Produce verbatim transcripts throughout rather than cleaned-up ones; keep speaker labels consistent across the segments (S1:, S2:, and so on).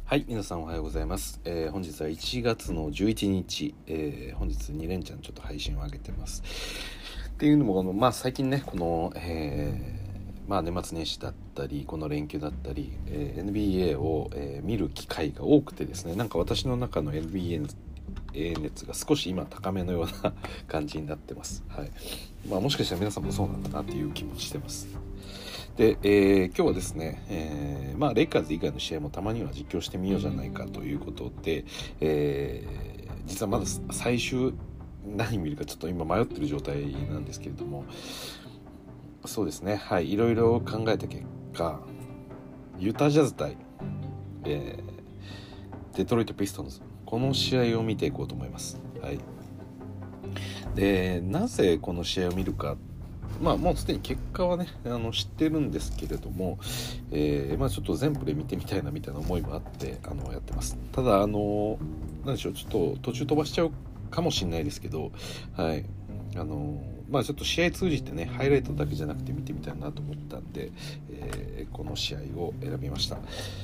S1: はい、皆さんおはようございます。えー、本日はいちがつのじゅういちにち、えー、本日に連チャンちょっと配信を上げてます。っていうのもこの、まあ、最近ねこの、えーまあ、年末年始だったりこの連休だったり、えー、エヌビーエー を、えー、見る機会が多くてですね、なんか私の中の エヌビーエー 熱が少し今高めのような感じになってます。はい。まあ、もしかしたら皆さんもそうなんだなっていう気持ちしてます。で、えー、今日はですね、えーまあ、レイカーズ以外の試合もたまには実況してみようじゃないかということで、えー、実はまだ最終何見るかちょっと今迷ってる状態なんですけれども、そうですね、はい、いろいろ考えた結果、ユタジャズ対、えー、デトロイトピストンズ、この試合を見ていこうと思います。はい。で、なぜこの試合を見るか、まあもうすでに結果はねあの知ってるんですけれども、えー、まあちょっと全プレー見てみたいなみたいな思いもあってあのやってます。ただあのなんでしょう、ちょっと途中飛ばしちゃうかもしれないですけど、はいあのまあちょっと試合通じてねハイライトだけじゃなくて見てみたいなと思ったんで、えー、この試合を選びました。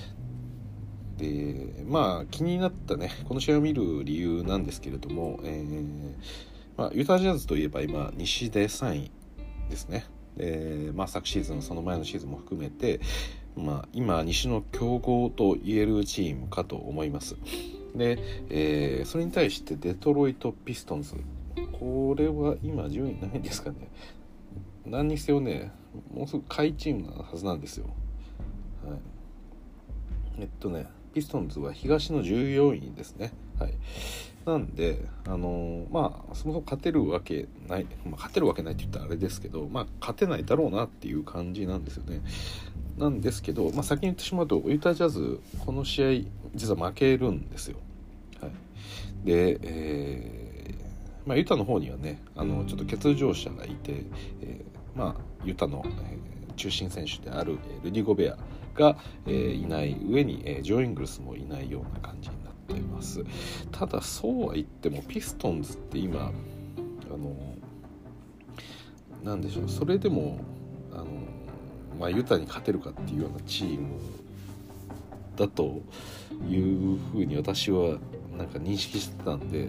S1: でまあ気になったねこの試合を見る理由なんですけれども、えーまあ、ユタジャズといえば今西でさんいですね。で、まあ、昨シーズンその前のシーズンも含めて、まあ、今西の強豪と言えるチームかと思います。で、えー、それに対してデトロイトピストンズ、これは今順位ないんですかね。何にせよねもうすぐ下位チームなはずなんですよ。はい、えっとねピストンズは東のじゅうよんいですね。はい。なんで、あのー、まあそもそも勝てるわけない、まあ、勝てるわけないって言ったらあれですけど、まあ勝てないだろうなっていう感じなんですよね。なんですけど、まあ、先に言ってしまうとユタジャズこの試合実は負けるんですよ。はい。で、えーまあ、ユタの方にはねあのちょっと欠場者がいて、えー、まあユタの、えー、中心選手であるルディ・ゴベアが、えー、いない上に、えー、ジョー・イングルスもいないような感じになっています。ただそうは言ってもピストンズって今あのなんでしょう、それでもあの、まあ、ユタに勝てるかっていうようなチームだというふうに私はなんか認識してたんで、うん、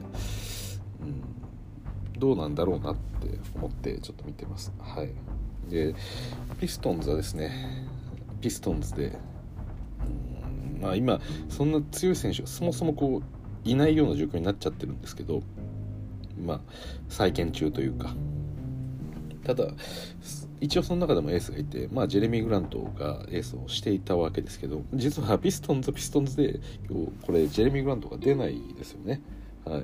S1: どうなんだろうなって思ってちょっと見てます。はい。でピストンズはですねピストンズで、うん、まあ今そんな強い選手がそもそもこういないような状況になっちゃってるんですけど、まあ再建中というか、ただ一応その中でもエースがいて、まあ、ジェレミー・グラントがエースをしていたわけですけど、実はピストンズピストンズで今日これジェレミー・グラントが出ないですよね。はい。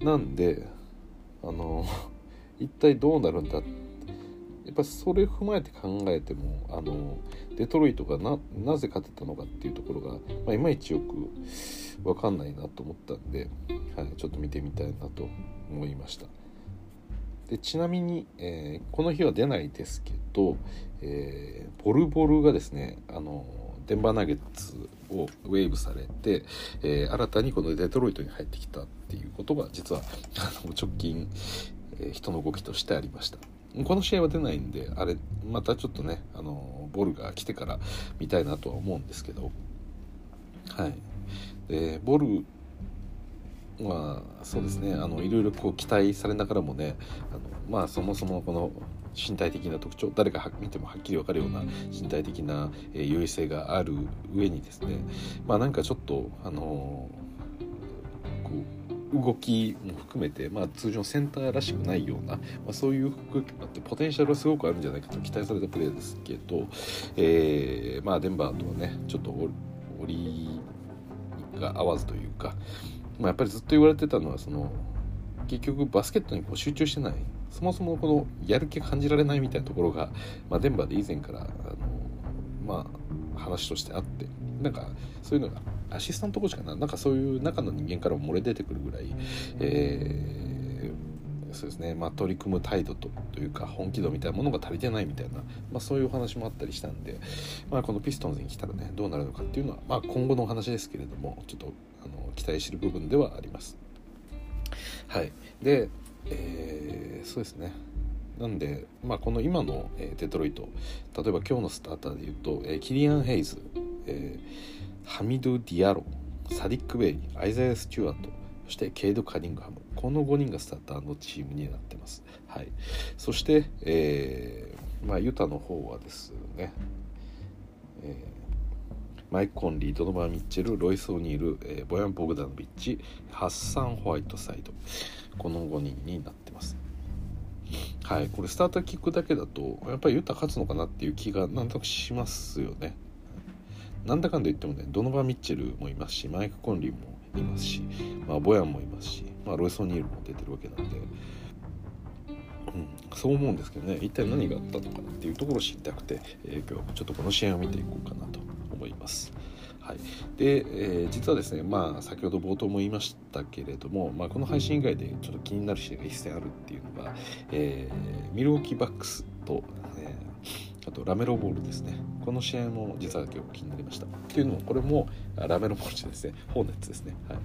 S1: なんであの一体どうなるんだって、やっぱそれ踏まえて考えてもあのデトロイトが な, なぜ勝てたのかっていうところが、まあ、いまいちよく分かんないなと思ったんで、はい、ちょっと見てみたいなと思いました。でちなみに、えー、この日は出ないですけど、えー、ボルボルがですねあのデンバーナゲッツをウェーブされて、えー、新たにこのデトロイトに入ってきたっていうことが実はあの直近、えー、人の動きとしてありました。この試合は出ないんであれまたちょっとねあのボルが来てから見たいなとは思うんですけど、はい。でボルまあそうですね、あのいろいろこう期待されながらもね、あのまあそもそもこの身体的な特徴、誰が見てもはっきり分かるような身体的な優位性がある上にですね、まあなんかちょっとあのこう動きも含めて、まあ、通常センターらしくないような、まあ、そういう動きがあってポテンシャルはすごくあるんじゃないかと期待されたプレーですけど、えーまあ、デンバーとはねちょっと折りが合わずというか、まあ、やっぱりずっと言われてたのはその結局バスケットにこう集中してない、そもそもこのやる気が感じられないみたいなところが、まあ、デンバーで以前からあの、まあ、話としてあって、なんかそういうのがアシスタントコーチかな、なんかそういう中の人間からも漏れ出てくるぐらい、えー、そうですね、まあ、取り組む態度とというか本気度みたいなものが足りてないみたいな、まあ、そういうお話もあったりしたんで、まあ、このピストンズに来たらねどうなるのかっていうのは、まあ、今後のお話ですけれどもちょっとあの期待している部分ではあります。はい。で、えー、そうですね。なんで、まあ、この今の、えー、デトロイト、例えば今日のスターターで言うと、えー、キリアン・ヘイズ、えハミド・ディアロ、サディック・ベイ、アイザヤ・スチュワート、そしてケイド・カニングハム、このごにんがスターターのチームになってます。はい、そして、えーまあ、ユタの方はですね、えーマイク・コンリー、ドノバン・ミッチェル、ロイス・オニール、えー、ボヤン・ボグダノビッチ、ハッサン・ホワイトサイド、このごにんになってます。はい、これスターターキックだけだとやっぱりユタ勝つのかなっていう気がなんとなくしますよね。なんだかんだ言ってもね、ドノバン・ミッチェルもいますし、マイク・コンリーもいますし、まあ、ボヤンもいますし、まあ、ロイス・オニールも出てるわけなんで、うん、そう思うんですけどね、一体何があったのかなっていうところを知りたくて、えー、今日はちょっとこの試合を見ていこうかなと思います。はい、で、えー、実はですね、まあ、先ほど冒頭も言いましたけれども、まあ、この配信以外でちょっと気になる試合が一戦あるっていうのが、えー、ミルウォーキーバックスと、えー、あとラメロボールですね。この試合も実は今日気になりました。っていうのもこれもラメロボールじゃですね、ホーネッツですね。はい、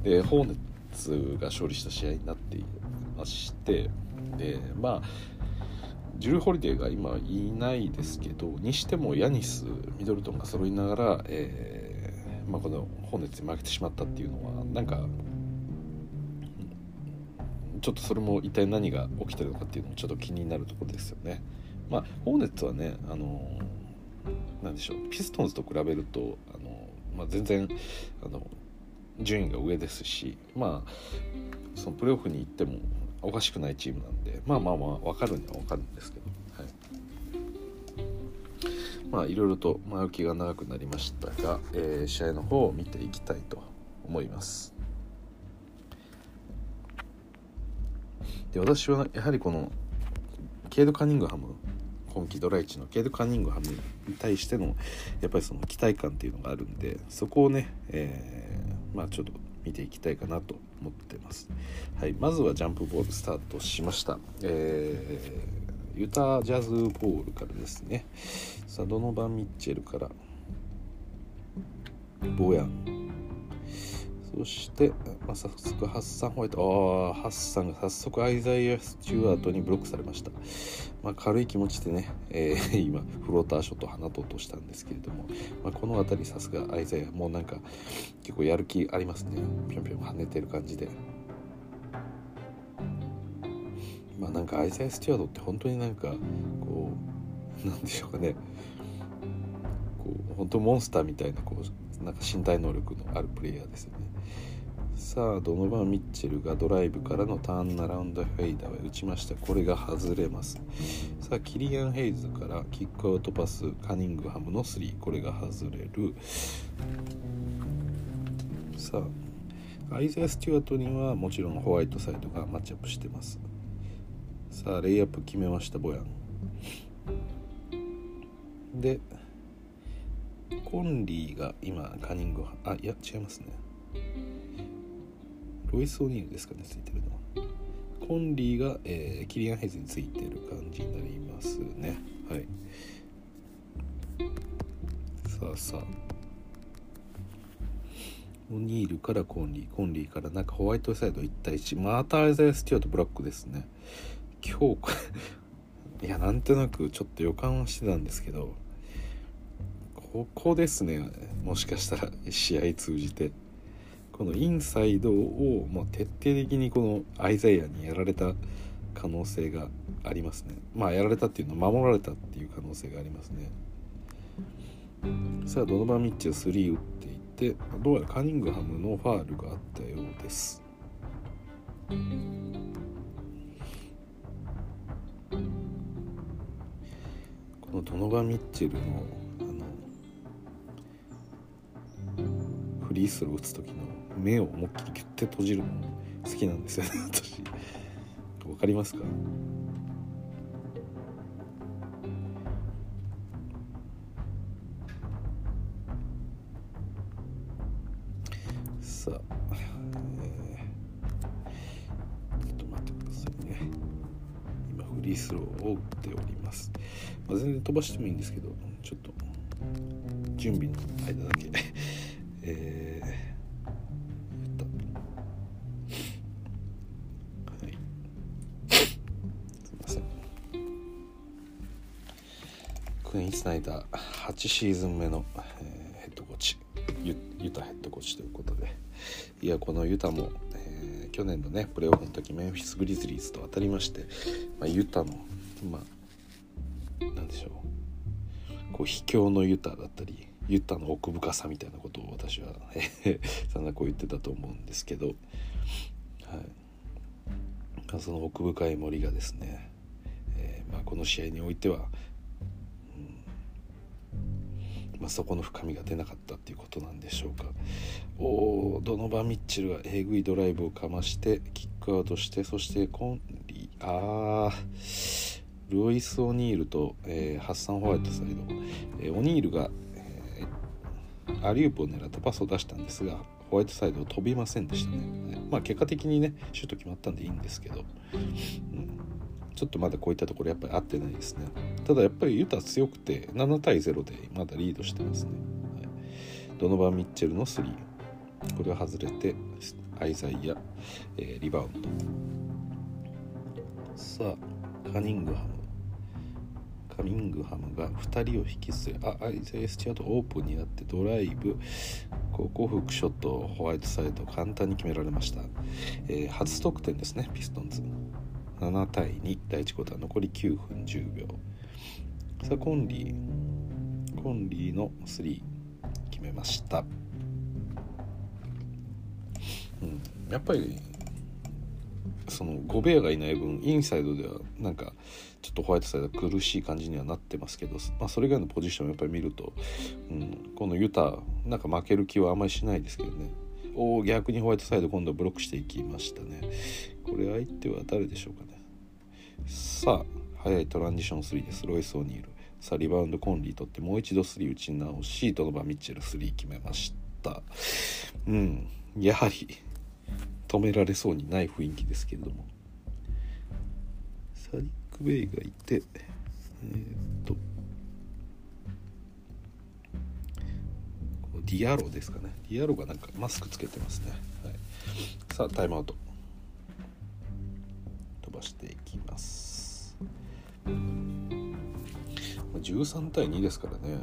S1: でホーネッツが勝利した試合になっていまして、でまあジュル・ホリデーが今いないですけど、にしてもヤニス、ミドルトンが揃いながら、えーまあ、このホーネッツに負けてしまったっていうのはなんかちょっとそれも一体何が起きてるのかっていうのもちょっと気になるところですよね。まあホーネッツはね、あのなんでしょう、ピストンズと比べるとあの、まあ、全然あの順位が上ですし、まあそのプレーオフに行ってもおかしくないチームなんで、まあまあまあ分かるには分かるんですけど、はい、まあいろいろと前置きが長くなりましたが、えー、試合の方を見ていきたいと思います。で、私はやはりこのケイド・カニングハム、今季ドラいちのケイド・カニングハムに対してのやっぱりその期待感っていうのがあるんで、そこをね、えー、まあちょっと見ていきたいかなと思ってます。はい、まずはジャンプボールスタートしました。えー、ユタジャズボールからですね。さあドノバン・ミッチェルからボヤン、そして、まあ、早速ハッサン・ホワイト、あハッサンが早速アイザイア・スチュワートにブロックされました。まあ、軽い気持ちでね、えー、今フローターショットを放とうとしたんですけれども、まあ、この辺りさすがアイザイアもうなんか結構やる気ありますね。ぴょんぴょん跳ねてる感じで、まあなんかアイザイア・スチュワートって本当になんかこうなんでしょうかね、こう本当モンスターみたいなこうなんか身体能力のあるプレイヤーですよね。さあドノバン・ミッチェルがドライブからのターンアラウンドフェイダーを打ちました。これが外れます。さあキリアン・ヘイズからキックアウトパス、カニングハムのスリー、これが外れる。さあアイザー・スチュワートにはもちろんホワイトサイドがマッチアップしてます。さあレイアップ決めましたボヤンで、コンリーが今カニングハム、あいや違いますね、ロイス・オニールですかね、ついてるのは。コンリーが、えー、キリアン・ヘイズについてる感じになりますね。はい。さあさあオニールからコンリー、コンリーからなんかホワイトサイドいち対いち、またアイザイア・スチュワートブラックですね。今日これいやなんとなくちょっと予感はしてたんですけど、ここですね、もしかしたら試合通じてこのインサイドをもう徹底的にこのアイザイアにやられた可能性がありますね。まあやられたっていうのは守られたっていう可能性がありますね。さあドノバン・ミッチェルスリー打っていて、どうやらカニングハムのファールがあったようです。このドノバン・ミッチェルのあのフリースロー打つ時の目を思いっきりギュッて閉じるの好きなんですよね私。わかりますか？さあ、えー、ちょっと待ってくださいね。今フリースローを打っております。まあ、全然飛ばしてもいいんですけど、ちょっと準備の間だけえークイーンスナイダーはちシーズン目の、えー、ヘッドコーチユ, ユタヘッドコーチということで、いやこのユタも、えー、去年のねプレーオフの時メンフィス・グリズリーズと当たりまして、まあ、ユタのまあなんでしょう、こう秘境のユタだったりユタの奥深さみたいなことを私はそんなこう言ってたと思うんですけど、はい、その奥深い森がですね、えーまあ、この試合においては、うんまあ、そこの深みが出なかったっていうことなんでしょうか。おドノバン・ミッチェルがえぐいドライブをかましてキックアウトして、そしてコンリーあールイス・オニールと、えー、ハッサン・ホワイトサイド、えー、オニールが、えー、アリウープを狙ったパスを出したんですがホワイトサイドを飛びませんでしたね。まあ結果的にねシュート決まったんでいいんですけど、うん、ちょっとまだこういったところやっぱり合ってないですね。ただやっぱりユタ強くてななたいゼロでまだリードしてますね、はい、ドノバン・ミッチェルのスリー、これは外れてアイザイア、えー、リバウンド。さあカニングハムカニングハムがふたりを引き連れ、あアイザイア・スチュアートオープンになってドライブ、ここフックショットをホワイトサイド簡単に決められました、えー、初得点ですねピストンズななたいに、だいいちクォーター残りきゅうふんじゅうびょう。さあコンリーコンリーのスリー決めました、うん、やっぱりそのゴベアがいない分インサイドではなんかちょっとホワイトサイド苦しい感じにはなってますけど、まあ、それ以外のポジションをやっぱり見ると、うん、このユタなんか負ける気はあんまりしないですけどね。お逆にホワイトサイド今度はブロックしていきましたね。これ相手は誰でしょうかね。さあ早いトランジションスリーです。ロイス・オニール、さあリバウンドコンリー取ってもう一度スリー打ち直しドノバン・ミッチェルスリー決めました。うんやはり止められそうにない雰囲気ですけれども、サディック・ベイがいて、えー、っとディアロですかね。ディアロがなんかマスクつけてますね、はい、さあタイムアウト飛ばしていきます。じゅうさんたいにですからね、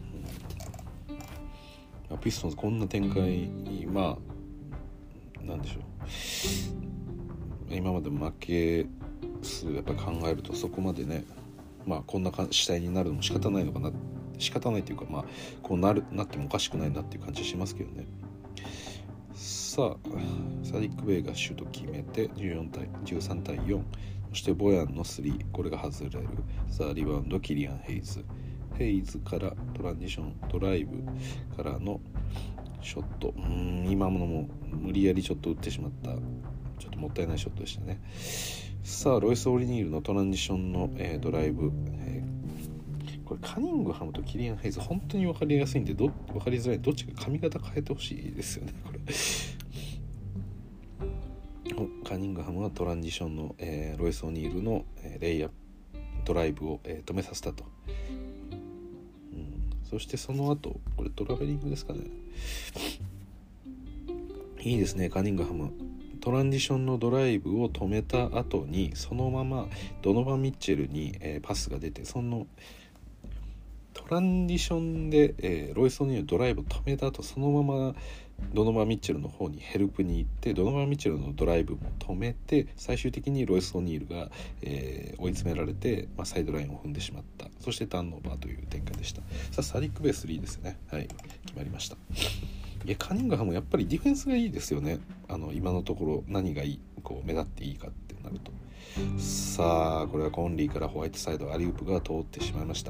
S1: うん、ピストンズこんな展開にまあなんでしょう、今まで負け数やっぱり考えるとそこまでね、まあこんな試合になるのも仕方ないのかな、仕方ないというかまあこうなるなってもおかしくないなっていう感じしますけどね。さあサディック・ベイがシュート決めてじゅうよんたいじゅうさんたいよん、そしてボヤンのスリー、これが外れる。さあリバウンドキリアン・ヘイズ、ヘイズからトランジションドライブからのショット、うーん今のも無理やりちょっと打ってしまったちょっともったいないショットでしたね。さあロイス・オリニールのトランジションの、えー、ドライブ、えー、これカニングハムとキリアン・ヘイズ本当に分かりやすいんでど分かりづらい、どっちか髪型変えてほしいですよねこれカニングハムはトランジションの、えー、ロイス・オニールの、えー、レイアップドライブを、えー、止めさせたと、うん、そしてその後これトラベリングですかね。いいですねカニングハム、トランジションのドライブを止めた後にそのままドノバン・ミッチェルに、えー、パスが出て、そのトランジションで、えー、ロイス・オニールのドライブを止めた後そのままドノバン・ミッチェルの方にヘルプに行ってドノバン・ミッチェルのドライブも止めて、最終的にロイス・オニールが、えー、追い詰められて、まあ、サイドラインを踏んでしまった。そしてターンオーバーという展開でした。さあサディック・ベイスリーですね、はい、決まりました。いやカニングハムやっぱりディフェンスがいいですよね。あの今のところ何がいいこう目立っていいかってなると、さあこれはコンリーからホワイトサイドアリウープが通ってしまいました。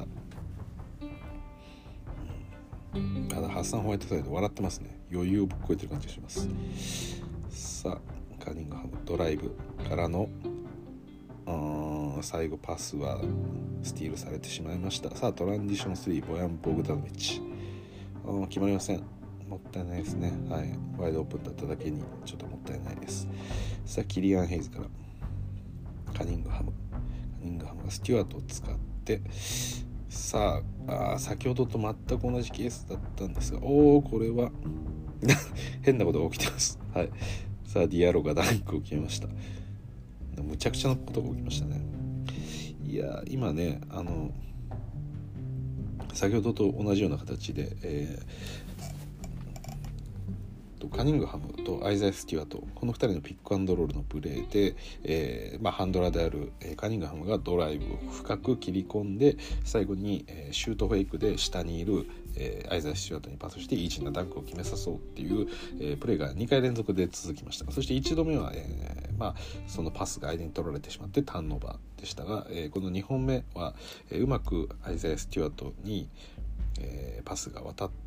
S1: ただハッサン・ホワイトサイド笑ってますね。余裕をぶっこえてる感じがします。さあカニングハムドライブからの最後パスはスティールされてしまいました。さあトランジションスリーボヤン・ボグダノビッチ、決まりません。もったいないですね、はい、ワイドオープンだっただけにちょっともったいないです。さあキリアン・ヘイズからカニングハムカニングハムがスチュワートを使って、さあ、あ先ほどと全く同じケースだったんですが、おおこれは変なことが起きてます、はい、さあディアロがダンクを決めました。むちゃくちゃなことが起きましたね。いや今ねあの先ほどと同じような形で、えカニングハムとアイザイ・スチュワート、このふたりのピックアンドロールのプレーで、えーまあ、ハンドラーである、えー、カニングハムがドライブを深く切り込んで、最後に、えー、シュートフェイクで下にいる、えー、アイザイ・スチュワートにパスしてイージーなダンクを決めさそうっていう、えー、プレーがにかい連続で続きました。そしていちどめは、えーまあ、そのパスが相手に取られてしまってターンオーバーでしたが、えー、このにほんめは、えー、うまくアイザイ・スチュワートに、えー、パスが渡って、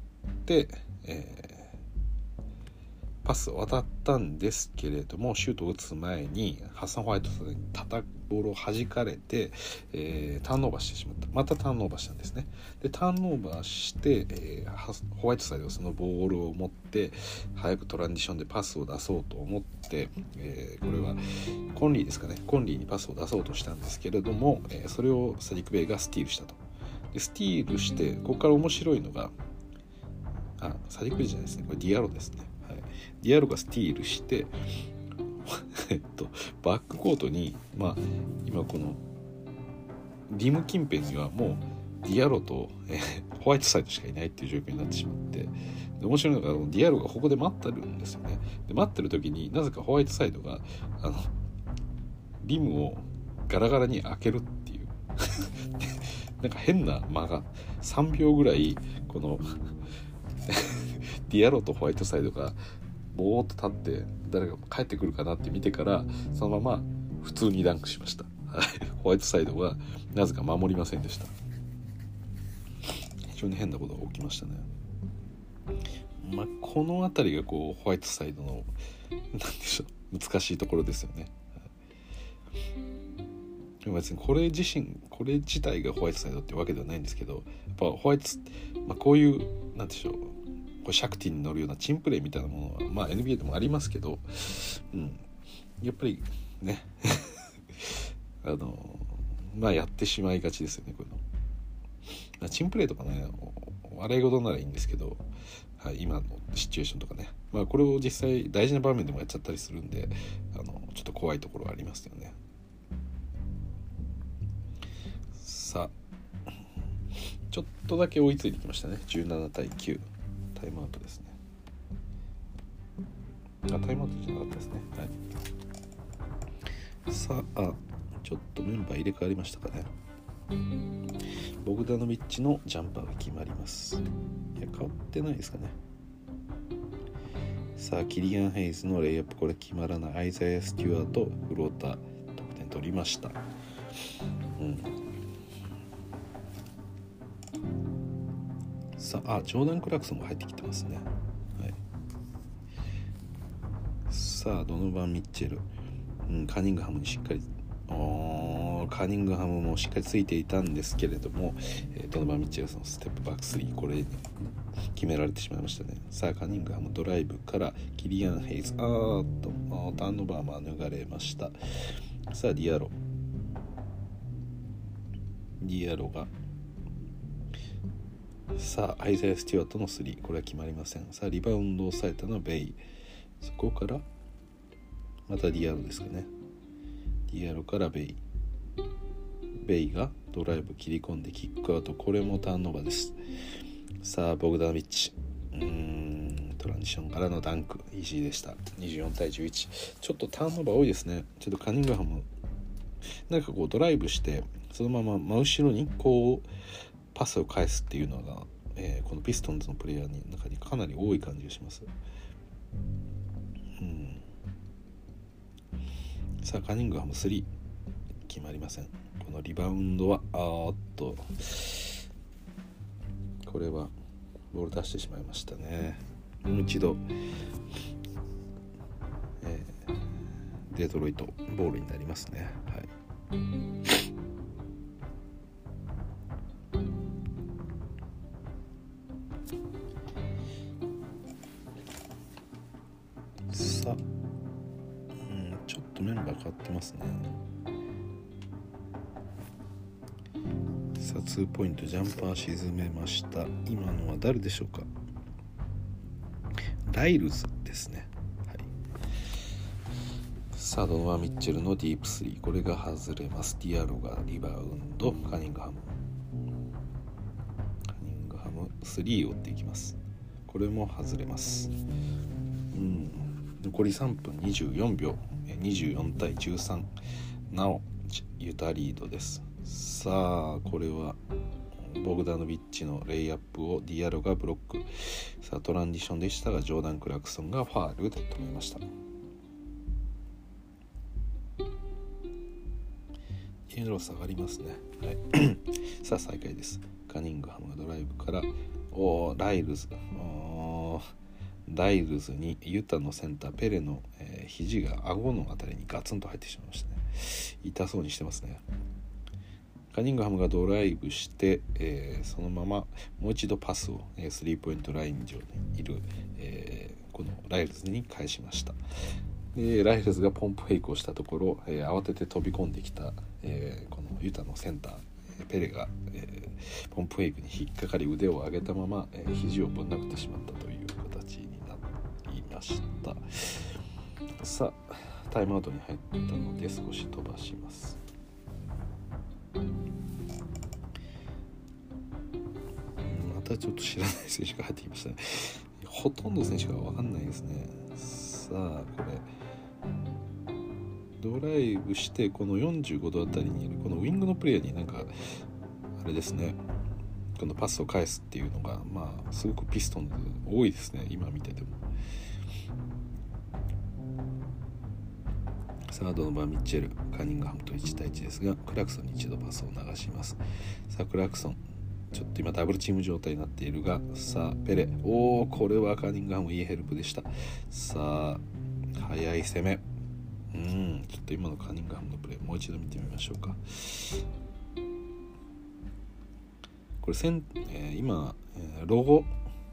S1: えーパスを渡ったんですけれども、シュートを打つ前にハッサン・ホワイトさんに叩くボールを弾かれて、えー、ターンオーバーしてしまった。またターンオーバーしたんですね。でターンオーバーして、えー、ホワイトサイドはそのボールを持って早くトランジションでパスを出そうと思って、えー、これはコンリーですかね、コンリーにパスを出そうとしたんですけれども、えー、それをサディク・ベイがスティールしたと。でスティールして、ここから面白いのが、あサディク・ベイじゃないですね、これディアロですね。ディアロがスティールしてえっとバックコートに、まあ今このリム近辺にはもうディアロと、えー、ホワイトサイドしかいないっていう状況になってしまって、で面白いのがディアロがここで待ってるんですよね。で待ってる時になぜかホワイトサイドがあのリムをガラガラに開けるっていうなんか変な間がさんびょうぐらい、このディアロとホワイトサイドがぼーっと立って誰が帰ってくるかなって見てから、そのまま普通にダンクしました。ホワイトサイドはなぜか守りませんでした。非常に変なことが起きましたね。まあ、この辺りがこうホワイトサイドのなんでしょう、難しいところですよね。でも別にこれ自身これ自体がホワイトサイドってわけではないんですけど、やっぱホワイト、まあ、こういうなんでしょう、これシャクティに乗るようなチンプレーみたいなものは、まあ、エヌビーエー でもありますけど、うん、やっぱりねあのまあやってしまいがちですよね、こういうの。チンプレーとかね、笑い事ならいいんですけど、はい、今のシチュエーションとかね、まあこれを実際大事な場面でもやっちゃったりするんで、あのちょっと怖いところはありますよね。さあちょっとだけ追いついてきましたね。じゅうななたいきゅう、タイムアウトですね。あ、タイムアウトじゃなかったですね。はい。さあ、ちょっとメンバー入れ替わりましたかね。ボグダノビッチのジャンパーが決まります。いや、変わってないですかね。さあ、キリアン・ヘイズのレイアップ、これ決まらない。アイザイア・スチュワート、フローター、得点取りました。うん。さあ、あ、ジョーダン・クラクソンが入ってきてますね。はい、さあ、ドノバン・ミッチェル、うん、カニングハムにしっかり、カニングハムもしっかりついていたんですけれども、えー、ドノバン・ミッチェルのステップバックスリー、これ決められてしまいましたね。さあ、カニングハムドライブからキリアン・ヘイズ、あーっとターンオーバーは逃れました。さあ、ディアロディアロがさあアイザイア・スチュワートのスリー、これは決まりません。さあリバウンドを抑えたのはベイ、そこからまたディアロですかね。ディアロからベイ、ベイがドライブ切り込んでキックアウト、これもターンオーバーです。さあボグダノビッチ、うーんトランジションからのダンク、イージーでした。にじゅうよんたいじゅういち、ちょっとターンオーバー多いですね。ちょっとカニングハムなんかこうドライブしてそのまま真後ろにこうパスを返すっていうのが、えー、このピストンズのプレイヤーの中にかなり多い感じがします。うん、さあカニングハムスリー決まりません。このリバウンドはあーっとこれはボール出してしまいましたね。もう一度、えー、デトロイトボールになりますね。はい。さあ、うん、ちょっとメンバー変わってますね。さあツーポイントジャンパー沈めました。今のは誰でしょうか。ライルズですね。はい、さあドノバン・ミッチェルのディープスリー、これが外れます。ディアロがリバウンド、カニングハムカニングハムスリーを打っていきます。これも外れます。 うん残りさんぷんにじゅうよんびょう、にじゅうよんたいじゅうさん、なおユタリードです。さあこれはボグダノビッチのレイアップをディアロがブロック。さあトランジションでしたがジョーダン・クラクソンがファールで止めました。イエロー下がりますね、はい、さあ再開です。カニングハムがドライブからおライルズおライルズにユタのセンターペレの、えー、肘が顎のあたりにガツンと入ってしまいましたね。痛そうにしてますね。カニングハムがドライブして、えー、そのままもう一度パスを、えー、スリーポイントライン上にいる、えー、このライルズに返しました。でライルズがポンプフェイクをしたところ、えー、慌てて飛び込んできた、えー、このユタのセンターペレが、えー、ポンプフェイクに引っかかり腕を上げたまま、えー、肘をぶん殴ってしまったという形になりました。さあタイムアウトに入ったので少し飛ばします。またちょっと知らない選手が入ってきましたね。ほとんど選手が分かんないですね。さあこれドライブしてこのよんじゅうごどあたりにいるこのウィングのプレイヤーになんかあれですね、このパスを返すっていうのがまあすごくピストンズ多いですね今見てても。サードのバーミッチェルカニングハムといちたいいちですがクラクソンに一度パスを流します。さあクラクソンちょっと今ダブルチーム状態になっているがさあペレおーこれはカニングハムいいヘルプでした。さあ速い攻めうんちょっと今のカニングハムのプレーもう一度見てみましょうか。これせん、えー、今、えー、ロゴ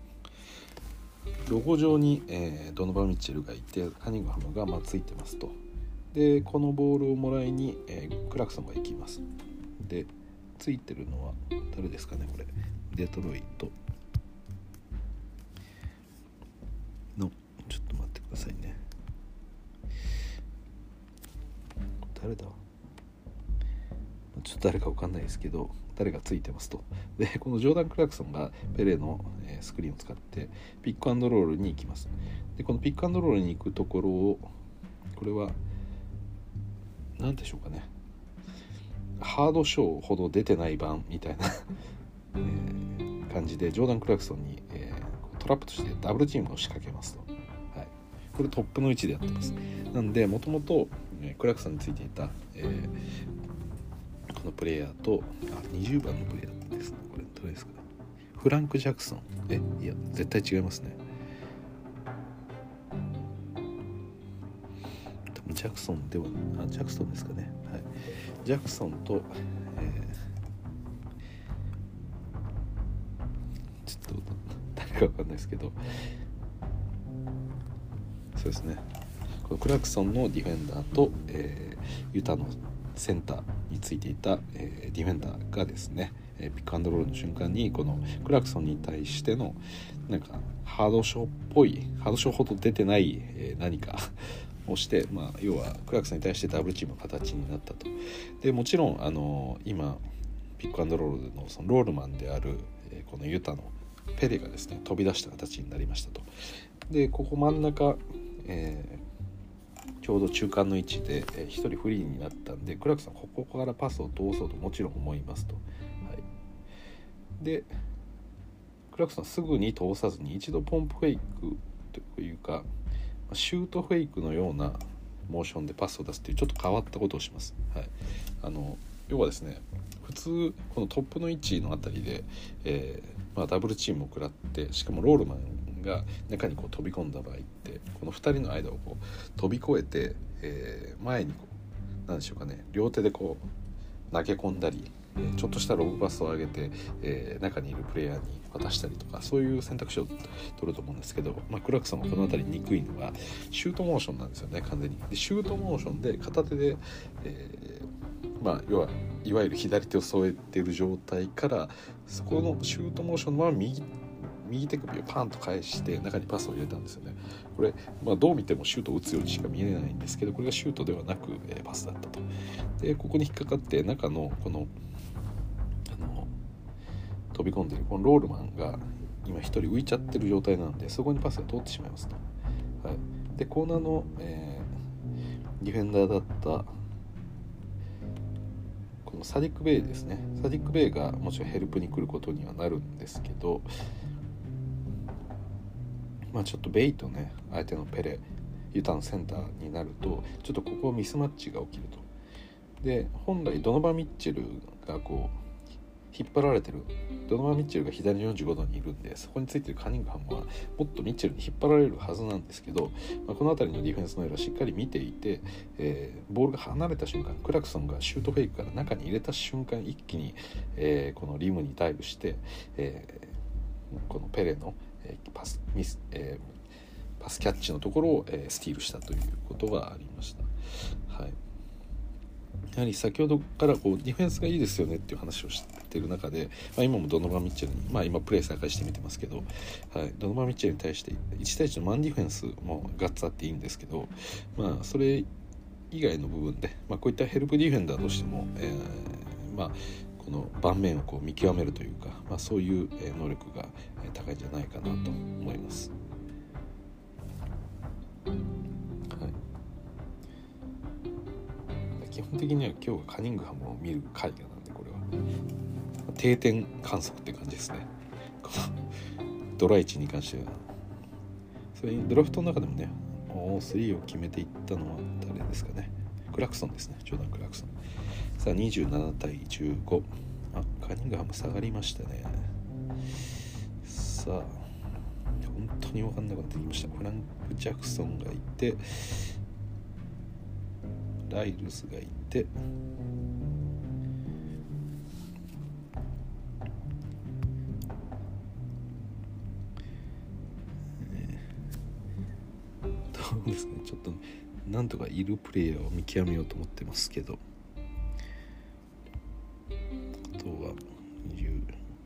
S1: ロゴ上に、えー、ドノバン・ミッチェルがいてカニングハムがまあついてますと。でこのボールをもらいに、えー、クラクソンが行きます。でついてるのは誰ですかねこれデトロイトのちょっと待ってくださいね。誰だちょっと誰か分かんないですけど誰がついてますと。でこのジョーダン・クラクソンがペレの、えー、スクリーンを使ってピックアンドロールに行きます。でこのピックアンドロールに行くところをこれは何でしょうかねハードショーほど出てない版みたいな、えー、感じでジョーダン・クラクソンに、えー、トラップとしてダブルチームを仕掛けますと、はい、これトップの位置でやってます。なんでもともとクラクソンについていた、えー、このプレイヤーとあにじゅうばんのプレイヤーですね。これどれですかねフランク・ジャクソンえいや絶対違いますね。多分ジャクソンではあジャクソンですかね、はい、ジャクソンと、えー、ちょっと誰か分かんないですけどそうですねこのクラクソンのディフェンダーと、えー、ユタのセンターについていた、えー、ディフェンダーがですね、えー、ピックアンドロールの瞬間にこのクラクソンに対してのなんかハードショーっぽいハードショーほど出てない、えー、何かをして、まあ、要はクラクソンに対してダブルチームの形になったと。でもちろんあの今ピックアンドロール の, そのロールマンである、えー、このユタのペレがですね飛び出した形になりましたと。でここ真ん中、えー、ちょうど中間の位置で、えー、ひとりフリーになったんでクラクソンここからパスを通そうともちろん思いますと、はい、でクラクソンすぐに通さずに一度ポンプフェイクというかシュートフェイクのようなモーションでパスを出すっていうちょっと変わったことをします、はい、あの要はですね普通このトップの位置のあたりで、えーまあ、ダブルチームを食らってしかもロールマンが中にこう飛び込んだ場合ってこのふたりの間をこう飛び越えて、えー、前にこうなんでしょうかね両手でこう投げ込んだりちょっとしたロブパスを上げて、えー、中にいるプレイヤーに渡したりとかそういう選択肢を取ると思うんですけど、まあ、クラクソンはこの辺りにくいのがシュートモーションなんですよね完全に。でシュートモーションで片手で、えーまあ、要はいわゆる左手を添えている状態からそこのシュートモーションのまま右右手首をパンと返して中にパスを入れたんですよね。これ、まあ、どう見てもシュートを打つようにしか見えないんですけどこれがシュートではなく、えー、パスだったと。でここに引っかかって中のこの飛び込んでいるこのロールマンが今一人浮いちゃってる状態なのでそこにパスが通ってしまいますと、はい、 でコーナーの、えー、ディフェンダーだったこのサディック・ベイですね。サディック・ベイがもちろんヘルプに来ることにはなるんですけど、まあちょっとベイとね相手のペレユタのセンターになるとちょっとここミスマッチが起きると。で本来ドノバン・ミッチェルがこう引っ張られてるドノバン・ミッチェルが左のよんじゅうごどにいるんで、そこについてるカニングハムはもっとミッチェルに引っ張られるはずなんですけど、まあ、この辺りのディフェンスの色をしっかり見ていて、えー、ボールが離れた瞬間クラクソンがシュートフェイクから中に入れた瞬間一気に、えー、このリムにダイブして、えー、このペレの、えー、パスミス、えー、パスキャッチのところを、えー、スティールしたということがありました。はい、やはり先ほどからこうディフェンスがいいですよねっていう話をしている中で、まあ、今もドノバン・ミッチェルに、まあ、今プレー再開してみてますけど、はい、ドノバン・ミッチェルに対していち対いちのマンディフェンスもガッツあっていいんですけど、まあ、それ以外の部分で、まあ、こういったヘルプディフェンダーとしても、えーまあ、この盤面をこう見極めるというか、まあ、そういう能力が高いんじゃないかなと思います。基本的には今日はカニングハムを見る会議なんで、これは定点観測って感じですね。このドライチに関してはそれにドラフトの中でもねスリーを決めていったのは誰ですかね。クラクソンですね、ジョーダン・クラクソン。さあにじゅうななたいじゅうご、あカニングハム下がりましたね。さあ本当に分かんなくなってきました。フランク・ジャクソンがいてライルスがいて、えー、どうですね、ちょっとなんとかいるプレイヤーを見極めようと思ってますけど、あとはじゅう、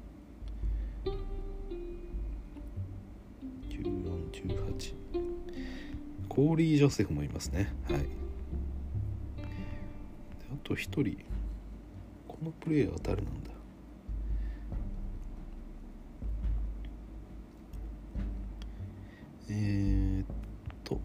S1: じゅうよん、じゅうはち、コーリー・ジョセフもいますね。はい。あと一人このプレイヤーは誰なんだ。えー、っと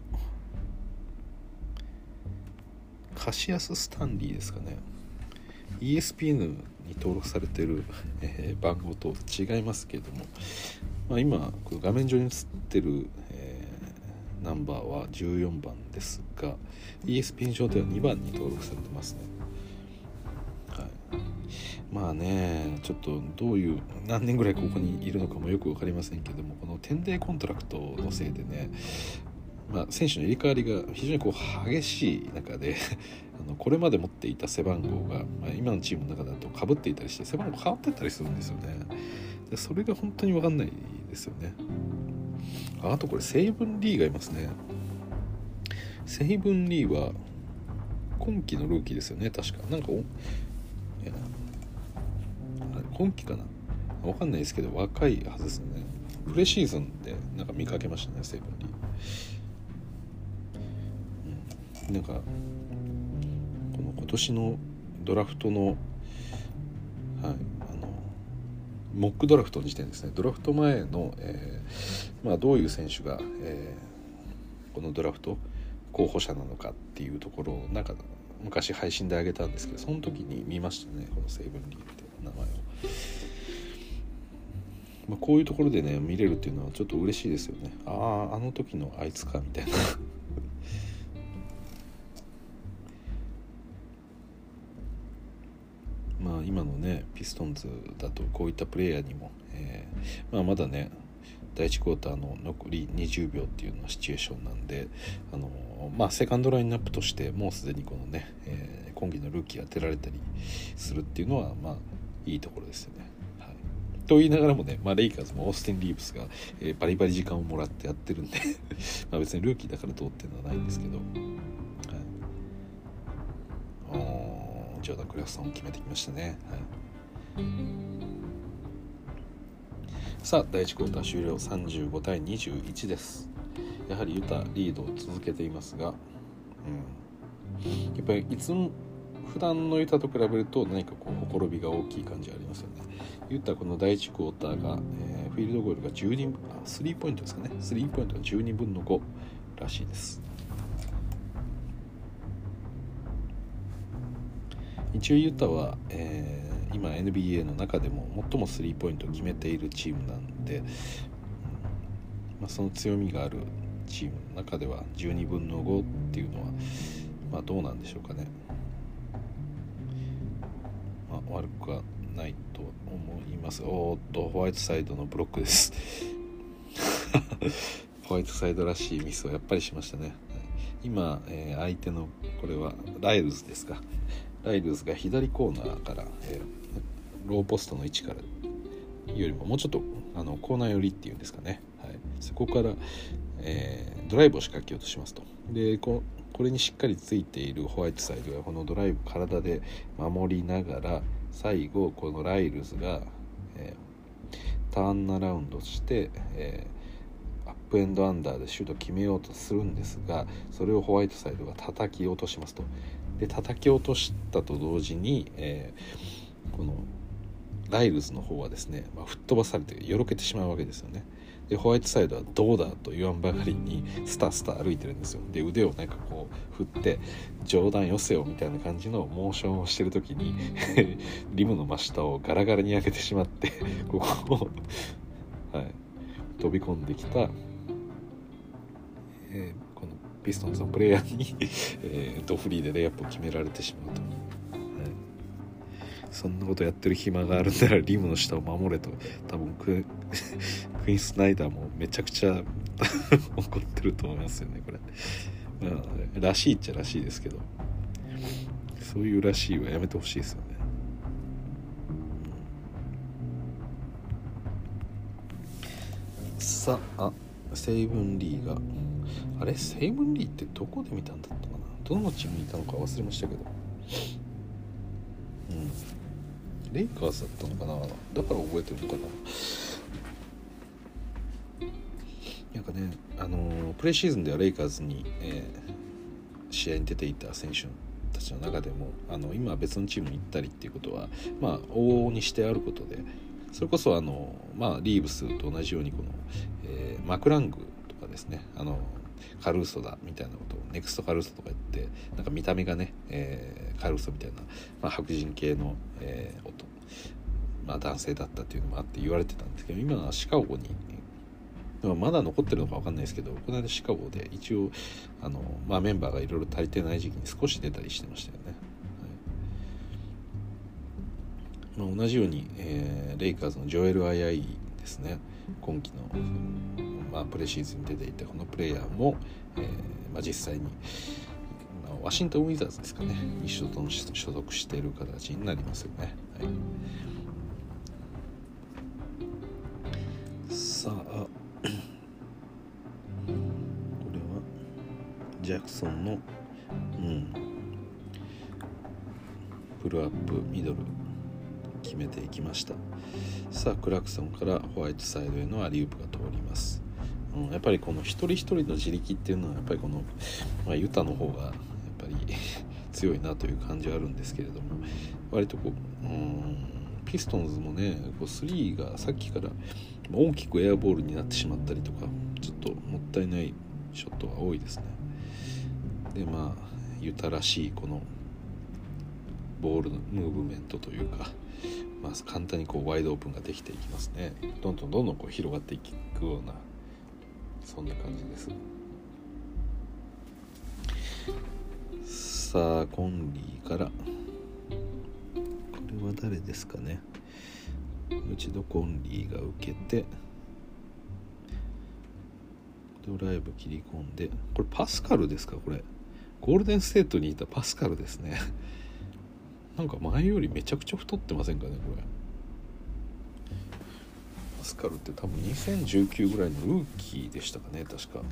S1: カシアス・スタンリーですかね。 イーエスピーエヌ に登録されている、えー、番号と違いますけれども、まあ、今この画面上に映ってる、えー、ナンバーはじゅうよんばんですが イーエスピーエヌ 上ではにばんに登録されてますね。まあね、ちょっとどういう何年ぐらいここにいるのかもよく分かりませんけども、このテンデーコントラクトのせいでね、まあ、選手の入れ替わりが非常にこう激しい中であのこれまで持っていた背番号が、まあ、今のチームの中だと被っていたりして背番号変わってったりするんですよね。でそれが本当に分かんないですよね。 あ, あとこれセイブン・リーがいますね。セイブン・リーは今季のルーキーですよね確か。なんかおいや今季かな分かんないですけど若いはずですよね。プレシーズンでなんか見かけましたねセイブンリー、うん、なんかこの今年のドラフトの、はい、あのモックドラフトの時点ですね。ドラフト前の、えーまあ、どういう選手が、えー、このドラフト候補者なのかっていうところをなんか昔配信で上げたんですけど、その時に見ましたねこのセイブンリーって名前を。まあ、こういうところでね見れるっていうのはちょっと嬉しいですよね。あああの時のあいつかみたいなまあ今のねピストンズだとこういったプレイヤーにも、えーまあ、まだねだいいちクォーターの残りにじゅうびょうっていうのはシチュエーションなんで、あのまあセカンドラインナップとしてもうすでにこのね、えー、今季のルーキー当てられたりするっていうのはまあいいところですよね。と言いながらもね、まあ、レイカーズもオースティン・リーブスが、えー、バリバリ時間をもらってやってるんでまあ別にルーキーだからどうっていうのはないんですけど、はい、おジョーダン・クラフソンを決めてきましたね。はい、さあだいいちクォーター終了さんじゅうごたいにじゅういちです。やはりユタリードを続けていますが、うん、やっぱりいつも普段のユタと比べると何かこうほころびが大きい感じありますよね。ユタこのだいいちクォーターが、えー、フィールドゴールがじゅうに、あスリーポイントですかね。スリーポイントがじゅうにぶんのご、 らしいです。一応ユタは、えー、今 エヌビーエー の中でも最もスリーポイントを決めているチームなんで、まあ、その強みがあるチームの中ではじゅうにぶんのごっていうのは、まあ、どうなんでしょうかね。まあ、悪くはないと思います。おーっとホワイトサイドのブロックですホワイトサイドらしいミスをやっぱりしましたね。今、えー、相手のこれはライルズですか。ライルズが左コーナーから、えー、ローポストの位置からよりももうちょっとあのコーナー寄りっていうんですかね、はい、そこから、えー、ドライブを仕掛けようとしますと。で こ, これにしっかりついているホワイトサイドがこのドライブ体で守りながら、最後このライルズが、えー、ターンアラウンドして、えー、アップエンドアンダーでシュートを決めようとするんですが、それをホワイトサイドが叩き落としますと。で叩き落としたと同時に、えー、このライルズの方はですね、まあ、吹っ飛ばされてよろけてしまうわけですよね。でホワイトサイドはどうだと言わんばかりにスタスタ歩いてるんですよ。で腕をなんかこう振って冗談よせよみたいな感じのモーションをしてる時にリムの真下をガラガラに開けてしまってここを、はい、飛び込んできた、えー、このピストンズのプレイヤーに、えー、ドフリーでレイアップを決められてしまうと、はい、そんなことやってる暇があるんならリムの下を守れと多分ククイーンスナイダーもめちゃくちゃ怒ってると思いますよねこれ、まあ、らしいっちゃらしいですけど、そういうらしいはやめてほしいですよね。さあセイブンリーがあれセイブンリーってどこで見たんだったかな、どのチームにいたのか忘れましたけど、うん、レイカーズだったのかな、だから覚えてるのかな。なんかね、あのー、プレシーズンではレイカーズに、えー、試合に出ていた選手たちの中でもあの今は別のチームに行ったりっていうことは、まあ、往々にしてあることで、それこそあの、まあ、リーブスと同じようにこの、えー、マクラングとかですね、あのカルーソだみたいなことをネクストカルーソとか言って、なんか見た目がね、えー、カルーソみたいな、まあ、白人系の、えー音まあ、男性だったっていうのもあって言われてたんですけど、今はシカゴにまだ残ってるのか分かんないですけど、この間シカゴで一応あの、まあ、メンバーがいろいろ足りてない時期に少し出たりしてましたよね、はい。まあ、同じように、えー、レイカーズのジョエル・アイアイですね、今季の、まあ、プレシーズンに出ていたこのプレイヤーも、えーまあ、実際に、まあ、ワシントン・ウィザーズですかねに所属している形になりますよね、はい。さあジャクソンの、うん、プルアップミドル決めていきました。さあクラクソンからホワイトサイドへのアリウープが通ります、うん、やっぱりこの一人一人の自力っていうのはやっぱりこの、まあ、ユタの方がやっぱり強いなという感じはあるんですけれども、割とこう、うん、ピストンズもねこうスリーがさっきから大きくエアボールになってしまったりとか、ちょっともったいないショットが多いですね。でまあユタらしいこのボールのムーブメントというか、まあ、簡単にこうワイドオープンができていきますね。どんどんどんどんこう広がっていくようなそんな感じです。さあコンリーからこれは誰ですかね、一度コンリーが受けてドライブ切り込んで、これパスカルですか、これゴールデンステートにいたパスカルですねなんか前よりめちゃくちゃ太ってませんかね、これパスカルって多分にせんじゅうきゅうぐらいのルーキーでしたかね、確かに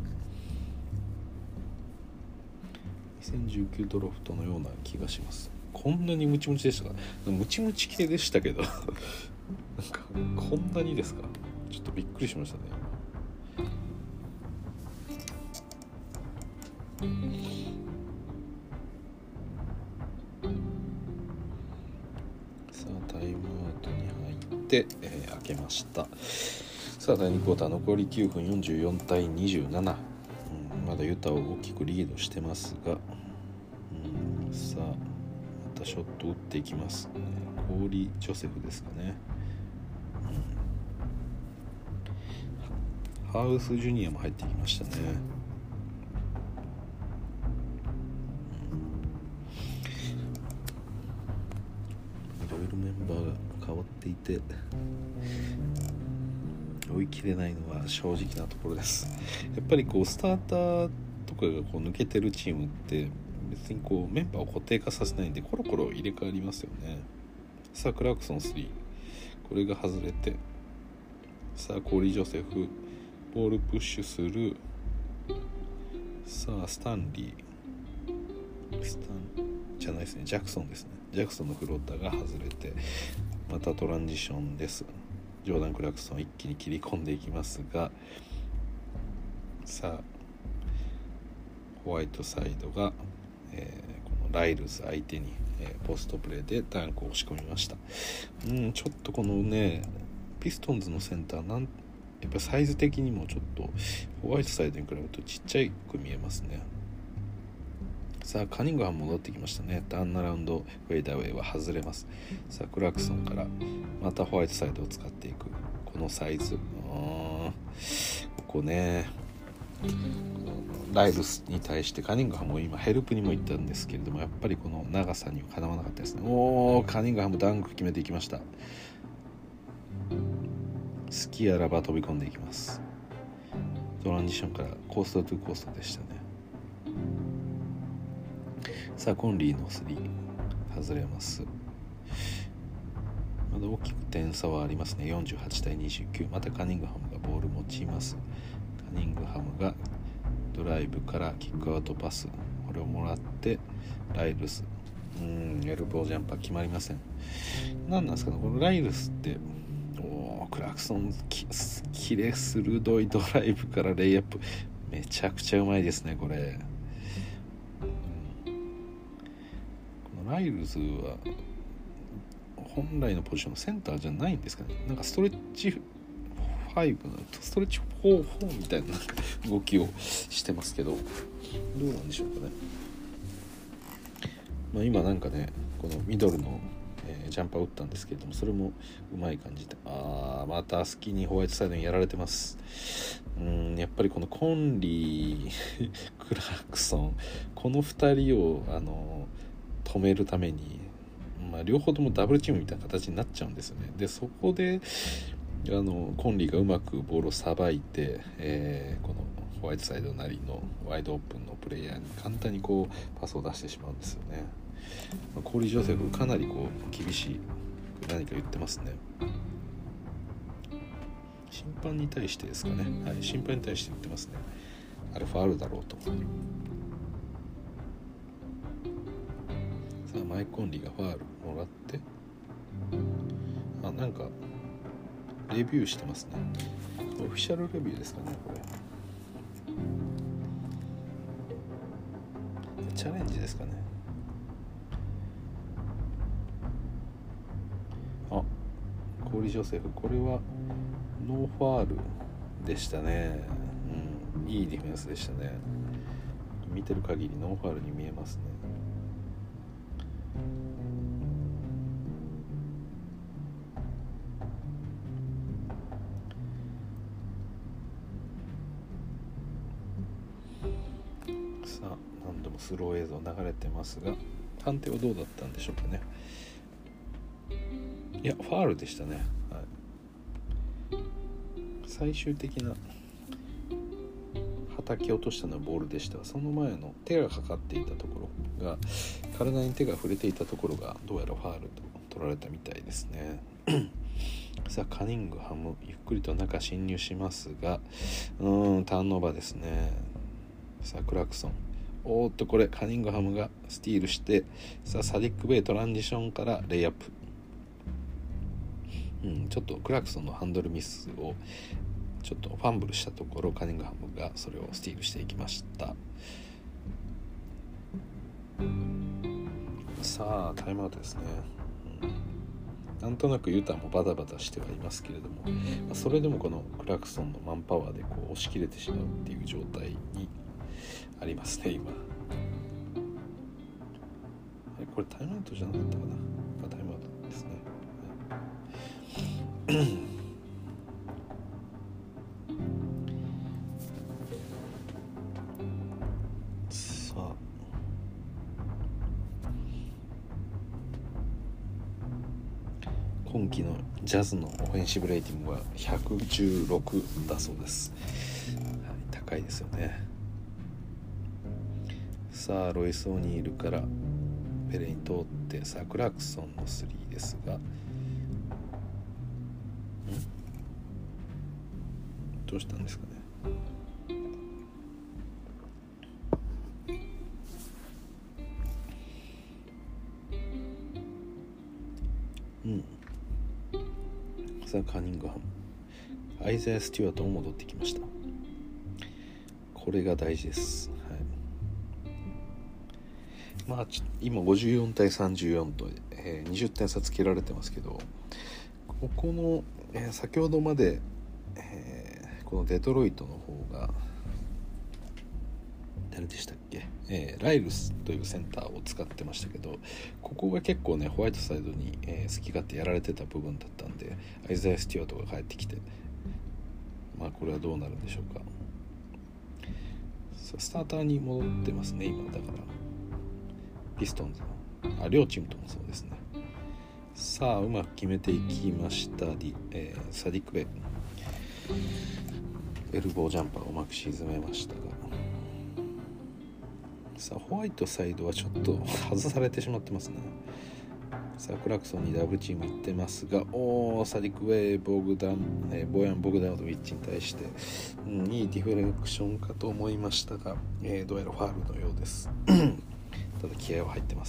S1: せんじゅうきゅうドラフトのような気がします。こんなにムチムチでしたか、ムチムチ系でしたけどなんかこんなにですか、ちょっとびっくりしましたね。さあタイムアウトに入って、えー、開けました。さあだいにクォーター残りきゅうふんよんじゅうよんたいにじゅうなな、 まだユタを大きくリードしてますが、うん、さあまたショット打っていきます、コーリー・ジョセフですかね、うん、ハウス・ジュニアも入ってきましたね。いろいろメンバーが変わっていて追い切れないのは正直なところです。やっぱりこうスターターとかがこう抜けてるチームって別にこうメンバーを固定化させないんでコロコロ入れ替わりますよね。さあクラークソンスリー、これが外れて、さあコーリー・ジョセフボールプッシュする、さあスタンリースタンじゃないですねジャクソンですねジャクソンのフローターが外れて、またトランジションです。ジョーダン・クラークソン一気に切り込んでいきますが、さあホワイトサイドが、えー、このライルズ相手に、えー、ポストプレーでダンクを押し込みました。うんちょっとこのねピストンズのセンターなんやっぱサイズ的にもちょっとホワイトサイドに比べるとちっちゃく見えますね。さあカニングハム戻ってきましたね。ターンアラウンドフェイダーウェイは外れます。さあクラークソンからまたホワイトサイドを使っていくこのサイズ、あここねライルスに対してカニングハムも今ヘルプにも行ったんですけれども、やっぱりこの長さにはかなわなかったですね。おーカニングハムダンク決めていきました。スキあらば飛び込んでいきます。トランジションからコーストトゥコーストでしたね。さあコンリーのスリー外れます。まだ大きく点差はありますね。よんじゅうはちたいにじゅうきゅう、またカニングハムがボール持ちます。カニングハムがドライブからキックアウトパス、これをもらってライルス、うーんエルボージャンパー決まりません。何なんですかねこのライルスって、おクラークソンきキレ鋭いドライブからレイアップ、めちゃくちゃうまいですねこれ。ライルズは本来のポジションのセンターじゃないんですかね。なんかストレッチファイブのストレッチフォーフォーみたいななんか動きをしてますけど、どうなんでしょうかね。まあ、今なんかねこのミドルの、えー、ジャンパー打ったんですけれども、それもうまい感じで、あーまたスキーにホワイトサイドにやられてます。うーんやっぱりこのコンリークラークソン、このふたりをあの止めるために、まあ、両方ともダブルチームみたいな形になっちゃうんですよね。でそこであのコンリーがうまくボールをさばいて、えー、このホワイトサイドなりのワイドオープンのプレイヤーに簡単にこうパスを出してしまうんですよね。まあ、コーリー・ジョセフかなりこう厳しい何か言ってますね。審判に対してですかね、はい、審判に対して言ってますね。あれファウルだろうと。さあマイコンリーがファウルもらって、あなんかレビューしてますね。オフィシャルレビューですかねこれ。チャレンジですかね。あコーリー・ジョセフ、これはノーファールでしたね。うん、いいディフェンスでしたね。見てる限りノーファールに見えますね。さあ何度もスロー映像流れてますが、判定はどうだったんでしょうかね。いやファールでしたね、はい、最終的な叩き落としたのはボールでしたが、その前の手がかかっていたところが、体に手が触れていたところがどうやらファールと取られたみたいですねさあカニングハムゆっくりと中侵入しますが、うーんターンオーバーですね。さあクラクソン、おーっとこれカニングハムがスティールして、さあサディックベイトランジションからレイアップ、うん、ちょっとクラクソンのハンドルミスをちょっとファンブルしたところ、カニングハムがそれをスティールしていきました。さあタイムアウトですね、うん、なんとなくユタもバタバタしてはいますけれども、まあ、それでもこのクラクソンのマンパワーでこう押し切れてしまうっていう状態にありますね今。これタイムアウトじゃなかったかな。タイムアウトですね。さあ今季のジャズのオフェンシブレーティングはひゃくじゅうろくだそうです、はい、高いですよね。さあロイス・オニールからペレに通って、さあクラクソンのスリーですが、んどうしたんですかね。うんさあカーニングハム、アイザヤ・スチュワートも戻ってきました。これが大事です、はい。まあ、今ごじゅうよんたいさんじゅうよんと、えー、にじゅってん差つけられてますけど、ここの、えー、先ほどまで、えー、このデトロイトの方が誰でしたっけ、えー、ライルスというセンターを使ってましたけど、ここが結構ねホワイトサイドに、えー、好き勝手やられてた部分だったんで、アイザヤ・スチュワートが帰ってきて、まあこれはどうなるんでしょうか。スターターに戻ってますね今。だからピストンズのあ両チームともそうですね。さあうまく決めていきましたディ、えー、サディック・ベイエルボージャンパーをうまく沈めましたが、さあホワイトサイドはちょっと外されてしまってますね。さあクラクソンにダブルチーム行ってますが、おーサディック・ウェイボグダン、えー、ボヤン・ボグダノビッチに対して、うん、いいディフレクションかと思いましたが、えー、どうやらファールのようですただ気合は入ってます。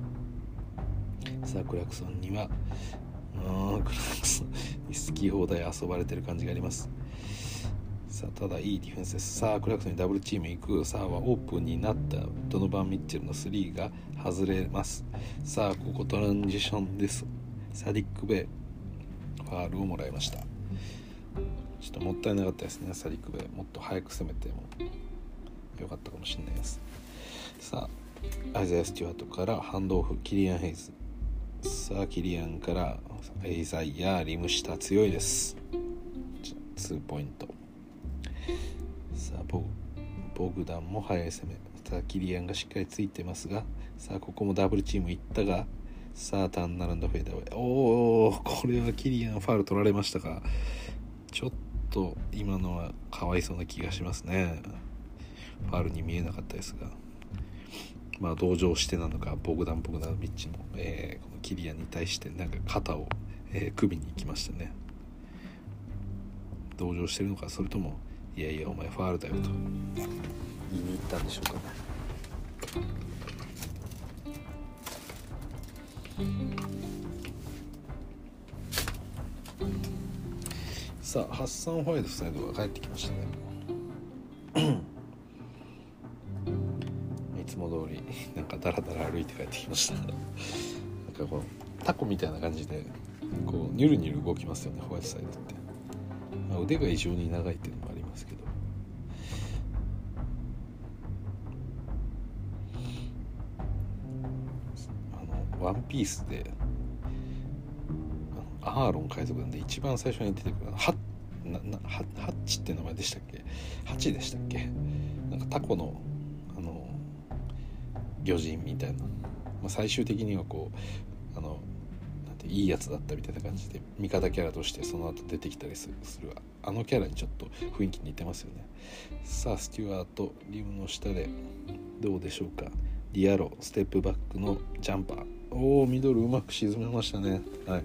S1: さあクラクソンにはうんクラクソンに好き放題遊ばれてる感じがあります。さあただいいディフェンスです。さあクラクソンにダブルチーム行く。さあはオープンになったドノバン・ミッチェルのスリーが外れます。さあここトランジションです。サディック・ベイファールをもらいました。ちょっともったいなかったですね。サディック・ベイもっと早く攻めてもよかったかもしれないです。さあアイザヤ・スチュワートからハンドオフキリアン・ヘイズ。さあキリアンからエイザイヤリム下強いです。にポイント。さあ ボ, ボグダンも速い攻め。さあキリアンがしっかりついてますが、さあここもダブルチームいったが、さあターンナランドフェイダーウェイ。おーこれはキリアンファウル取られましたが、ちょっと今のはかわいそうな気がしますね。ファウルに見えなかったですが、まあ同情してなのかボグダン・ボグダノビッチも、えー、このキリアンに対してなんか肩を、えー、首に行きましたね。同情してるのか、それともいやいやお前ファウルだよと言いに行ったんでしょうかね。さあハッサン・ホワイトサイドが帰ってきましたねいつも通りなんかダラダラ歩いて帰ってきましたなんかこうタコみたいな感じでこうニュルニュル動きますよねホワイトサイドって、まあ、腕が異常に長いっていうのもありますけど、あのワンピースでアーロン海賊団で一番最初に出てくるハッななハッチって名前でしたっけ、ハチでしたっけ、なんかタコのあの魚人みたいな、まあ、最終的にはこうあのなんていいやつだったみたいな感じで味方キャラとしてその後出てきたりするあのキャラにちょっと雰囲気似てますよね。さあスチュワートリムの下でどうでしょうか。ディアロステップバックのジャンパー、おーミドルうまく沈めましたね。はい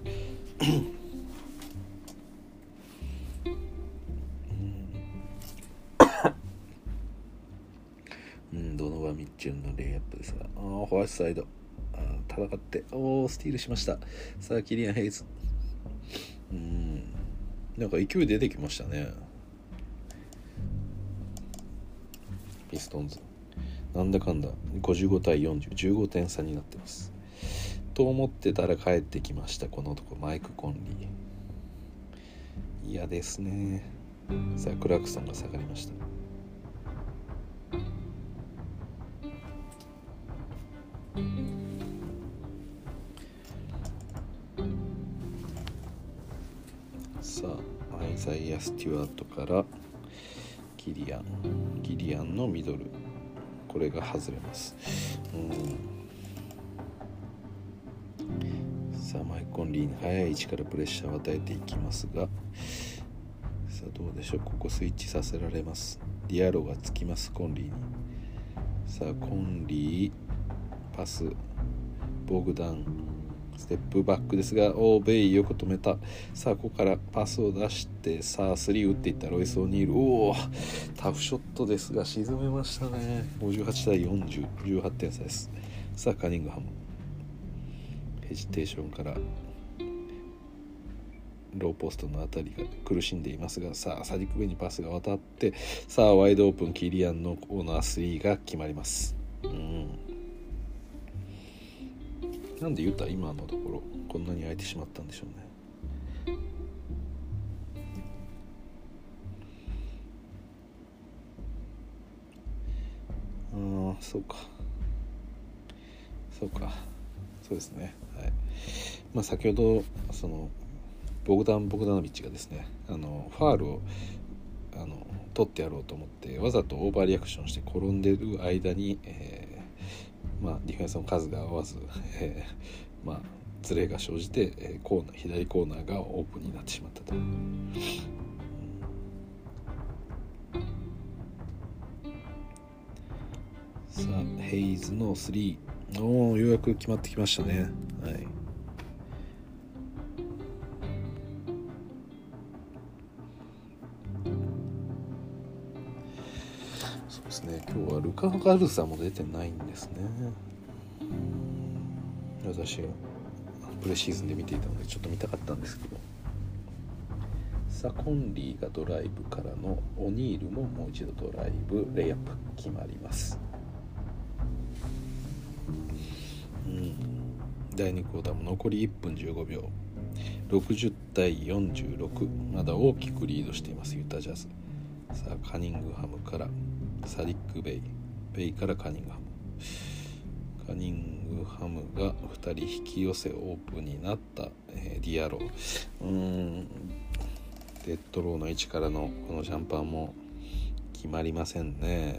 S1: うん、ドノバン・ミッチェルのレイアップですが、あホワイトサイドあ戦っておースティールしました。さあキリアン・ヘイズ、うんなんか勢い出てきましたね。ピストンズなんだかんだごじゅうごたいよんじゅう、じゅうごてん差になってますと思ってたら帰ってきました。この男マイク・コンリー、嫌ですね。さあクラクソンが下がりました。 アイザイア・ステュワートからギリアンギリアンのミドル、これが外れます。うんさあマイコンリーに速い位置からプレッシャーを与えていきますが、さあどうでしょう。ここスイッチさせられます。ディアロがつきますコンリーに。さあコンリーパスボグダンステップバックですが、オーベイよく止めた。さあここからパスを出して、さあスリー打っていったロイス・オニール、おおタフショットですが沈めましたね。ごじゅうはちたいよんじゅう、じゅうはってん差です。さあカニングハムヘジテーションからローポストのあたりが苦しんでいますが、さあサディック・ベイにパスが渡って、さあワイドオープンキリアンのコーナースリーが決まります。うんなんでユタ今のところこんなに空いてしまったんでしょうね。ああそうかそうかそうですね。はいまあ先ほどそのボグダン・ボグダノビッチがですね、あのファールをあの取ってやろうと思ってわざとオーバーリアクションして転んでる間に、えーまあ、ディフェンスの数が合わず、えーまあ、ズレが生じて、えー、コーナー左コーナーがオープンになってしまったと。さあヘイズのスリー、おおようやく決まってきましたね。はいそうですね。今日はルカ・ガルサも出てないんですね。私はプレシーズンで見ていたのでちょっと見たかったんですけど、さあコンリーがドライブからのオニールももう一度ドライブレイアップ決まります。うんだいにクォーターも残りいっぷんじゅうごびょう、ろくじゅうたいよんじゅうろく、まだ大きくリードしていますユタジャズ。さあカニングハムからサディック・ベイ、ベイからカニングハム、カニングハムがふたり引き寄せオープンになった、えー、ディアロうーんデッドローの位置からのこのジャンパーも決まりませんね。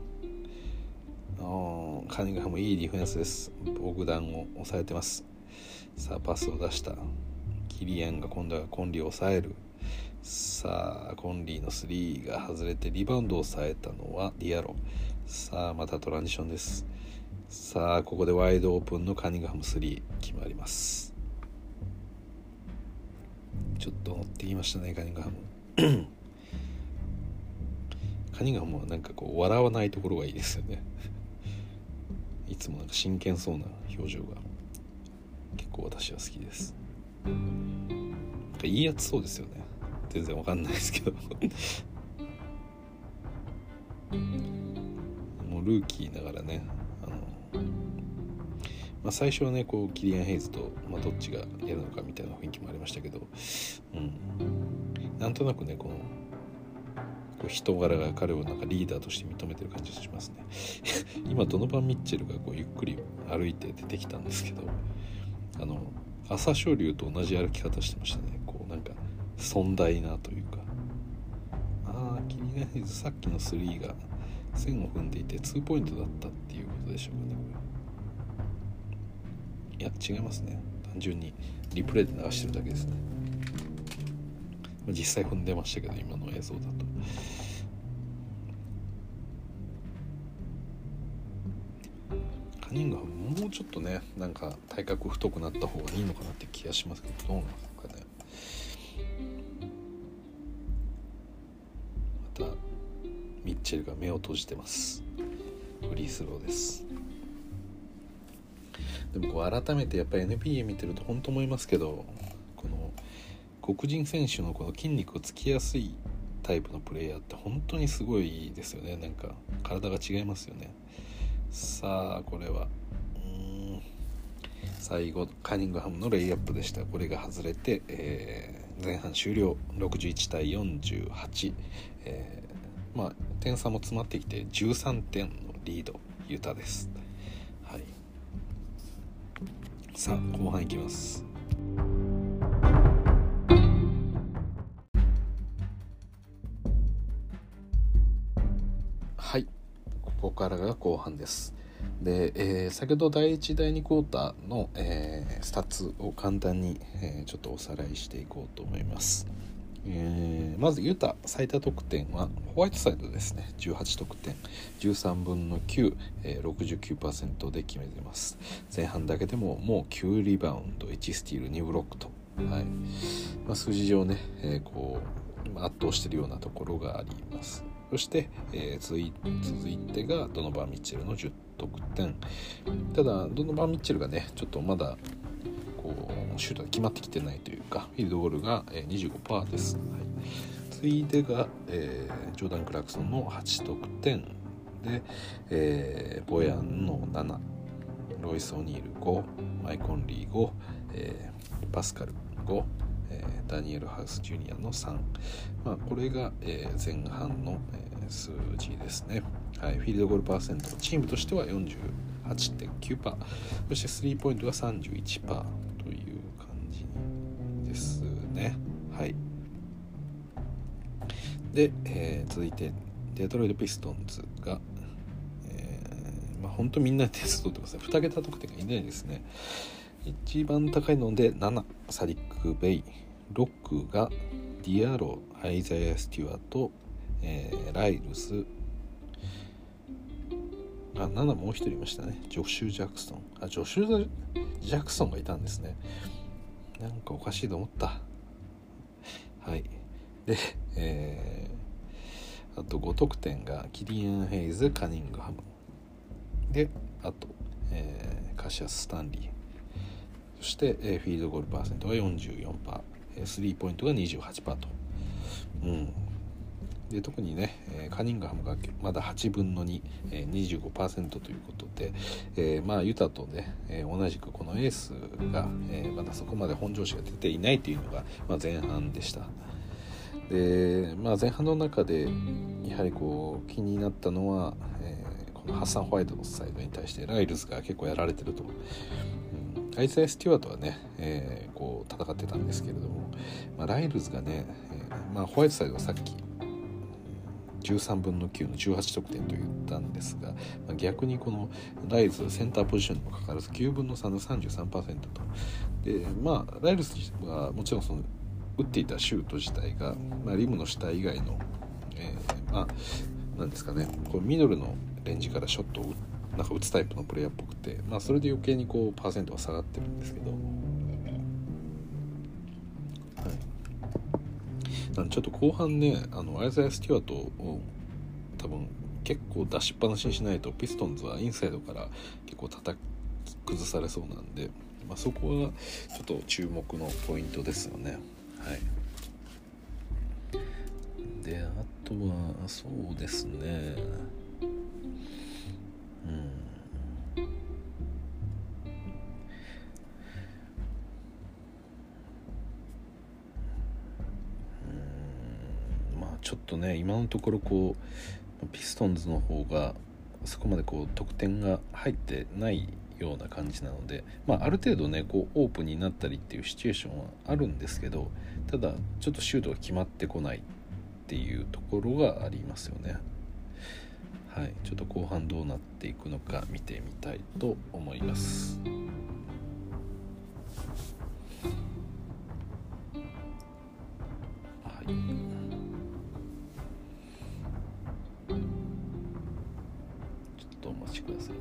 S1: あカニングハムいいディフェンスです。ボグダンを抑えてます。さあパスを出したキリアンが今度はコンリーを抑える。さあコンリーのスリーが外れてリバウンドを抑えたのはディアロ。さあまたトランジションです。さあここでワイドオープンのカニングハムスリー決まります。ちょっと乗ってきましたねカニングハムカニングハムはなんかこう笑わないところがいいですよねいつもなんか真剣そうな表情が結構私は好きです。なんかいいやつそうですよね。全然わかんないですけどもうルーキーながらね、あの、まあ、最初はねこうキリアン・ヘイズと、まあ、どっちがやるのかみたいな雰囲気もありましたけど、うん、なんとなくねこのこう人柄が彼をなんかリーダーとして認めてる感じがしますね今ドノバン・ミッチェルがこうゆっくり歩いて出てきたんですけど、あの朝青龍と同じ歩き方してましたね。こうなんか尊大なというか、ああキリアン・ヘイズさっきのスリーが線を踏んでいてツーポイントだったっていうことでしょうかね。いや違いますね。単純にリプレイで流してるだけですね。実際踏んでましたけど今の映像だと。カニングハムもうちょっとねなんか体格太くなった方がいいのかなって気がしますけど、どうなんですかね。またミッチェルが目を閉じてます。フリースローです。でもこう改めてやっぱり エヌビーエー 見てると本当思いますけど、この黒人選手のこの筋肉をつきやすいタイプのプレイヤーって本当にすごいですよね。なんか体が違いますよね。さあこれはうーん最後カニングハムのレイアップでした。これが外れて、えー、前半終了ろくじゅういちたいよんじゅうはち、えー、まあ点差も詰まってきてじゅうさんてんのリードユタです。はい、さあ後半いきます。 ここからが後半です。で、えー、先ほどだいいちだいにクォーターの、えー、スタッツを簡単に、えー、ちょっとおさらいしていこうと思います。えー、まずユタ最多得点はホワイトサイドですね。じゅうはちとくてん、じゅうさんぶんのきゅう、えー、ろくじゅうきゅうパーセント で決めてます。前半だけでももうきゅうリバウンド、いちスティール、にブロックと、はい、まあ、数字上ね、えー、こう圧倒しているようなところがあります。そして、えー、続い続いてがドノバン・ミッチェルのじゅっとくてん。ただドノバン・ミッチェルがねちょっとまだこうシュートが決まってきてないというか、フィールドゴールが にじゅうごパーセント です、はい、次いでが、えー、ジョーダン・クラクソンのはちとくてんで、えー、ボヤンのなな、ロイス・オニールご、マイコンリーご、えー、パスカルご、えー、ダニエル・ハウス・ジュニアのさん、まあ、これが、えー、前半の、えー、数字ですね、はい、フィールドゴールパーセントチームとしては よんじゅうはちてんきゅうパーセント、 そしてスリーポイントが さんじゅういちパーセント という感じですね。はい。で、えー、続いてデトロイト・ピストンズが、えーまあ、本当みんなでテスト取ってください。に桁得点がいないですね。一番高いのでなな、サディック・ベイ、ろくがディアロ、アイザイア・ステュワート、えー、ライルズ、あ、ななもう一人いましたね。ジョシュ・ジャクソン。あ、ジョシュ・ジャクソンがいたんですね。なんかおかしいと思った。はい。で、えー、あとご得点がキリアン・ヘイズ、カニングハム。で、あと、えー、カシャス・スタンリー。そして、えー、フィールドゴールパーセントが よんじゅうよんパーセント、えー、スリーポイントが にじゅうはちパーセント と。うん。で特にね、えー、カニンガハムがまだはちぶんのに、えー、にじゅうごパーセント ということで、えー、まあユタとね、えー、同じくこのエースが、えー、まだそこまで本調子が出ていないというのが、まあ、前半でした。で、まあ、前半の中でやはりこう気になったのは、えー、このハッサン・ホワイトのサイドに対してライルズが結構やられてると。うん、アイザイ・ステュワートはね、えー、こう戦ってたんですけれども、まあ、ライルズがね、えーまあ、ホワイトサイドはさっきじゅうさんぶんのきゅうのじゅうはちとくてんと言ったんですが、まあ、逆にこのライルズセンターポジションにもかかわらずきゅうぶんのさんの さんじゅうさんパーセント と。でまあライルズはもちろんその打っていたシュート自体が、まあ、リムの下以外の、えー、まあなんですかね、こうミドルのレンジからショットをなんか打つタイプのプレイヤーっぽくて、まあ、それで余計にこうパーセントが下がってるんですけど、はい、なんでちょっと後半ね、あのアイザイ・ステュワートを多分結構出しっぱなしにしないとピストンズはインサイドから結構叩き崩されそうなんで、まあ、そこはちょっと注目のポイントですよね。はい。であとはそうですね、うんうんまあちょっとね今のところこうピストンズの方がそこまでこう得点が入ってないような感じなので、まあ、ある程度ねこうオープンになったりっていうシチュエーションはあるんですけど、ただちょっとシュートが決まってこないっていうところがありますよね。はい、ちょっと後半どうなっていくのか見てみたいと思います。はい、ちょっとお待ちくださいね。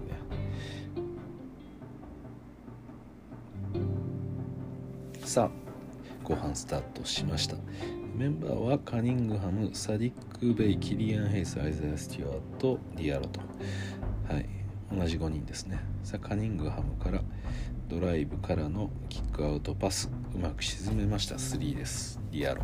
S1: さあ後半スタートしました。メンバーはカニングハム、サディック・ベイ、キリアン・ヘイス、アイザイ・スチュワート、ディアロと、はい、同じごにんですね。さあカニングハムからドライブからのキックアウトパス、うまく沈めました。スリーです。ディアロ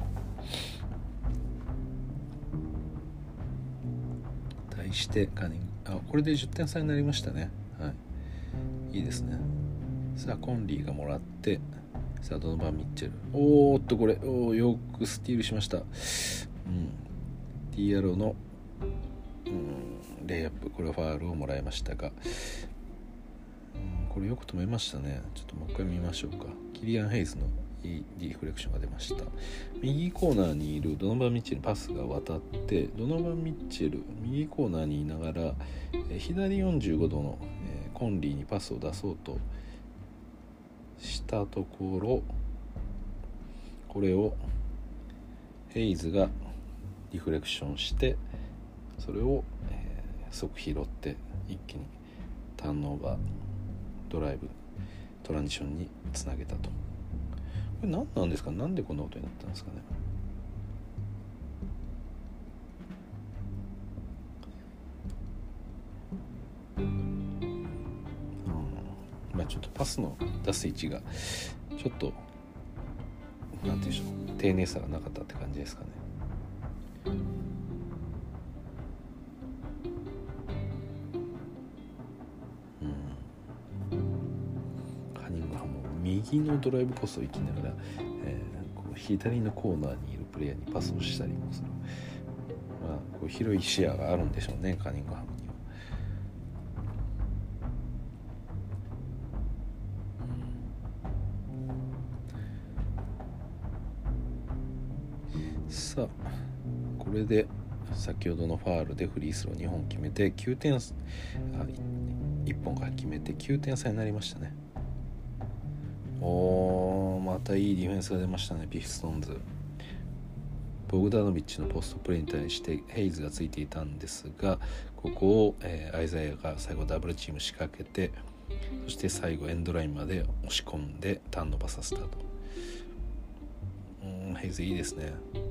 S1: 対してカニング、あ、これでじゅってん差になりましたね。はい、いいですね。さあコンリーがもらって、さあドノバン・ミッチェル、おーっとこれおよくスティールしました。うん、ディアロの、うん、レイアップ、これはファウルをもらいましたが、うん、これよく止めましたね。ちょっともう一回見ましょうか。キリアン・ヘイズのいいリフレクションが出ました。右コーナーにいるドノバン・ミッチェルにパスが渡って、ドノバン・ミッチェル右コーナーにいながら、えー、左よんじゅうごどの、えー、コンリーにパスを出そうとしたところ、これをヘイズがリフレクションして、それを、えー、即拾って一気にターンオーバードライブトランジションにつなげたと。これ何なんですか？なんでこんなことになったんですかね。うん、まあちょっとパスの出す位置がちょっとなんていうんでしょう、丁寧さがなかったって感じですかね。右のドライブコースを行きながら、えー、こう左のコーナーにいるプレイヤーにパスをしたりもする、まあ、こう広い視野があるんでしょうね、カニングハムには。うん、さあこれで先ほどのファールでフリースローにほん決めてきゅうてん、あいっぽんから決めてきゅうてん差になりましたね。おー、またいいディフェンスが出ましたね、ピストンズ。ボグダノビッチのポストプレーに対してヘイズがついていたんですが、ここを、えー、アイザイアが最後ダブルチーム仕掛けて、そして最後エンドラインまで押し込んでターンオーバーさせたと。うーん、ヘイズいいですね。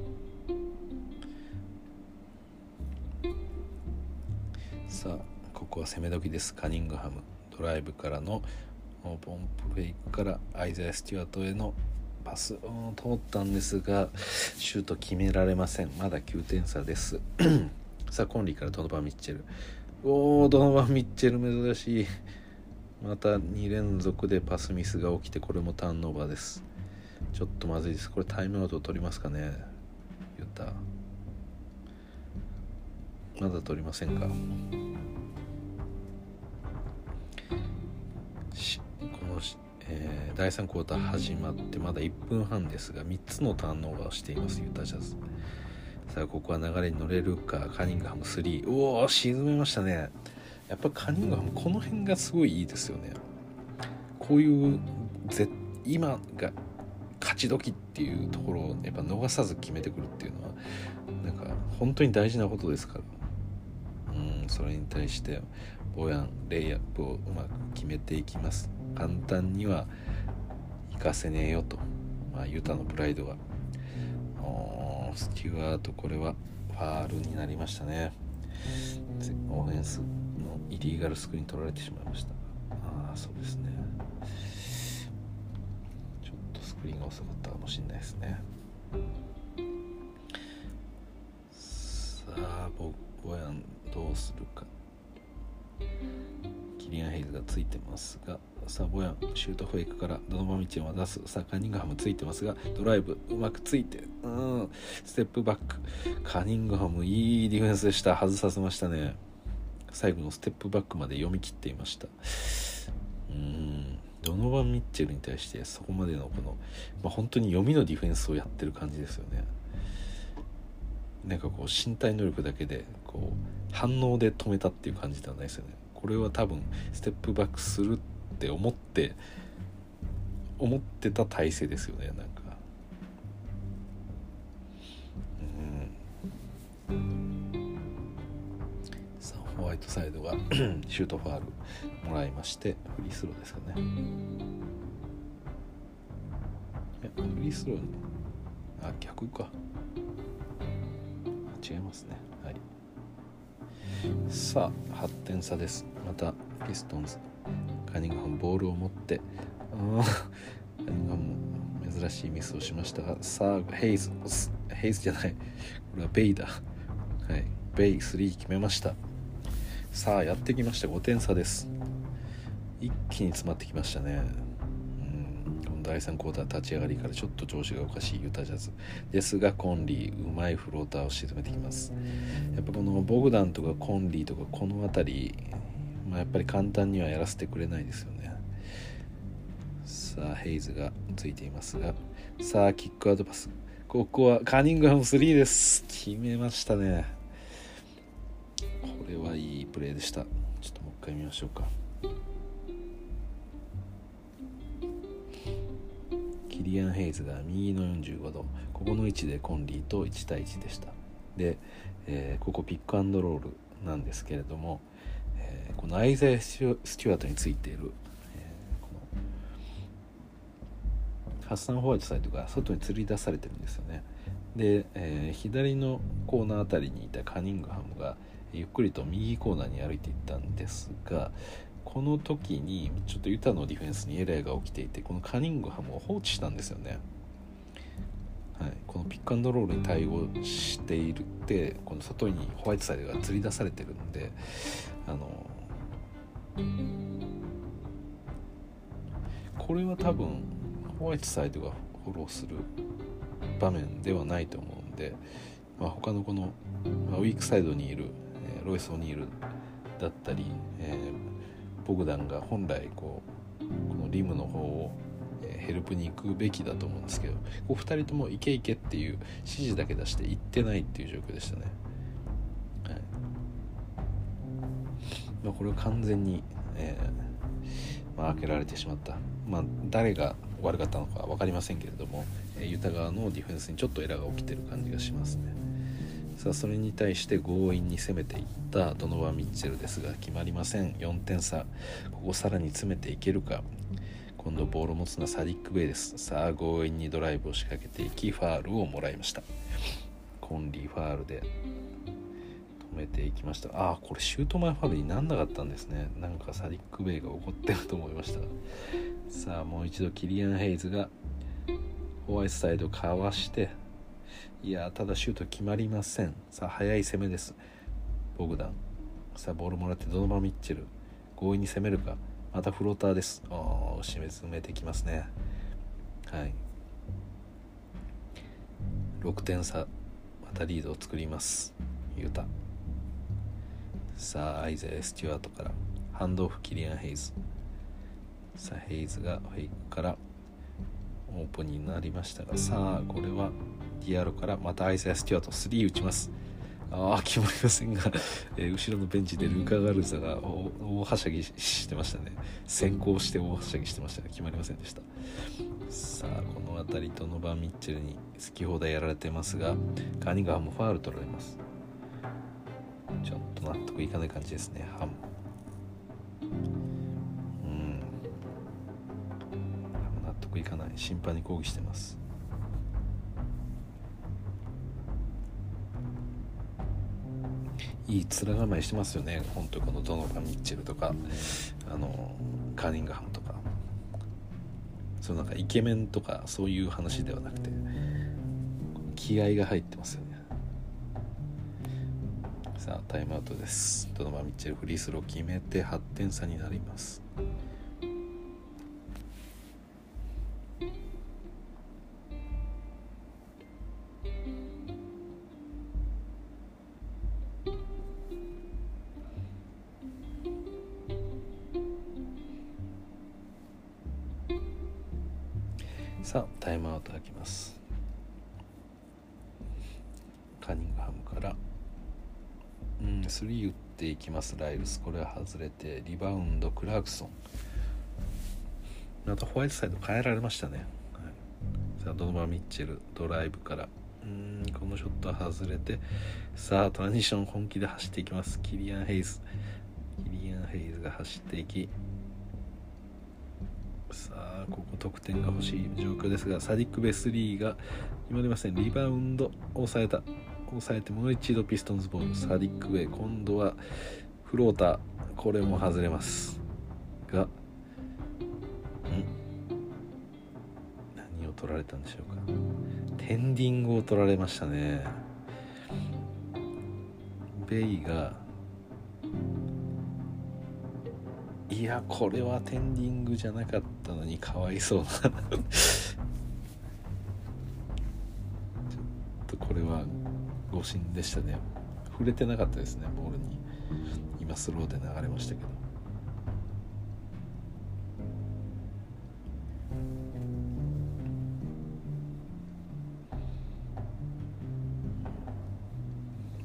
S1: さあここは攻め時です。カニングハムドライブからのポンプフェイクからアイザイ・スチュワートへのパスを通ったんですが、シュート決められません。まだきゅうてん差ですさあコンリーからドノバン・ミッチェル、おードノバン・ミッチェル珍しい、またに連続でパスミスが起きて、これもターンオーバーです。ちょっとまずいです。これタイムアウトを取りますかね。ユタまだ取りませんか。えー、だいさんクォーター始まってまだいっぷんはんですがみっつのターンオーバーをしていますユタジャズ。さあここは流れに乗れるか。カニングハムスリー、おお沈めましたね。やっぱカニングハムこの辺がすごいいいですよね。こういうぜ今が勝ち時っていうところをやっぱ逃さず決めてくるっていうのはなんか本当に大事なことですから。うん、それに対してボヤンレイアップをうまく決めていきます。簡単には行かせねえよと、まあ、ユタのプライドが。スチュワートこれはファールになりましたね。オフェンスのイリーガルスクリーン取られてしまいました。ああそうですね、ちょっとスクリーンが遅かったかもしれないですね。さあボボヤンどうするか。キリアン・ヘイズがついてますが、さあボヤンシュートフェイクからドノバン・ミッチェルは出す。さあカニングハムついてますがドライブうまくついて、うんステップバック。カニングハムいいディフェンスでした。外させましたね。最後のステップバックまで読み切っていました。うんドノバン・ミッチェルに対してそこまでのこの、まあ、本当に読みのディフェンスをやってる感じですよね。なんかこう身体能力だけでこう反応で止めたっていう感じではないですよね。これは多分ステップバックするって思って思ってた体勢ですよね。なんかうんさあホワイトサイドがシュートファールもらいましてフリースローですかね。いやフリースローにあ逆か違いますね。はい。さあはってん差です。またピストンズカニングハムボールを持ってカニングハムも珍しいミスをしましたが、さあヘイズヘイズじゃないこれはベイだ。はい、ベイスリー決めました。さあやってきました。ごてん差です。一気に詰まってきましたね。だいさんクォーター立ち上がりからちょっと調子がおかしいユタジャズですが、コンリーうまいフローターを沈めてきます。やっぱこのボグダンとかコンリーとかこの辺り、まあ、やっぱり簡単にはやらせてくれないですよね。さあヘイズがついていますがさあキックアウトパス、ここはカニングハムスリーです。決めましたね。これはいいプレーでした。ちょっともう一回見ましょうか。キリアン・ヘイズが右のよんじゅうごど、ここの位置でコンリーといち対いちでした。で、えー、ここピックアンドロールなんですけれども、えー、このアイザイ・スチュワートについている、えー、このハッサン・ホワイトサイドが外に吊り出されてるんですよね。で、えー、左のコーナーあたりにいたカニングハムがゆっくりと右コーナーに歩いていったんですが、この時にちょっとユタのディフェンスにエラーが起きていて、このカニングハムを放置したんですよね。はい、このピックアンドロールに対応しているって、この外にホワイトサイドが吊り出されてるんで、あのこれは多分ホワイトサイドがフォローする場面ではないと思うんで、まあ、他のこの、まあ、ウィークサイドにいる、えー、ロイス・オニールだったり、えーボグダンが本来こうこのリムの方をヘルプに行くべきだと思うんですけど、こうふたりとも行け行けっていう指示だけ出して行ってないっていう状況でしたね。はい、まあ、これを完全に、えーまあ、開けられてしまった、まあ、誰が悪かったのか分かりませんけれども、ユタ側のディフェンスにちょっとエラーが起きてる感じがしますね。さあそれに対して強引に攻めていったドノバン・ミッチェルですが決まりません。よんてん差、ここさらに詰めていけるか。今度ボールを持つのはサディック・ベイです。さあ強引にドライブを仕掛けていきファールをもらいました。コンリーファールで止めていきました。ああこれシュート前ファールになんなかったんですね。なんかサディック・ベイが怒ってると思いました。さあもう一度キリアン・ヘイズがホワイトサイドかわして、いやただシュート決まりません。さあ速い攻めです。ボグダン、さあボールもらってドノバン・ミッチェル強引に攻めるか。またフローターです。ああ締め詰めてきますね。はい、ろくてん差、またリードを作りますユタ。さあアイザイ・スチュワートからハンドオフキリアン・ヘイズ。さあヘイズがフェイクからオープンになりましたが、さあこれはディアロからまたアイザイ・スチュワートスリー打ちます。ああ決まりませんが、えー、後ろのベンチでルカ・ガルザが大はしゃぎしてましたね。先行して大はしゃぎしてましたが決まりませんでした。さあこの辺りドノバン・ミッチェルに好き放題やられてますが、カニガーもファウル取られます。ちょっと納得いかない感じですね。ハムうん納得いかない。審判に抗議してます。いい面構えしてますよね。本当このドノバン・ミッチェルとかあのカーニングハムとか、そのなんかイケメンとかそういう話ではなくて気合が入ってますよね。さあタイムアウトです。ドノバン・ミッチェルフリースロー決めてはってん差になります。さあタイムアウト開きます。カニングハムからうんスリー打っていきますライルス。これは外れてリバウンドクラークソン。またホワイトサイド変えられましたね。はい、さあドノバン・ミッチェルドライブからうんこのショットは外れて、さあトランジション本気で走っていきます。キリアン・ヘイズキリアン・ヘイズが走っていき、さあここ得点が欲しい状況ですが、サディック・ベスリーが決まりません。リバウンド抑えた抑えてもう一度ピストンズボール。サディック・ウェイ今度はフローター、これも外れますが、ん何を取られたんでしょうか。テンディングを取られましたね。ベイがいやこれはテンディングじゃなかったのにかわいそうなちょっとこれは誤審でしたね。触れてなかったですねボールに。今スローで流れましたけど、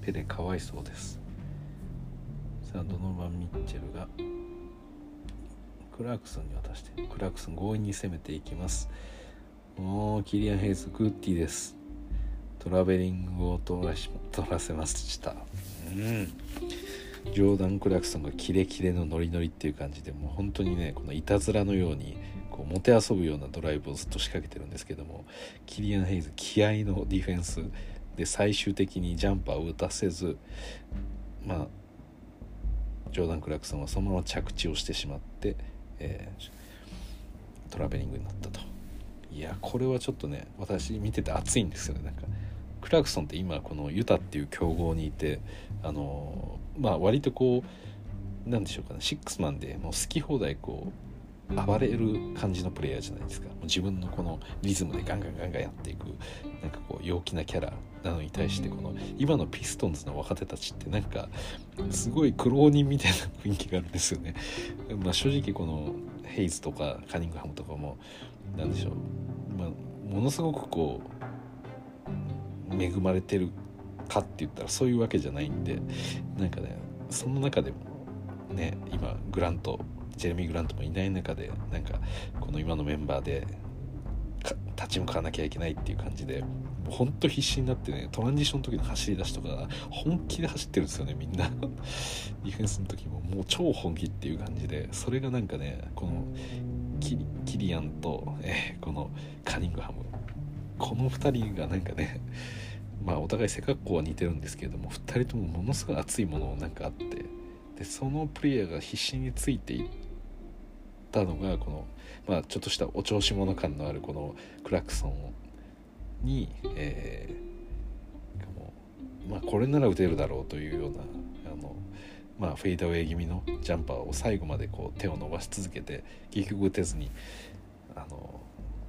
S1: ペレかわいそうです。さあドノバン・ミッチェルがクラークソンに渡して、クラークソン強引に攻めていきます。もうキリアン・ヘイズグッディです。トラベリングを取らし取らせました。うんジョーダン・クラークソンがキレキレのノリノリっていう感じで、もう本当にねこのいたずらのようにこうもてあそぶようなドライブをずっと仕掛けてるんですけども、キリアン・ヘイズ気合のディフェンスで最終的にジャンパーを打たせず、まあジョーダン・クラークソンはそのまま着地をしてしまって、えー、トラベリングになったと。いやこれはちょっとね私見てて熱いんですよね。なんかクラークソンって今このユタっていう強豪にいて、あのー、まあ割とこうなんでしょうかね、シックスマンでもう好き放題こう暴れる感じのプレイヤーじゃないですか。もう自分のこのリズムでガンガンガンガンやっていくなんかこう陽気なキャラなのに対して、この今のピストンズの若手たちってなんかすごい苦労人みたいな雰囲気があるんですよね。まあ正直このヘイズとかカニングハムとかもなんでしょう、まあ、ものすごくこう恵まれてるかって言ったらそういうわけじゃないんで、なんかねその中でもね今グラントジェレミー・グラントもいない中でなんかこの今のメンバーで立ち向かわなきゃいけないっていう感じで、もうほんと必死になってね、トランジションの時の走り出しとか本気で走ってるんですよねみんなディフェンスの時ももう超本気っていう感じで、それがなんかねこの キ, キリアンと、えー、このカニングハム、このふたりがなんかねまあお互い背格好は似てるんですけれども、ふたりともものすごい熱いものなんかあって、でそのプレイヤーが必死についていったのがこの、まあ、ちょっとしたお調子者感のあるこのクラクソンに、えーもうまあ、これなら打てるだろうというようなあの、まあ、フェイダーウェイ気味のジャンパーを最後までこう手を伸ばし続けて結局打てずにあの、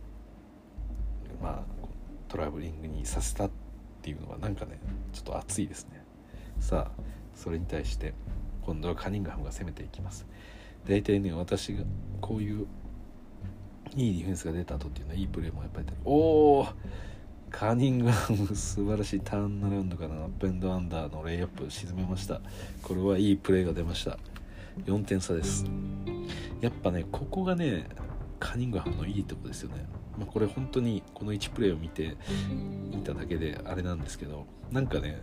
S1: まあ、トラブリングにさせたっていうのはなんかねちょっと熱いですね。さあそれに対して今度はカニングハムが攻めていきます。大体ね私がこういういいディフェンスが出た後っていうのはいいプレーもやっぱりおーカニングハム素晴らしいターンアラウンドからアップエンドアンダーのレイアップ沈めました。これはいいプレーが出ました。よんてん差です。やっぱねここがねカニングハムのいいとこですよね。まあ、これ本当にこのいちプレーを見て見ただけであれなんですけど、なんかね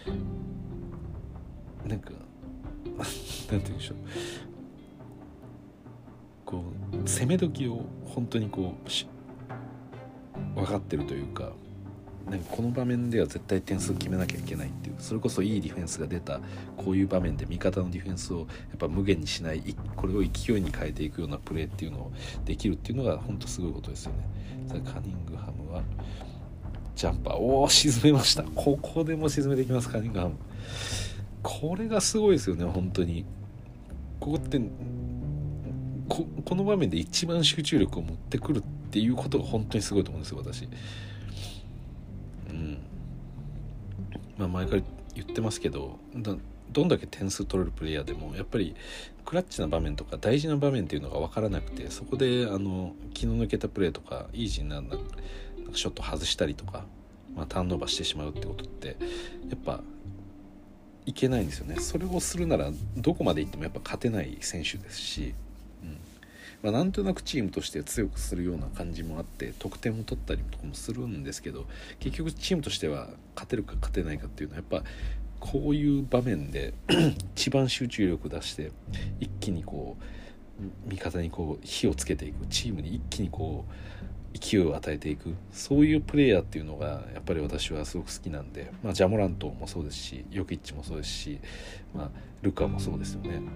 S1: なんかなんて言うんでしょう、こう攻め時を本当にこう分かってるというか、なんかこの場面では絶対点数決めなきゃいけないっていう、それこそいいディフェンスが出たこういう場面で味方のディフェンスをやっぱ無限にしない、これを勢いに変えていくようなプレーっていうのをできるっていうのが本当すごいことですよね。さあカニングハムはジャンパーおー沈めました。ここでも沈めていきますカニングハム。これがすごいですよね本当に。ここってこ, この場面で一番集中力を持ってくるっていうことが本当にすごいと思うんですよ私。うんまあ前から言ってますけど、だどんだけ点数取れるプレイヤーでもやっぱりクラッチな場面とか大事な場面っていうのが分からなくて、そこであの気の抜けたプレーとかイージーなショット外したりとか、まあ、ターンオーバーしてしまうってことってやっぱいけないんですよね。それをするならどこまでいってもやっぱ勝てない選手ですし、うんまあ、なんとなくチームとして強くするような感じもあって得点を取ったりとかもするんですけど、結局チームとしては勝てるか勝てないかっていうのはやっぱこういう場面で一番集中力出して一気にこう味方にこう火をつけていく、チームに一気にこう勢いを与えていく、そういうプレイヤーっていうのがやっぱり私はすごく好きなんで、まあ、ジャモラントもそうですしヨキッチもそうですし、まあ、ルカもそうですよね。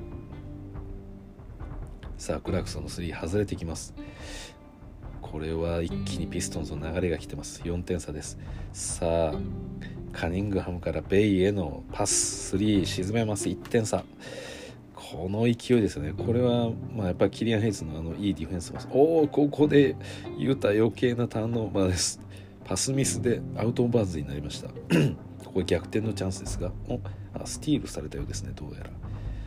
S1: さあクラークソンのスリー外れてきます。これは一気にピストンズの流れが来てます。よんてん差です。さあカニングハムからベイへのパススリー沈めます。いってん差。この勢いですよね。これはまあやっぱりキリアン・ヘイズのあのいいディフェンスも、おおここでユタ余計なターンオーバーです。パスミスでアウトオブバーズになりましたここ逆転のチャンスですが、おあスティールされたようですね。どうやら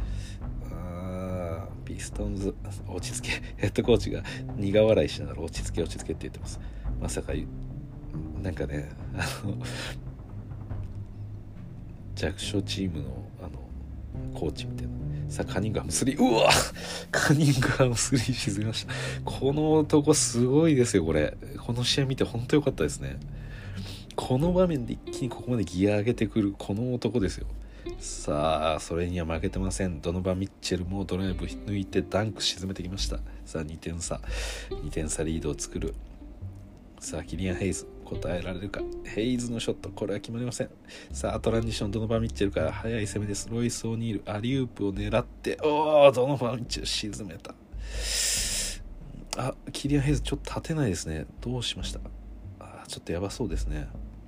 S1: あピストンズ落ち着けヘッドコーチが苦笑いしながら落ち着け落ち着けって言ってます。まさかなんかねあの弱小チームのあのコーチみたいな。さあカニングハムスリー、うわカニングハムスリー沈みました。この男すごいですよ。これこの試合見て本当良かったですね。この場面で一気にここまでギア上げてくるこの男ですよ。さあそれには負けてません。ドノバン・ミッチェルもドライブ抜いてダンク沈めてきました。さあにてん差にてん差リードを作る。さあキリアン・ヘイズ答えられるか。ヘイズのショット、これは決まりません。さあトランジション、ドノバン・ミッチェルから速い攻めです。ロイス・オニールアリウープを狙って、おードノバン・ミッチェル沈めた。あキリアン・ヘイズちょっと立てないですね。どうしました。あちょっとやばそうですね。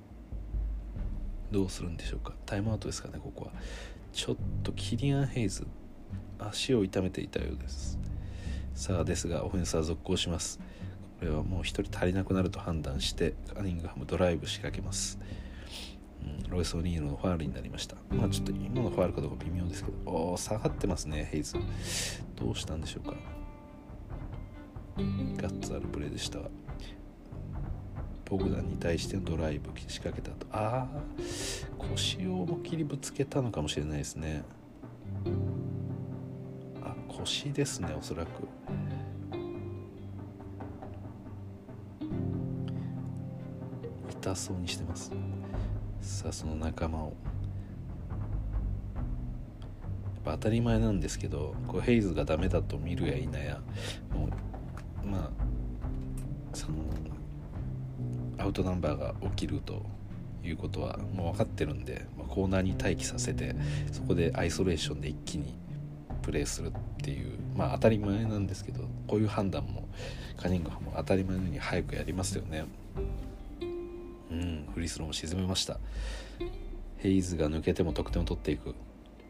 S1: どうするんでしょうか。タイムアウトですかね。ここはちょっとキリアン・ヘイズ足を痛めていたようです。さあですがオフェンスは続行します。これはもう一人足りなくなると判断してカニングハムドライブ仕掛けます、うん、ロイス・オニールのファウルになりました。まあちょっと今のファウルかどうか微妙ですけど、お下がってますね。ヘイズどうしたんでしょうか。ガッツあるプレーでした。ボグダンに対してのドライブ仕掛けた後、あー腰を思いっきりぶつけたのかもしれないですね。あ腰ですね、おそらく。痛そうにしてます。さあその仲間を、やっぱ当たり前なんですけど、こうヘイズがダメだと見るや否や、もうまあそのアウトナンバーが起きるということはもう分かってるんで、まあ、コーナーに待機させて、そこでアイソレーションで一気にプレーするっていう、まあ当たり前なんですけど、こういう判断もカニングハムも当たり前のように早くやりますよね。うん、フリースローも沈めました。ヘイズが抜けても得点を取っていく。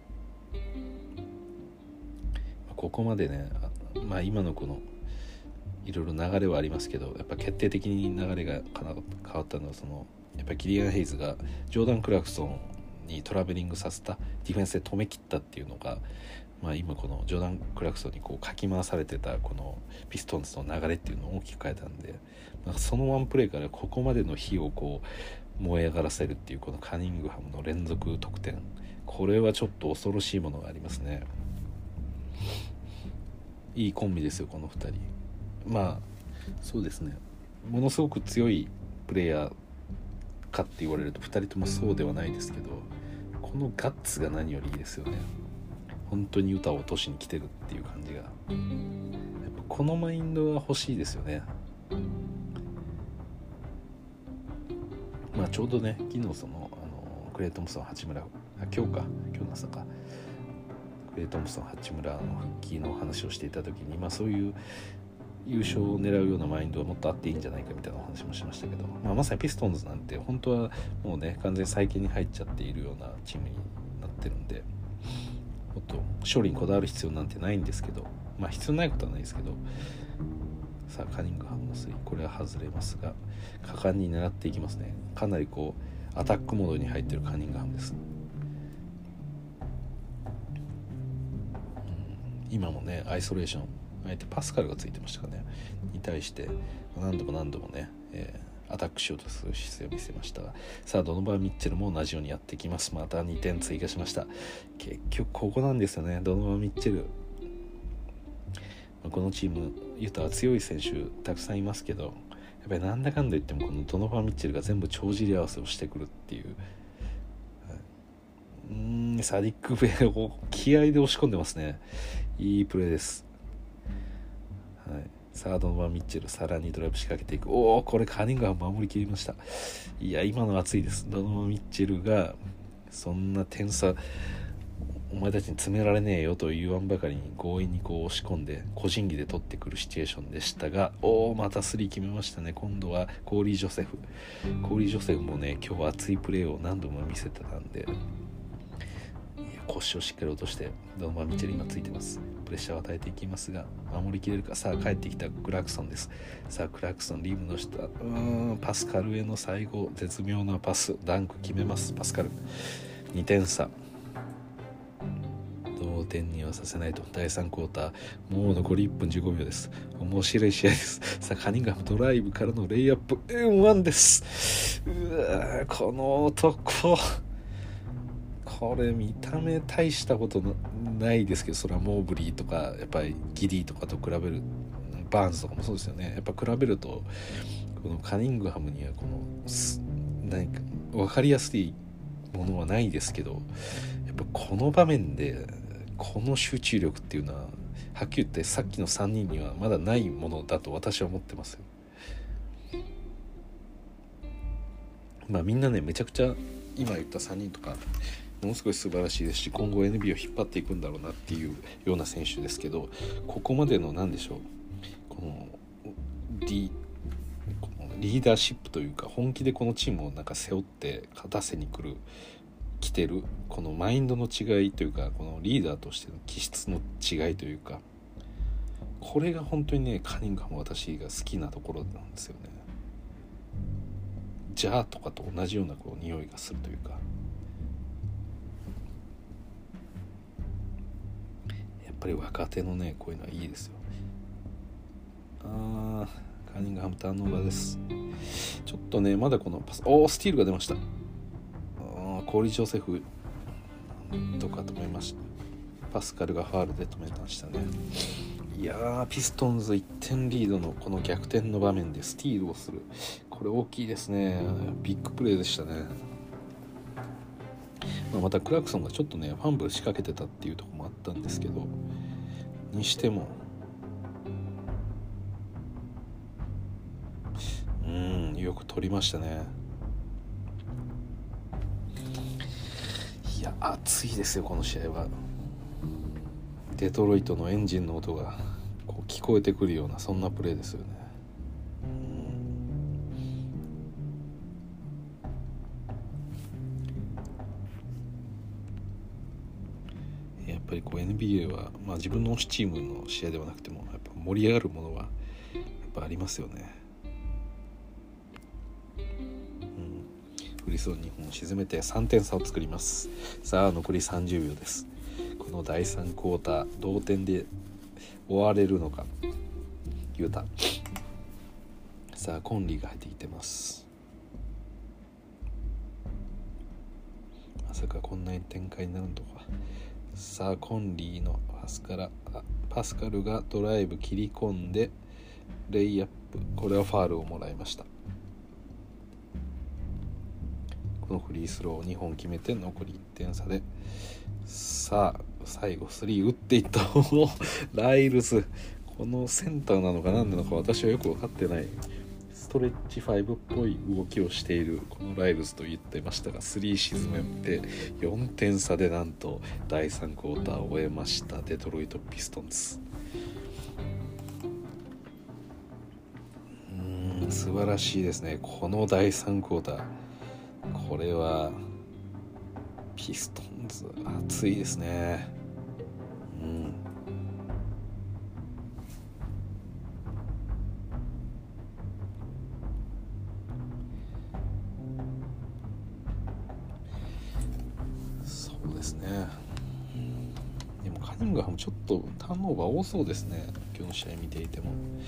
S1: ここまでね、まあ今のこのいろいろ流れはありますけど、やっぱ決定的に流れが変わったのは、そのやっぱりキリアン・ヘイズがジョーダン・クラクソンにトラベリングさせたディフェンスで止めきったっていうのが、まあ、今このジョーダン・クラクソンにこうかき回されてたこのピストンズの流れっていうのを大きく変えたんで、まあ、そのワンプレーからここまでの火をこう燃え上がらせるっていうこのカニングハムの連続得点、これはちょっと恐ろしいものがありますね。いいコンビですよこのふたり。まあそうですね、ものすごく強いプレイヤーかって言われるとふたりともそうではないですけど、このガッツが何よりいいですよね。本当に歌を落としに来てるっていう感じが、やっぱこのマインドが欲しいですよね。まあちょうどね、昨日その、あのクレイ・トンプソン八村、あ今日か今日の朝かクレイ・トンプソン八村の復帰の話をしていた時に、まあそういう優勝を狙うようなマインドはもっとあっていいんじゃないかみたいなお話もしましたけど、まあ、まさにピストンズなんて本当はもうね完全に再建に入っちゃっているようなチームになってるんで、もっと勝利にこだわる必要なんてないんですけど、まあ必要ないことはないですけど、さあカニングハムのスリー、これは外れますが果敢に狙っていきますね。かなりこうアタックモードに入っているカニングハムです、うん、今もねアイソレーション、相手パスカルがついてましたかねに対して何度も何度もね、えー、アタックしようとする姿勢を見せましたが、さあドノバン・ミッチェルも同じようにやってきます。またにてん追加しました。結局ここなんですよね、ドノバン・ミッチェル。このチームユタは強い選手たくさんいますけど、やっぱりなんだかんだ言ってもこのドノバン・ミッチェルが全部帳尻合わせをしてくるっていう、はい、うーんサディック・ベイを気合で押し込んでますね。いいプレーです。はい、さあドノバン・ミッチェルさらにドライブ仕掛けていく。おお、これカニングハム守りきりました。いや今の熱いです。ドノバン・ミッチェルがそんな点差お前たちに詰められねえよと言わんばかりに強引にこう押し込んで個人技で取ってくるシチュエーションでしたが、おおまたスリー決めましたね。今度はコーリー・ジョセフコーリー・ジョセフもね今日は熱いプレーを何度も見せてたんで、いや腰をしっかり落としてドノバン・ミッチェル今ついてます。プレッシャーを与えていきますが守りきれるか。さあ帰ってきたクラクソンです。さあクラクソンリムの下、うーんパスカルへの最後絶妙なパスダンク決めます。パスカルにてん差、同点にはさせないと。だいさんクォーターもう残りいっぷんじゅうごびょうです。面白い試合です。さあカニングハムドライブからのレイアップ エムワン です。うわこの男これ見た目大したことないですけど、それはモーブリーとかやっぱりギディとかと比べる、バーンズとかもそうですよね。やっぱ比べるとこのカニングハムにはこの何か分かりやすいものはないですけど、やっぱこの場面でこの集中力っていうのははっきり言ってさっきのさんにんにはまだないものだと私は思ってますよ。まあみんなねめちゃくちゃ今言ったさんにんとかものすごい素晴らしいですし、今後 エヌビーエー を引っ張っていくんだろうなっていうような選手ですけど、ここまでの何でしょう、このリこのリーダーシップというか、本気でこのチームをなんか背負って勝たせに来る来てるこのマインドの違いというか、このリーダーとしての気質の違いというか、これが本当にねカニングハム私が好きなところなんですよね。ジャーとかと同じようなこう匂いがするというか、やっぱり若手のねこういうのはいいですよ。あーカニングハムターンオーバーです。ちょっとねまだこのパス、おースティールが出ました。あコーリー・ジョセフとか止めました。パスカルがファールで止めましたね。いやーピストンズいってんリードのこの逆転の場面でスティールをする、これ大きいですね。ビッグプレーでしたね。まあ、またクラクソンがちょっとねファンブル仕掛けてたっていうところもあったんですけど、にしてもうんよく取りましたね。いや熱いですよこの試合は。デトロイトのエンジンの音がこう聞こえてくるようなそんなプレーですよね。やっぱりこう エヌビーエー は、まあ、自分の推しチームの試合ではなくてもやっぱ盛り上がるものはやっぱありますよね。フリースローにほん沈めてさんてん差を作ります。さあ残りさんじゅうびょうです。このだいさんクォーター同点で終われるのか。ユータさあコンリーが入ってきてます。まさかこんな展開になるのか。さあコンリーのパスからパスカルがドライブ切り込んでレイアップ、これはファールをもらいました。このフリースローにほん決めて残りいってん差で、さあ最後スリー打っていったライルズ、このセンターなのか何なのか私はよく分かってない、ストレッチファイブっぽい動きをしているこのライルズと言ってましたが、スリー沈めてよんてん差でなんとだいさんクォーターを終えましたデトロイトピストンズ。うーん素晴らしいですねこのだいさんクォーター。これはピストンズ熱いですね。うんそうですね。でもカニングハムちょっとターンオーバー多そうですね今日の試合見ていても。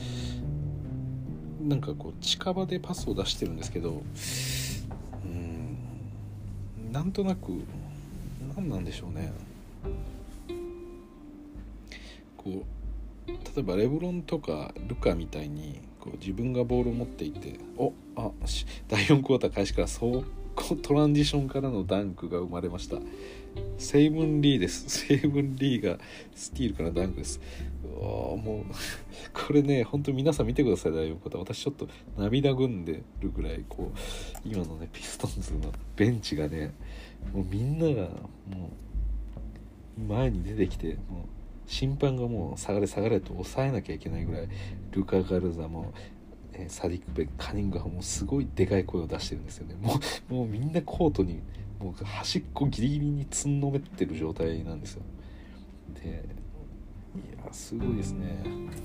S1: なんかこう近場でパスを出してるんですけど、うんなんとなく何なんでしょうね、こう例えばレブロンとかルカみたいにこう自分がボールを持っていて、おあだいよんクォーター開始からそうトランジションからのダンクが生まれました。セイブン・リーです。セイブン・リーがスティールからダンクです。もうこれね本当に皆さん見てください。だいよんクォーター私ちょっと涙ぐんでるぐらいこう今のねピストンズのベンチがねもうみんながもう前に出てきて、もう審判がもう下がれ下がれと抑えなきゃいけないぐらい、ルカ・ガルザもサディック・ベカニングハムもすごいでかい声を出してるんですよね。もう、もうみんなコートにもう端っこギリギリにつんのめってる状態なんですよ。で、いやすごいですね。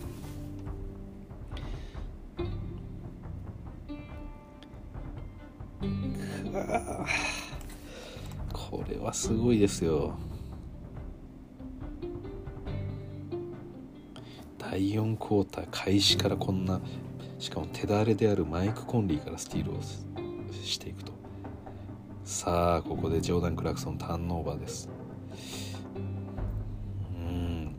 S1: うわこれはすごいですよ。だいよんクォーター開始からこんな、しかも手だれであるマイク・コンリーからスティールをしていくと、 さあここでジョーダン・クラクソンターンオーバーです。うん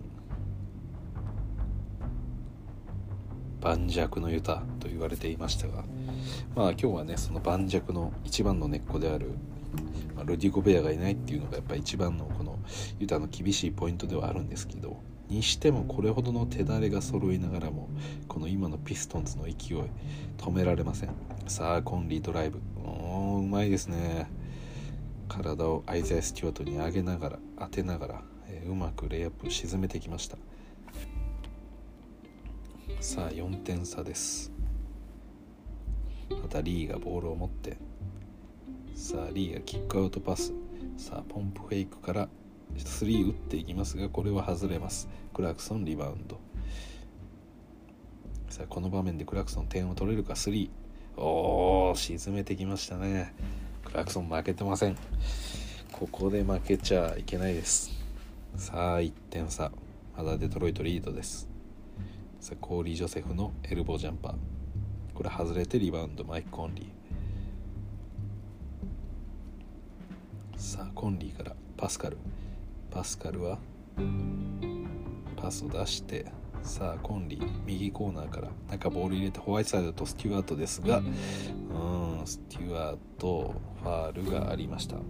S1: 盤石のユタと言われていましたが、まあ今日はねその盤石の一番の根っこである、まあ、ルディ・ゴベアがいないっていうのがやっぱり一番のこのユタの厳しいポイントではあるんですけど、にしてもこれほどの手だれが揃いながらもこの今のピストンズの勢い止められません。さあコンリードライブ、おーうまいですね。体をアイザイ・スチュワートに上げながら当てながら、えー、うまくレイアップ沈めてきました。さあよんてん差です。またリーがボールを持って、さあリーがキックアウトパス、さあポンプフェイクからスリー打っていきますがこれは外れます。クラクソンリバウンド。さあこの場面でクラクソン点を取れるか。スリー、おー沈めてきましたね。クラクソン負けてません。ここで負けちゃいけないです。さあいってん差、まだデトロイトリードです。さあコーリー・ジョセフのエルボージャンパー、これ外れてリバウンドマイク・コンリー。さあコンリーからパスカル、パスカルはパスを出して、さあコンリー右コーナーから中ボール入れてホワイトサイドとステュワートですが、うんステュワートファールがありました。フ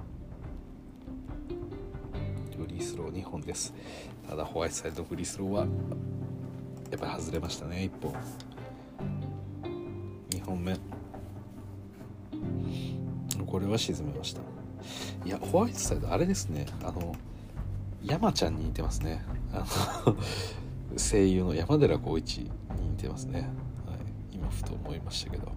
S1: リースローにほんです。ただホワイトサイドフリースローはやっぱり外れましたね。いっぽんにほんめ、これは沈めました。いやホワイトサイドあれですね、あの山ちゃんに似てますね。あの声優の山寺宏一に似てますね、はい、今ふと思いましたけど。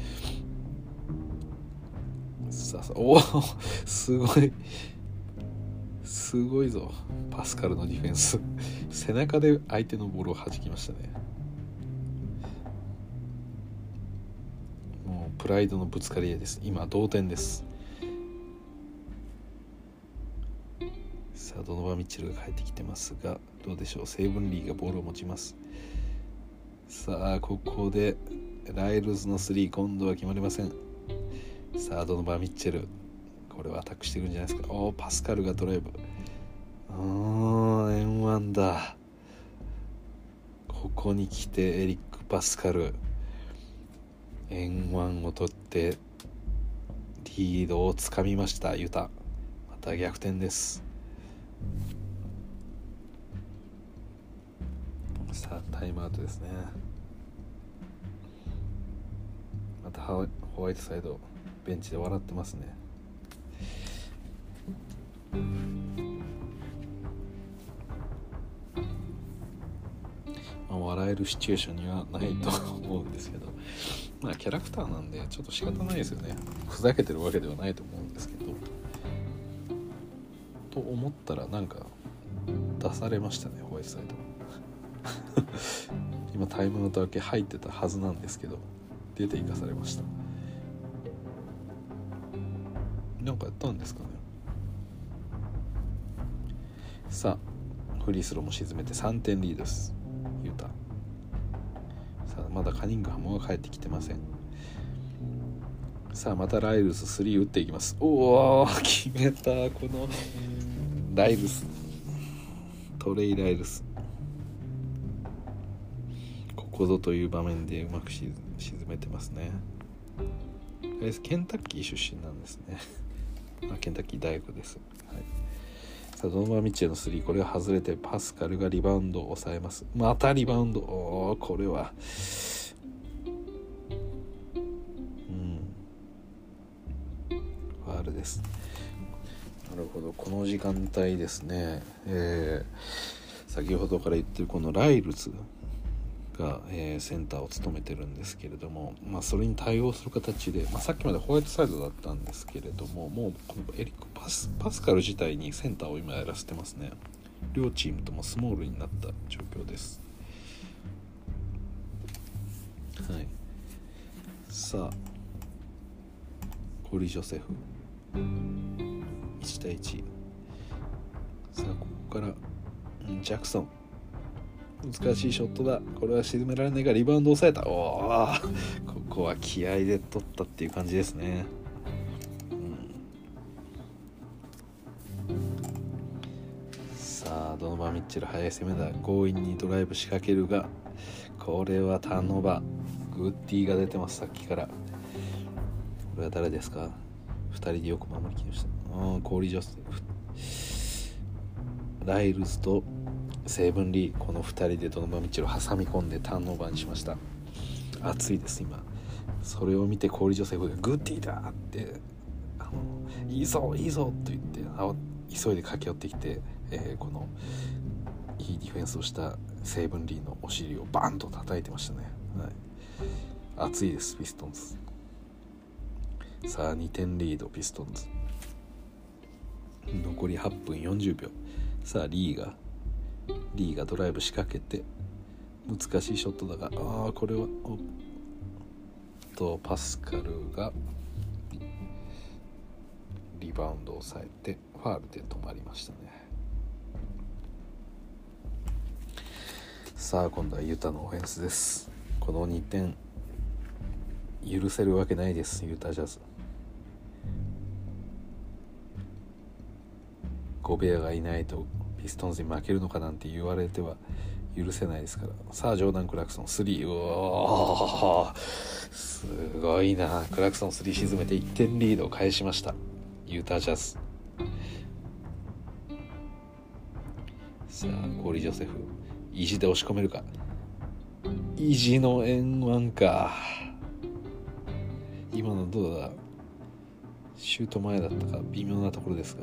S1: さあさあおおすごいすごいぞパスカルのディフェンス背中で相手のボールを弾きましたね。もうプライドのぶつかり合いです。今同点です。さあドノバン・ミッチェルが帰ってきてますがどうでしょう。セイブンリーがボールを持ちます。さあここでライルズのスリー今度は決まりません。さあドノバン・ミッチェルこれはアタックしてるんじゃないですか。おーパスカルがドライブ、うーん エムワン だ。ここに来てエリック・パスカル エムワン を取ってリードをつかみました。ユタまた逆転です。さあタイムアウトですね。またホワイトサイドベンチで笑ってますね。まあ、笑えるシチュエーションにはないと思うんですけど、まあキャラクターなんでちょっと仕方ないですよね。ふざけてるわけではないと思うんですけど、と思ったらなんか出されましたねホワイトサイド今タイムアウト明け入ってたはずなんですけど出て行かされました。なんかやったんですかね。さあフリースローも沈めてさんてんリードです。ユタさあまだカニングハムは帰ってきてません。さあまたライルズスリー打っていきます。おお決めた。このライルストレイ・ライルスここぞという場面でうまく沈めてますね。ケンタッキー出身なんですねケンタッキー大学です、はい。さあドノバン・ミッチェルのスリーこれが外れてパスカルがリバウンドを抑えます。またリバウンド、おこれはうんファウルです。なるほどこの時間帯ですね、えー、先ほどから言ってるこのライルズが、えー、センターを務めてるんですけれども、まあ、それに対応する形で、まあ、さっきまでホワイトサイドだったんですけれどももうこのエリックパス、パスカル自体にセンターを今やらせてますね。両チームともスモールになった状況です。はい。さあコーリー・ジョセフいちたいいち。さあここからジャクソン難しいショットだ。これは沈められないがリバウンドを抑えた。おーここは気合で取ったっていう感じですね、うん、 あドノバン・ミッチェル速い攻めだ。強引にドライブ仕掛けるが、これはターンオーバー。グッディが出てます。さっきから。これは誰ですか。ふたりでよく守りきりました。うん、コーリー・ジョスライルズとセイブン・リー、このふたりでドノバン・ミッチェルを挟み込んでターンオーバーにしました。熱いです今。それを見てコーリー・ジョセフがグッディだってあのいいぞいいぞと言ってあ急いで駆け寄ってきて、えー、このいいディフェンスをしたセイブン・リーのお尻をバンと叩いてましたね、はい、熱いですピストンズ。さあにてんリードピストンズ。残りはっぷんよんじゅうびょう。さあリーがリーがドライブ仕掛けて難しいショットだが、ああこれはおとパスカルがリバウンドを抑えてファールで止まりましたね。さあ今度はユタのオフェンスです。このにてん許せるわけないです。ユタジャズ。ゴベアがいないとピストンズに負けるのかなんて言われては許せないですから。さあジョーダン・クラクソンスリー、うおーすごいな。クラクソンスリー沈めていってんリードを返しましたユタジャズ。さあコーリー・ジョセフ意地で押し込めるか。意地の円盤か。今のどうだ、シュート前だったか微妙なところですが、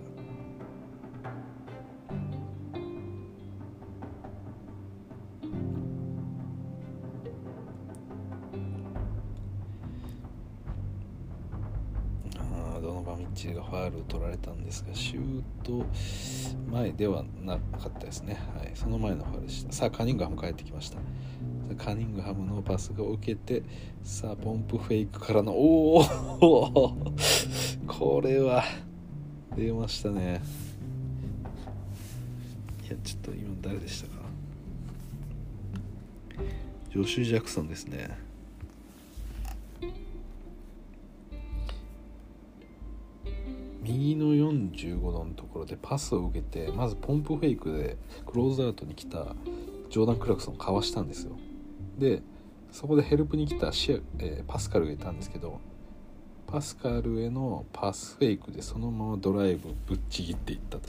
S1: ドノバン・ミッチェルがファールを取られたんですが、シュート前ではなかったですね、はい、その前のファールでした。さあカニングハム帰ってきました。カニングハムのパスが受けて、さあポンプフェイクからのおおこれは出ましたね。いやちょっと今誰でしたか。ジョシュ・ジャクソンですね。右のよんじゅうごどのところでパスを受けて、まずポンプフェイクでクローズアウトに来たジョーダン・クラクソンをかわしたんですよ。でそこでヘルプに来たシア、えー、パスカルがいたんですけど、パスカルへのパスフェイクでそのままドライブぶっちぎっていったと。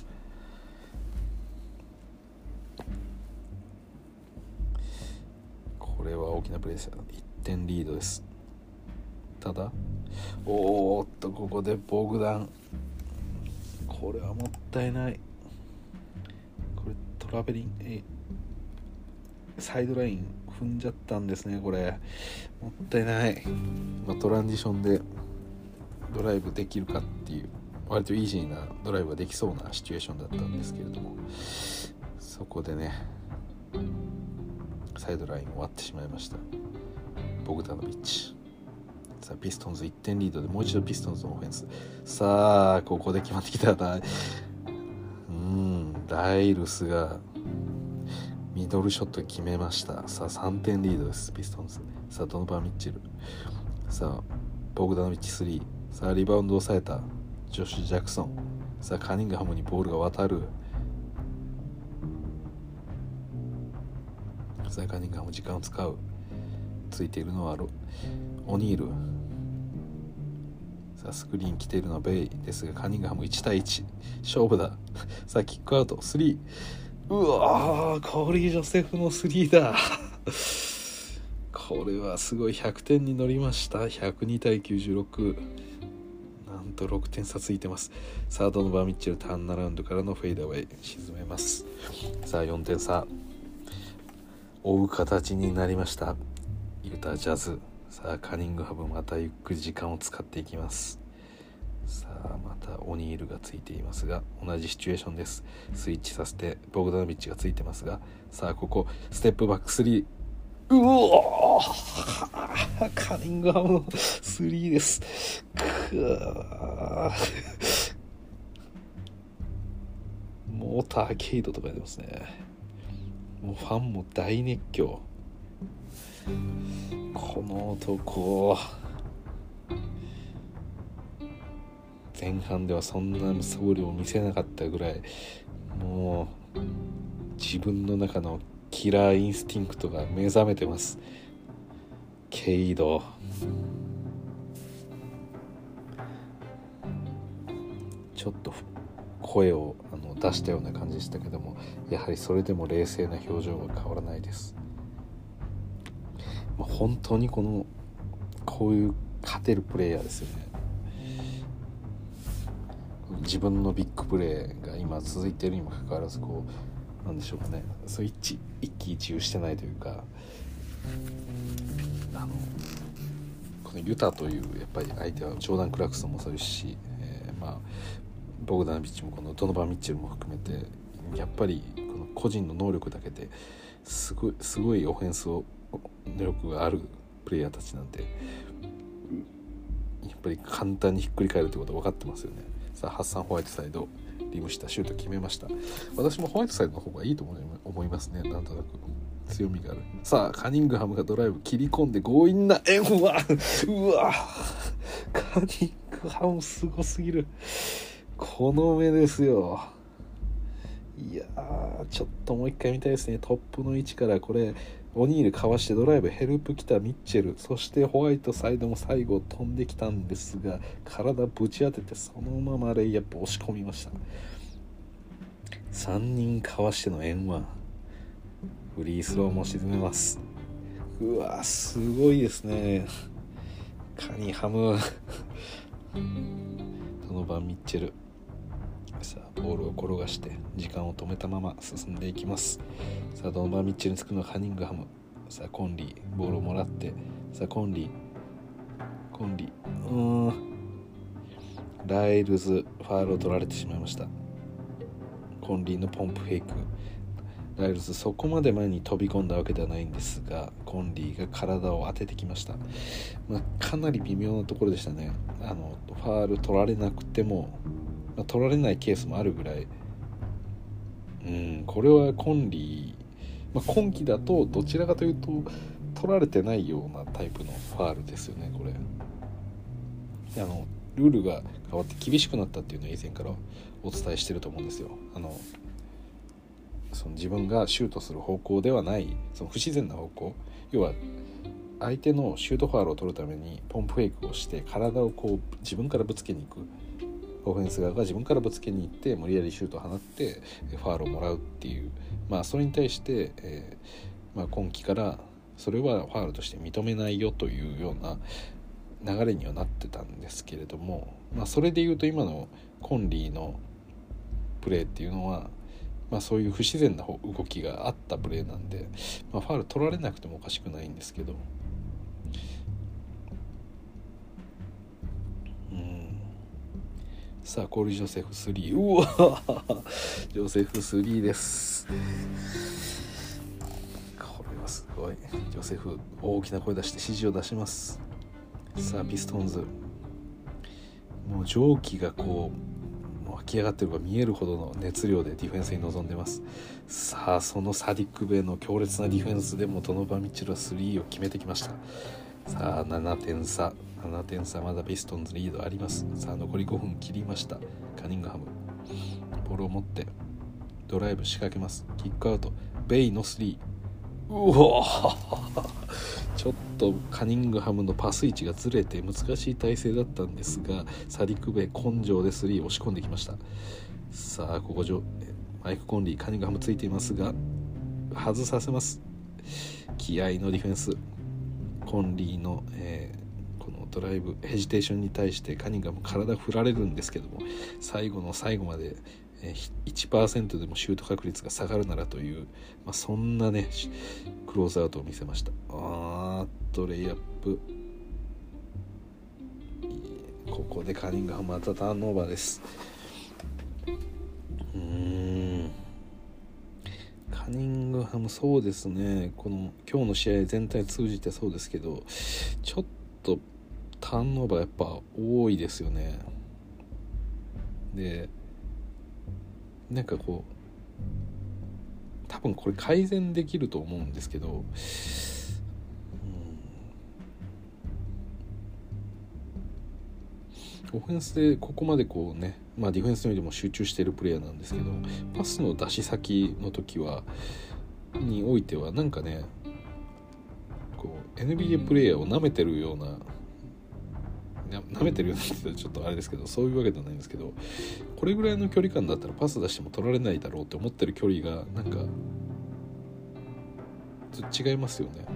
S1: これは大きなプレーですよ。いってんリードです。ただおーっとここでボグダン、これはもったいない。これトラベリンえサイドライン踏んじゃったんですね。これもったいない、まあ、トランジションでドライブできるかっていう割とイージーなドライブができそうなシチュエーションだったんですけれども、そこでねサイドラインを割ってしまいましたボグダノビッチ。さあピストンズいってんリードでもう一度ピストンズのオフェンス。さあここで決まってきたな。うんライルスがミドルショット決めました。さあさんてんリードですピストンズ。さあドノバン・ミッチェル、さあボグダノビッチスリー、さあリバウンドを抑えたジョシュ・ジャクソン、さあカニングハムにボールが渡る。さあカニングハム時間を使う。ついているのはロオニール。さあスクリーン来ているのはベイですが、カニングハムいち対いち勝負だ。さあキックアウトスリー、うわーコーリー・ジョセフのスリーだこれはすごい。ひゃくてんに乗りました。ひゃくに対きゅうじゅうろく、なんとろくてん差ついてます。さあドノバン・ミッチェルターンアラウンドからのフェイダーウェイ沈めます。さあよんてん差追う形になりましたユタジャズ。さあカニングハムまたゆっくり時間を使っていきます。さあまたオニールがついていますが同じシチュエーションです。スイッチさせてボグダノビッチがついてますが、さあここステップバックスリー、うおーカニングハムのスリーです。くーモーターケイドとか出ますね。もうファンも大熱狂。この男前半ではそんな素振りを見せなかったぐらいもう自分の中のキラーインスティンクトが目覚めてます。ケイドちょっと声をあの出したような感じでしたけども、やはりそれでも冷静な表情が変わらないです。まあ、本当にこのこういう勝てるプレイヤーですよね。自分のビッグプレーが今続いているにもかかわらず、こうなんでしょうかね、そう一一喜一憂してないというか、あのこのユタというやっぱり相手はジョーダン・クラクソンもそうですし、えー、まあボグダノビッチもこのドノバン・ミッチェルも含めて、やっぱりこの個人の能力だけですごいすごいオフェンスを能力があるプレイヤーたちなんで、やっぱり簡単にひっくり返るってことは分かってますよね。さあハッサン・ホワイトサイドリムしたシュート決めました。私もホワイトサイドの方がいいと思いますね。なんとなく強みがある。さあカニングハムがドライブ切り込んで強引な円はうわカニングハムすごすぎる。この目ですよ。いやーちょっともう一回見たいですね。トップの位置からこれオニールかわしてドライブヘルプ来たミッチェル、そしてホワイトサイドも最後飛んできたんですが、体ぶち当ててそのままレイアップ押し込みました。さんにんかわしての円ワン、フリースローも沈めます。うわすごいですね。カニハムドノバン・ミッチェル、さあボールを転がして時間を止めたまま進んでいきます。さあドノバン・ミッチェルにつくのはカニングハム。さあコンリーボールをもらって、さあコンリーコンリーうーんライルズファウルを取られてしまいました。コンリーのポンプフェイク、ライルズそこまで前に飛び込んだわけではないんですが、コンリーが体を当ててきました。まあ、かなり微妙なところでしたね。あのファウル取られなくても、まあ、取られないケースもあるぐらい、うん、これはコンリー、まあ、今季だとどちらかというと取られてないようなタイプのファウルですよね。これあのルールが変わって厳しくなったっていうのを以前からお伝えしてると思うんですよ。あのその自分がシュートする方向ではないその不自然な方向、要は相手のシュートファウルを取るためにポンプフェイクをして体をこう自分からぶつけに行く、オフェンス側が自分からぶつけに行って無理やりシュートを放ってファウルをもらうっていう、まあそれに対して、えーまあ、今季からそれはファウルとして認めないよというような流れにはなってたんですけれども、まあ、それでいうと今のコンリーのプレーっていうのは、まあ、そういう不自然な動きがあったプレーなんで、まあ、ファウル取られなくてもおかしくないんですけど、うん、さあコール・ジョセフスリー、うわジョセフスリーです。これはすごい。ジョセフ大きな声出して指示を出します。さあピストンズもう蒸気がこう湧き上がってるのが見えるほどの熱量でディフェンスに臨んでます。さあそのサディック・ベイの強烈なディフェンスでもドノバン・ミッチェルはスリーを決めてきました。さあななてん差ななてん差、まだピストンズリードあります。さあ残りごふん切りました。カニングハムボールを持ってドライブ仕掛けます。キックアウト、ベイのスリー、うおちょっとカニングハムのパス位置がずれて難しい体勢だったんですが、サディック・ベイ根性でスリーを押し込んできました。さあここマイク・コンリーカニングハムついていますが外させます。気合のディフェンス、コンリーの、えー、このドライブヘジテーションに対してカニングハム体振られるんですけども、最後の最後までいちパーセント でもシュート確率が下がるならという、まあ、そんなねクローズアウトを見せました。あーっとレイアップ、ここでカニングハムまたターンオーバーです。うーんカニングハムそうですね、この今日の試合全体通じてそうですけど、ちょっとターンオーバーやっぱ多いですよね。でなんかこう多分これ改善できると思うんですけど、うん、 オフェンスでここまでこうね、まあ、ディフェンスよりも集中しているプレイヤーなんですけど、パスの出し先の時はにおいてはなんかねこう エヌビーエー プレイヤーを舐めてるような舐めてるようなってちょっとあれですけど、そういうわけではないんですけど、これぐらいの距離感だったらパス出しても取られないだろうって思ってる距離がなんか違いますよね。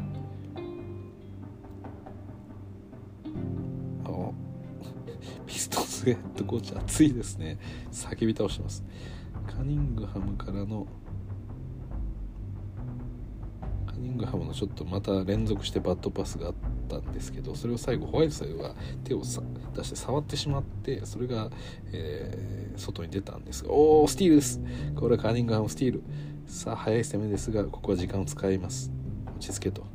S1: あピストンズヘッドコーチ熱いですね。叫び倒してます。カニングハムからのカニングハムのちょっとまた連続してバットパスがあったんですけど、それを最後ホワイトサイドが手をさ出して触ってしまって、それが、えー、外に出たんですが、おースティールです。これはカニングハムスティール。さあ速い攻めですが、ここは時間を使います。落ち着けと。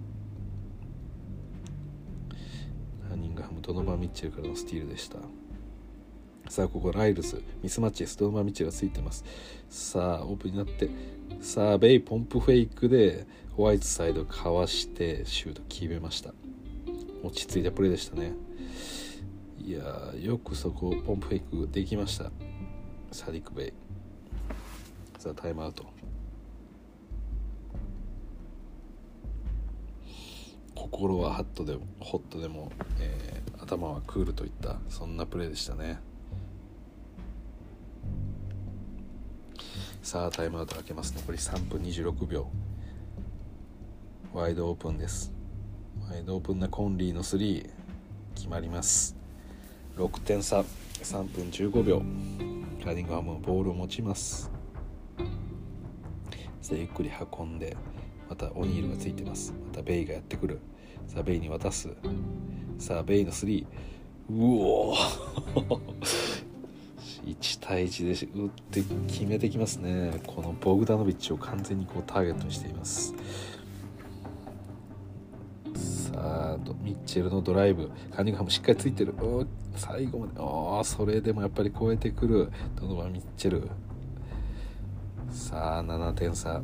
S1: カニングハムドノバン・ミッチェルからのスティールでした。さあここライルズミスマッチです。ドノバン・ミッチェルがついてます。さあオープンになって、さあベイポンプフェイクでホワイトサイドかわしてシュート決めました。落ち着いたプレーでしたね。いやよくそこポンプフェイクできました。サディック・ベイ。さあタイムアウト。心はハットでホットでも、えー、頭はクールといったそんなプレーでしたね。さあタイムアウト開けます。残りさんぷんにじゅうろくびょう。ワイドオープンです。ワイドオープンなコンリーのスリー決まります。ろくてん差。さんぷんじゅうごびょう。カーディングハムのボールを持ちます。さあゆっくり運んで、またオニールがついてます。またベイがやってくる。さあベイに渡す。さあベイのスリー、うおーいちたいいちで打って決めてきますね。このボグダノビッチを完全にこうターゲットにしています。さあミッチェルのドライブ、カニングハムしっかりついてる。最後までおそれでもやっぱり超えてくるドノバン・ミッチェル。さあななてん差。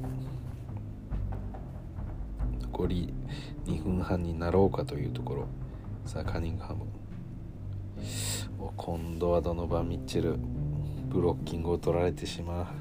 S1: 残りにふんはんになろうかというところ。さあカニングハム、今度はドノバン・ミッチェルブロッキングを取られてしまう。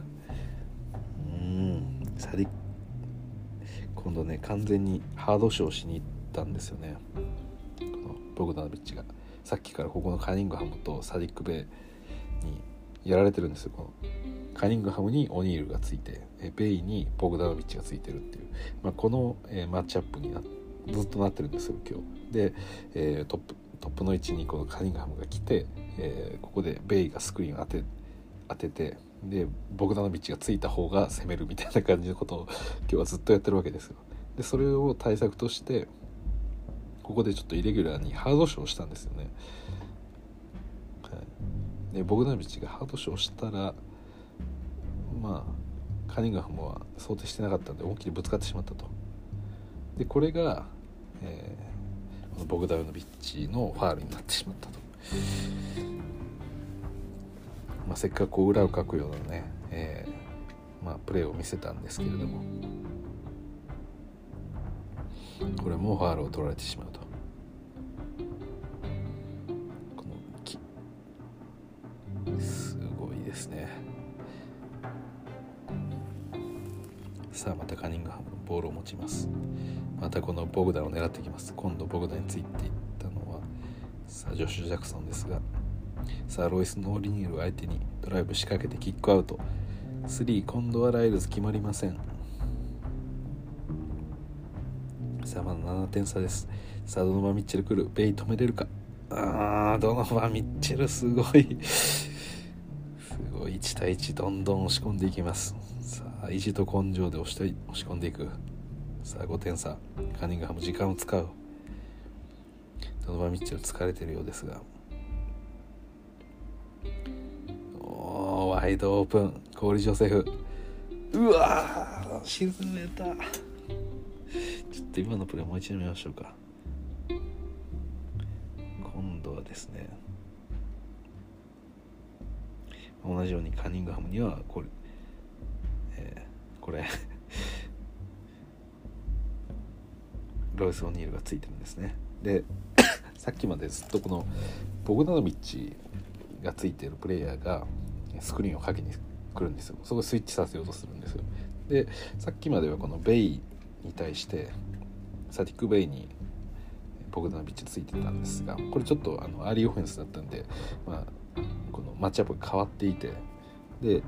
S1: うんサディ今度ね完全にハードショーしに行ったんですよね、このボグダノビッチが。さっきからここのカニングハムとサディック・ベイにやられてるんですよ。このカニングハムにオニールがついて、ベイにボグダノビッチがついてるっていう、まあ、この、えー、マッチアップになずっとなってるんですよ今日で、えー、トップトップの位置にこのカニングハムが来て、えー、ここでベイがスクリーンを当て当てて、でボグダノビッチがついた方が攻めるみたいな感じのことを今日はずっとやってるわけですよ。でそれを対策としてここでちょっとイレギュラーにハードショーしたんですよね、はい、でボグダノビッチがハードショーしたら、まあカニングハムは想定してなかったんで思いっきりぶつかってしまったと。でこれが、えー、ボグダノビッチのファールになってしまったと。まあ、せっかくこう裏をかくようなね、えーまあ、プレーを見せたんですけれども、これもファールを取られてしまうと。このきすごいですね。さあまたカニングハムのボールを持ちます。またこのボグダンを狙ってきます。今度ボグダンについていったのはさあジョシュ・ジャクソンですが、さあロイス・ノーリニールを相手にドライブ仕掛けてキックアウトスリー、今度はライルズ決まりません。さあまだななてん差です。さあドノバン・ミッチェル来る。ベイ止めれるか。あードノバン・ミッチェルすごいすごいいちたいいち、どんどん押し込んでいきます。さあ意地と根性で押して押し込んでいく。さあごてん差。カニングハム時間を使う。ドノバン・ミッチェル疲れてるようですが、おーワイドオープン。コーリー・ジョセフ、うわー沈めた。ちょっと今のプレーもう一度見ましょうか。今度はですね、同じようにカニングハムにはこれ、えー、これロイス・オニールがついてるんですね。でさっきまでずっとこのボグダノビッチがついているプレイヤーがスクリーンをかけに来るんですよ。そこをスイッチさせようとするんですよ。でさっきまではこのベイに対してサティック・ベイにボグダノビッチついてたんですが、これちょっとあのアーリーオフェンスだったんで、まあ、このマッチアップが変わっていて、で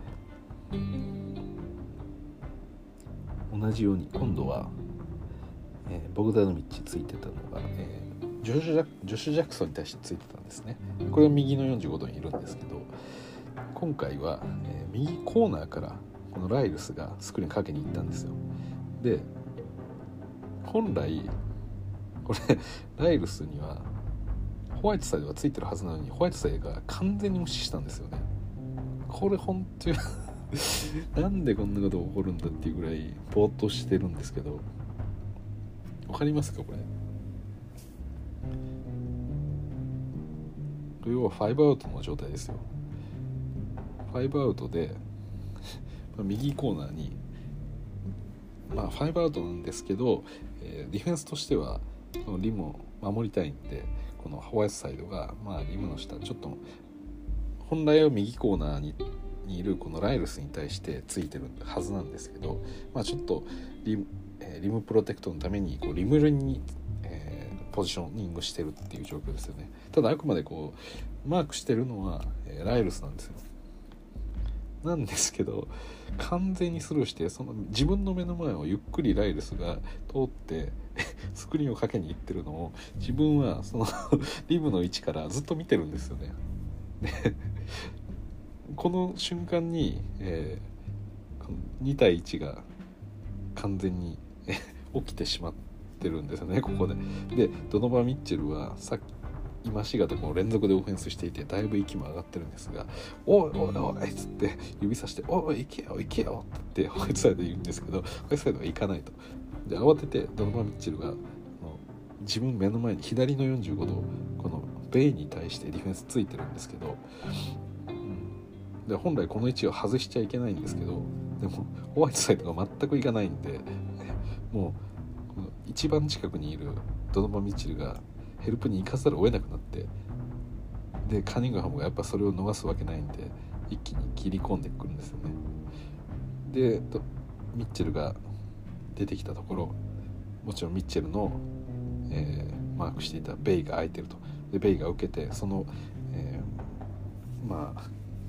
S1: 同じように今度は、えー、ボグダノビッチついてたのが、えー、ジョシュ・ジャジョシュ・ジャクソンに対してついてたんですね。これは右のよんじゅうごどにいるんですけど、今回は、えー、右コーナーからこのライルスがスクリーンかけに行ったんですよ。で本来これライルスにはホワイトサイドがついてるはずなのに、ホワイトサイドが完全に無視したんですよね。これ本当になんでこんなこと起こるんだっていうぐらいぼーっとしてるんですけど、わかりますかこれ。要はファイブアウトの状態ですよ。ファイブアウトで右コーナーに、まあファイブアウトなんですけど、えー、ディフェンスとしてはこのリムを守りたいんで、このホワイトサイドが、まあ、リムの下ちょっと本来は右コーナーににいるこのライルスに対してついてるはずなんですけど、まあ、ちょっとリム、えー、リムプロテクトのためにこうリムルに、えー、ポジショニングしてるっていう状況ですよね。ただあくまでこうマークしてるのは、えー、ライルスなんですよ。なんですけど完全にスルーして、その自分の目の前をゆっくりライルスが通ってスクリーンをかけに行ってるのを自分はそのリムの位置からずっと見てるんですよね。でこの瞬間に、えー、に対いちが完全に起きてしまってるんですよね、ここで。でドノバン・ミッチェルはさっき今しがとこう連続でオフェンスしていてだいぶ息も上がってるんですが、おいおいおいっつって指さして、おい行けよ行けよって言ってホワイトサイドで言うんですけど、ホワイトサイドは行かないと。で慌ててドノバン・ミッチェルが自分目の前に左のよんじゅうごどこのベイに対してディフェンスついてるんですけど、うん、で本来この位置を外しちゃいけないんですけど、でもホワイトサイドが全く行かないんで、もうこの一番近くにいるドノバン・ミッチェルがヘルプに行かざるを得なくなって、でカニングハムがやっぱそれを逃すわけないんで一気に切り込んでくるんですよね。でミッチェルが出てきたところ、もちろんミッチェルの、えー、マークしていたベイが空いてると。でベイが受けて、その、えー、まあ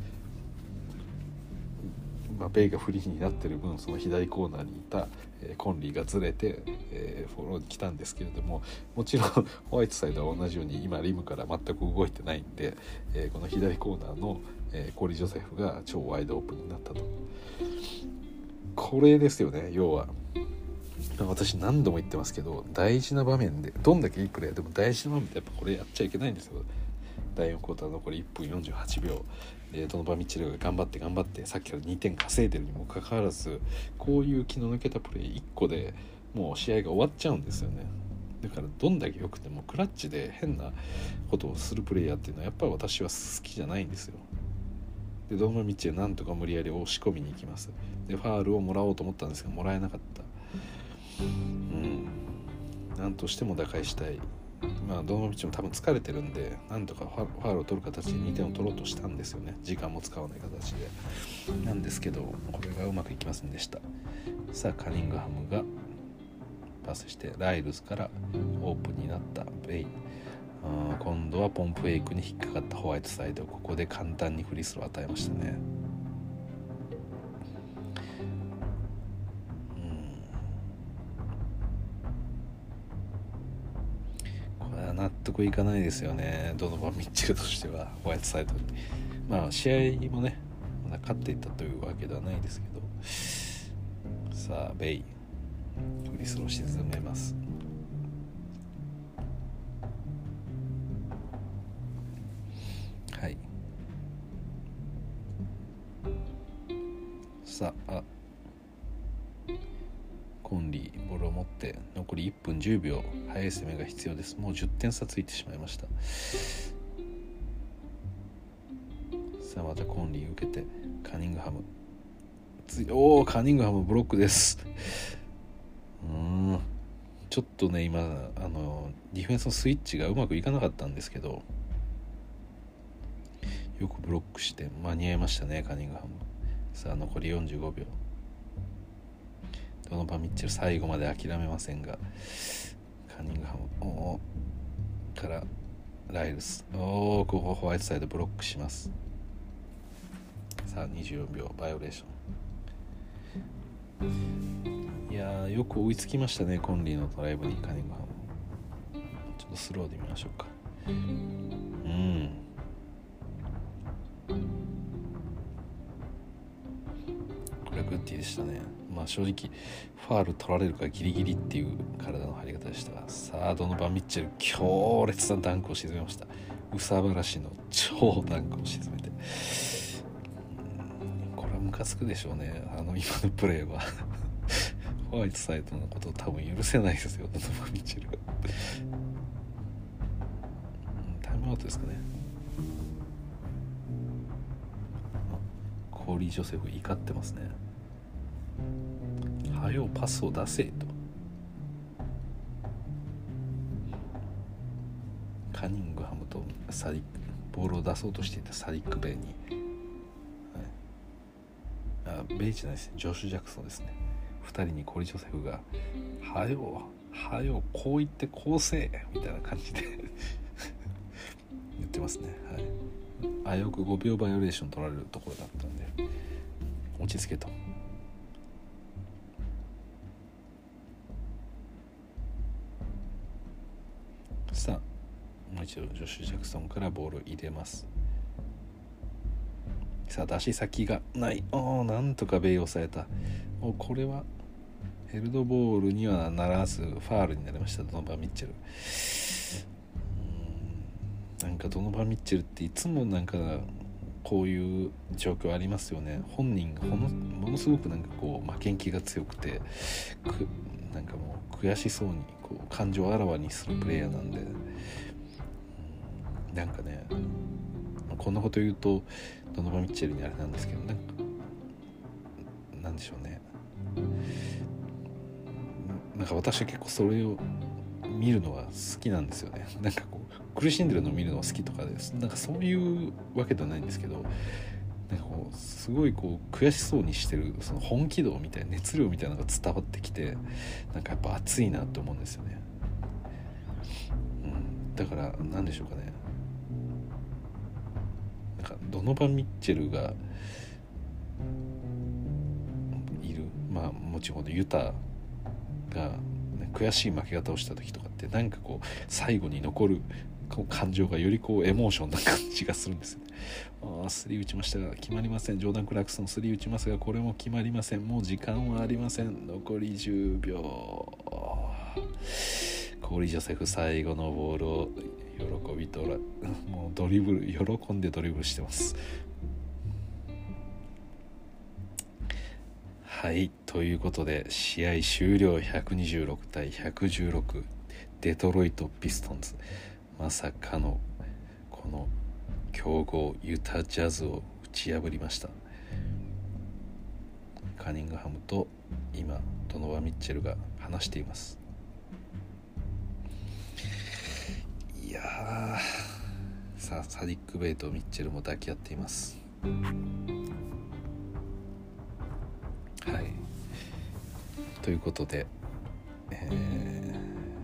S1: まあ、ベイがフリーになってる分その左コーナーにいた、えー、コンリーがずれて、えー、フォローに来たんですけれども、もちろんホワイトサイドは同じように今リムから全く動いてないんで、えー、この左コーナーの、えー、コーリー・ジョセフが超ワイドオープンになったと。これですよね。要は私何度も言ってますけど、大事な場面でどんだけいいプレーでも大事な場面でやっぱこれやっちゃいけないんですよ。だいよんクォーター残りいっぷんよんじゅうはちびょうでドノバン・ミッチェルが頑張って頑張ってさっきからにてん稼いでるにもかかわらず、こういう気の抜けたプレーいっこでもう試合が終わっちゃうんですよね。だからどんだけ良くてもクラッチで変なことをするプレイヤーっていうのはやっぱり私は好きじゃないんですよ。でドノバン・ミッチェルなんとか無理やり押し込みに行きます。でファールをもらおうと思ったんですがもらえなかった。うんなんとしても打開したい。まあ、ドノバン・ミッチェルも多分疲れてるんでなんとかファウルを取る形でにてんを取ろうとしたんですよね。時間も使わない形でなんですけど、これがうまくいきませんでした。さあカニングハムがパスしてライルズからオープンになったベイ、あ今度はポンプフェイクに引っかかったホワイトサイド、ここで簡単にフリースローを与えましたね。納得いかないですよね、ドノバン・ミッチェルとしてはホワイトサイドに。まあ試合もねまだ勝っていったというわけではないですけど、さあベイフリースロー沈めます。はいさあコンリーボールを持って残りいっぷんじゅうびょう、速い攻めが必要です。もうじゅってん差ついてしまいました。さあまたコンリー受けてカニングハム、おーカニングハムブロックです。うーんちちょっとね今あのディフェンスのスイッチがうまくいかなかったんですけど、よくブロックして間に合いましたね、カニングハム。さあ残りよんじゅうごびょう。ドノバン・ミッチェル最後まで諦めませんが、カニングハムおーからライルス、おーここホワイトサイドブロックします。さあにじゅうよんびょうバイオレーション。いやーよく追いつきましたね、コンリーのドライブにカニングハム。ちょっとスローで見ましょうか。うんこれグッディでしたね。まあ正直ファール取られるかギリギリっていう体の張り方でしたが、さあドノバン・ミッチェル強烈なダンクを沈めました。うさばらしの超ダンクを沈めて、これはムカつくでしょうね、あの今のプレーはホワイトサイドのこと多分許せないですよ、ドノバン・ミッチェルタイムアウトですかね。コーリー・ジョセフ怒ってますね。はよパスを出せと。カニングハムとサディック、ボールを出そうとしていたサディック・ベイに、はい、あベイじゃないですね、ジョシュ・ジャクソンですね。ふたりにコーリー・ジョセフがはよはよこう言ってこうせえみたいな感じで言ってますね。はい、あよくごびょうバイオレーション取られるところだったんで落ち着けと。さあもう一度ジョシュ・ジャクソンからボールを入れます。さあ出し先がない。おなんとかベイを抑えた。おこれはヘルドボールにはならずファールになりました、ドノバン・ミッチェル。うーんなんかドノバン・ミッチェルっていつもなんかこういう状況ありますよね。本人がほのものすごくなんかこう負けん気が強くてくなんかもう悔しそうにこう感情をあらわにするプレイヤーなんで、うんなんかねこんなこと言うとドノバン・ミッチェルにあれなんですけど、なんかなんでしょうね、なんか私は結構それを見るのが好きなんですよね。なんかこう苦しんでるのを見るのが好きとかです、なんかそういうわけではないんですけど、なんかこうすごいこう悔しそうにしてるその本気度みたいな熱量みたいなのが伝わってきて、なんかやっぱ熱いなと思うんですよね。うん、だからなんでしょうかね、なんかドノバン・ミッチェルがいる、まあもちろんユタが、ね、悔しい負け方をした時とかってなんかこう最後に残るこう感情がよりこうエモーションな感じがするんですよね。あスリー打ちましたが決まりません。ジョーダン・クラークソンスリー打ちますがこれも決まりません。もう時間はありません。残りじゅうびょう。コーリー・ジョセフ最後のボールを喜びとらもうドリブル喜んでドリブルしてます。はいということで試合終了ひゃくにじゅうろくたいひゃくじゅうろくデトロイトピストンズ、まさかのこの強豪ユタジャズを打ち破りました。カニングハムと今ドノバン・ミッチェルが話しています。いやーさあサディック・ベイとミッチェルも抱き合っています。はいということで、え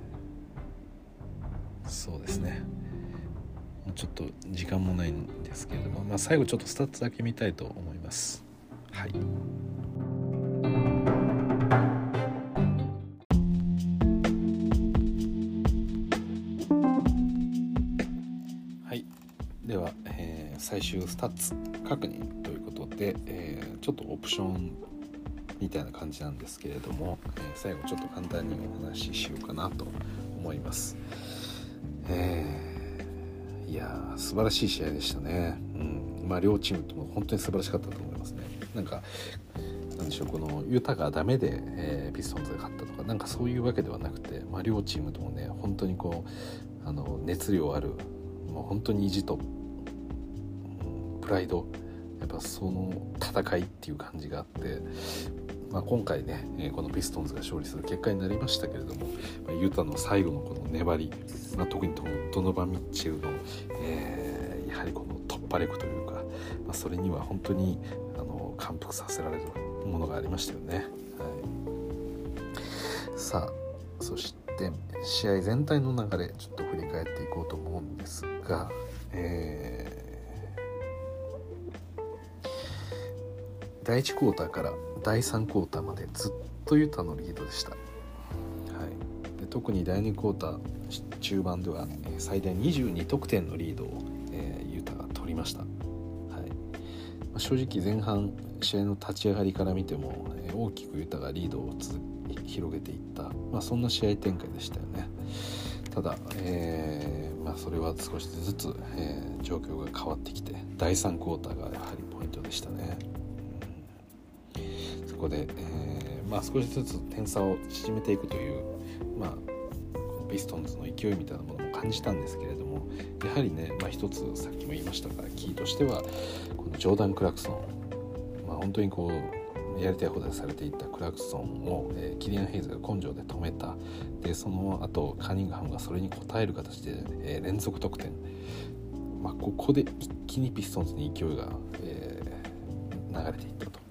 S1: ー、そうですねちょっと時間もないんですけれども、まあ、最後ちょっとスタッツだけ見たいと思います。はいはいでは、えー、最終スタッツ確認ということで、えー、ちょっとオプションみたいな感じなんですけれども、えー、最後ちょっと簡単にお話ししようかなと思います。えー、いやー素晴らしい試合でしたね。うん、まあ両チームとも本当に素晴らしかったと思いますね。なんかなんでしょうこのユタがダメで、えー、ピストンズが勝ったとかなんかそういうわけではなくて、まあ、両チームともね本当にこうあの熱量あるもう本当に意地と、うん、プライドやっぱその戦いっていう感じがあってまあ、今回ね、えー、このピストンズが勝利する結果になりましたけれども、まあ、ユタの最後のこの粘り、まあ、特にドノバン・ミッチェルの、えー、やはりこの突破力というか、まあ、それには本当にあの感服させられるものがありましたよね。はい、さあそして試合全体の流れちょっと振り返っていこうと思うんですが、えーだいいちクォーターからだいさんクォーターまでずっとユタのリードでした。はい、で特にだいにクォーター中盤では最大にじゅうにとくてんのリードを、えー、ユタが取りました。はい、まあ、正直前半試合の立ち上がりから見ても、えー、大きくユタがリードをつ広げていった、まあ、そんな試合展開でしたよね。ただ、えーまあ、それは少しずつ、えー、状況が変わってきてだいさんクォーターがやはりポイントでしたね。ここで、えーまあ、少しずつ点差を縮めていくという、まあ、このピストンズの勢いみたいなものも感じたんですけれども、やはりね、まあ、一つさっきも言いましたがキーとしてはこのジョーダン・クラクソン、まあ、本当にこうやりたい放題されていたクラクソンを、えー、キリアン・ヘイズが根性で止めた。でその後カニングハムがそれに応える形で、えー、連続得点、まあ、ここで一気にピストンズに勢いが、えー、流れていったと。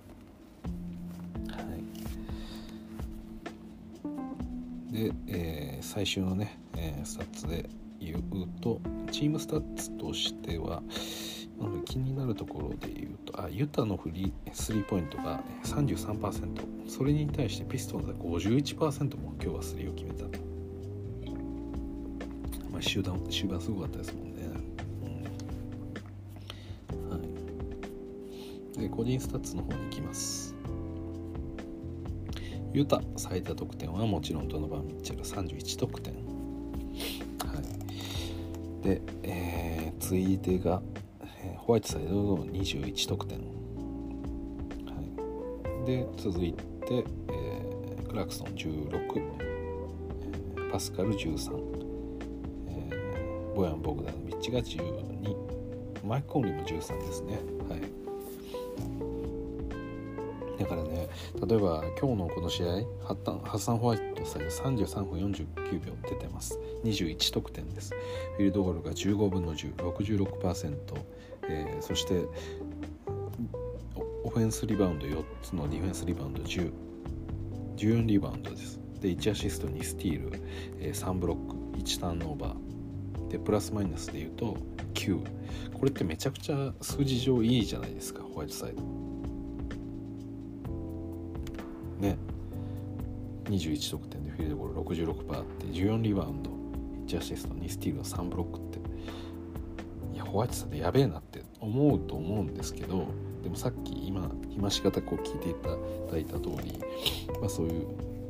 S1: で、えー、最終のね、えー、スタッツで言うとチームスタッツとしては気になるところで言うとあユタのフリースリーポイントが さんじゅうさんパーセント、 それに対してピストンズは ごじゅういちパーセント も今日はスリーを決めたと、まあ、終盤終盤すごかったですもんね。うん、はい、で個人スタッツの方に行きます。ユタ最多得点はもちろんドノバン・ミッチェルさんじゅういちとくてん、はい、で、えー、次いでが、えー、ホワイトサイドのにじゅういちとくてん、はい、で続いて、えー、クラクソンじゅうろく、えー、パスカルじゅうさん、えー、ボヤン・ボグダノビッチがじゅうに、マイク・コンリーもじゅうさんですね。はい、だからね、例えば今日のこの試合ハッサン・ホワイトサイドさんじゅうさんふんよんじゅうきゅうびょう出てます。にじゅういちとくてんです。フィールドゴールがじゅうごぶんのじゅう、ろくじゅうろくパーセント、えー、そしてオフェンスリバウンドよっつのディフェンスリバウンドじゅう、じゅうよんリバウンドです。でいちアシストにスティール、えー、さんブロックいちターンオーバーでプラスマイナスでいうときゅう、これってめちゃくちゃ数字上いいじゃないですか。ホワイトサイドね、にじゅういちとくてんでフィールドゴール ろくじゅうろくパーセント ってじゅうよんリバウンドいちアシストにスティールさんブロックって、いやホワイトサイドやべえなって思うと思うんですけど、でもさっき今今しがたこう聞いていただいた通り、まあ、そういう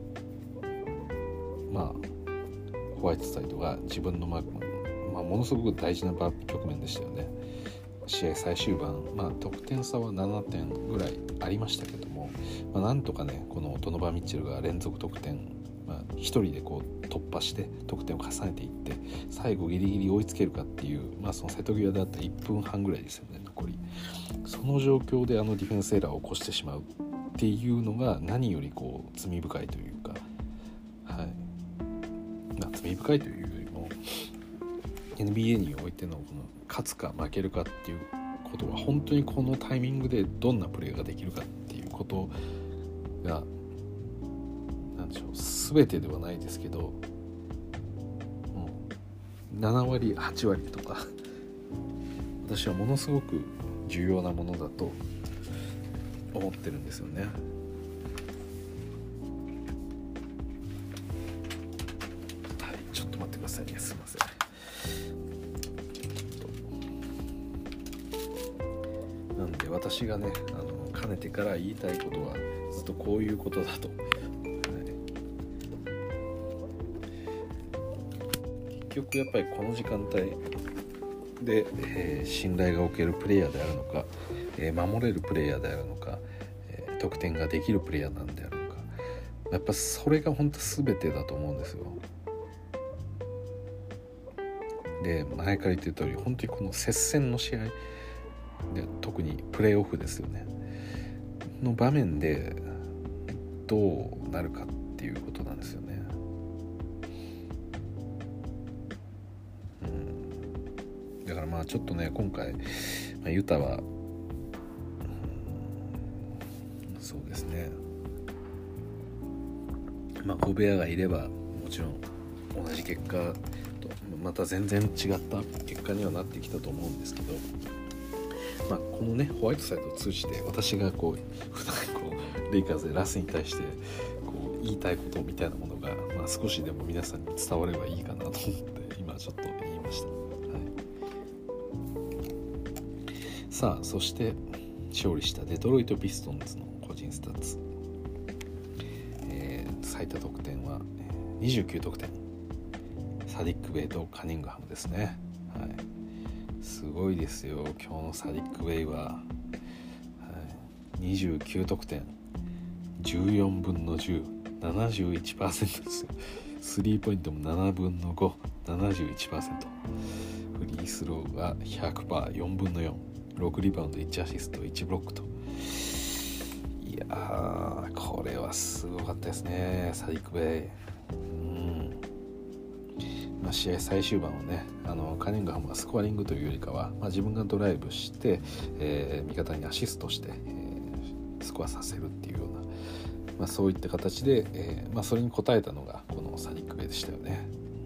S1: まあホワイトサイドが自分の、まあまあ、ものすごく大事な局面でしたよね。試合最終盤、まあ、得点差はななてんぐらいありましたけども、まあ、なんとかねこのドノバン・ミッチェルが連続得点、まあ、一人でこう突破して得点を重ねていって最後ギリギリ追いつけるかっていう、まあ、その瀬戸際であったいっぷんはんぐらいですよね残り。その状況であのディフェンスエラーを起こしてしまうっていうのが何よりこう罪深いというか、はい、まあ、罪深いというよりも エヌビーエー においてのこの勝つか負けるかっていうことは本当にこのタイミングでどんなプレーができるかっていうことがなんでしょう、全てではないですけどもうななわりはちわりとか私はものすごく重要なものだと思ってるんですよね。はい、ちょっと待ってくださいね、すいません。なんで私がねあのかねてから言いたいことはずっとこういうことだと、はい、結局やっぱりこの時間帯で、えー、信頼がおけるプレイヤーであるのか、えー、守れるプレイヤーであるのか、えー、得点ができるプレイヤーなんであるのか、やっぱそれが本当全てだと思うんですよ。で前から言ってた通り本当にこの接戦の試合で特にプレーオフですよねの場面でどうなるかっていうことなんですよね。うん、だからまあちょっとね今回、まあ、ユタは、うん、そうですね、まあゴベアがいればもちろん同じ結果とまた全然違った結果にはなってきたと思うんですけど、まあ、このねホワイトサイドを通じて私がこう普段こうレイカーズでラスに対してこう言いたいことみたいなものが、まあ、少しでも皆さんに伝わればいいかなと思って今ちょっと言いました、はい、さあそして勝利したデトロイトピストンズの個人スタッツ、えー、最多得点はにじゅうきゅう得点、サディック・ベイとカニングハムですね、はい、すごいですよ今日のサディック・ベイは、はい、にじゅうきゅう得点、じゅうよんぶんのじゅう、ななじゅういちパーセント ですよ。スリーポイントもななぶんのご、ななじゅういちパーセント、 フリースローが ひゃくパーセント、よんぶんのよん、ろくリバウンド、いちアシスト、いちブロックと、いやーこれはすごかったですねサディック・ベイ。まあ、試合最終盤をねあのカニングハムはスコアリングというよりかは、まあ、自分がドライブして、えー、味方にアシストして、えー、スコアさせるっていうような、まあ、そういった形で、えーまあ、それに応えたのがこのサディック・ベイでしたよね、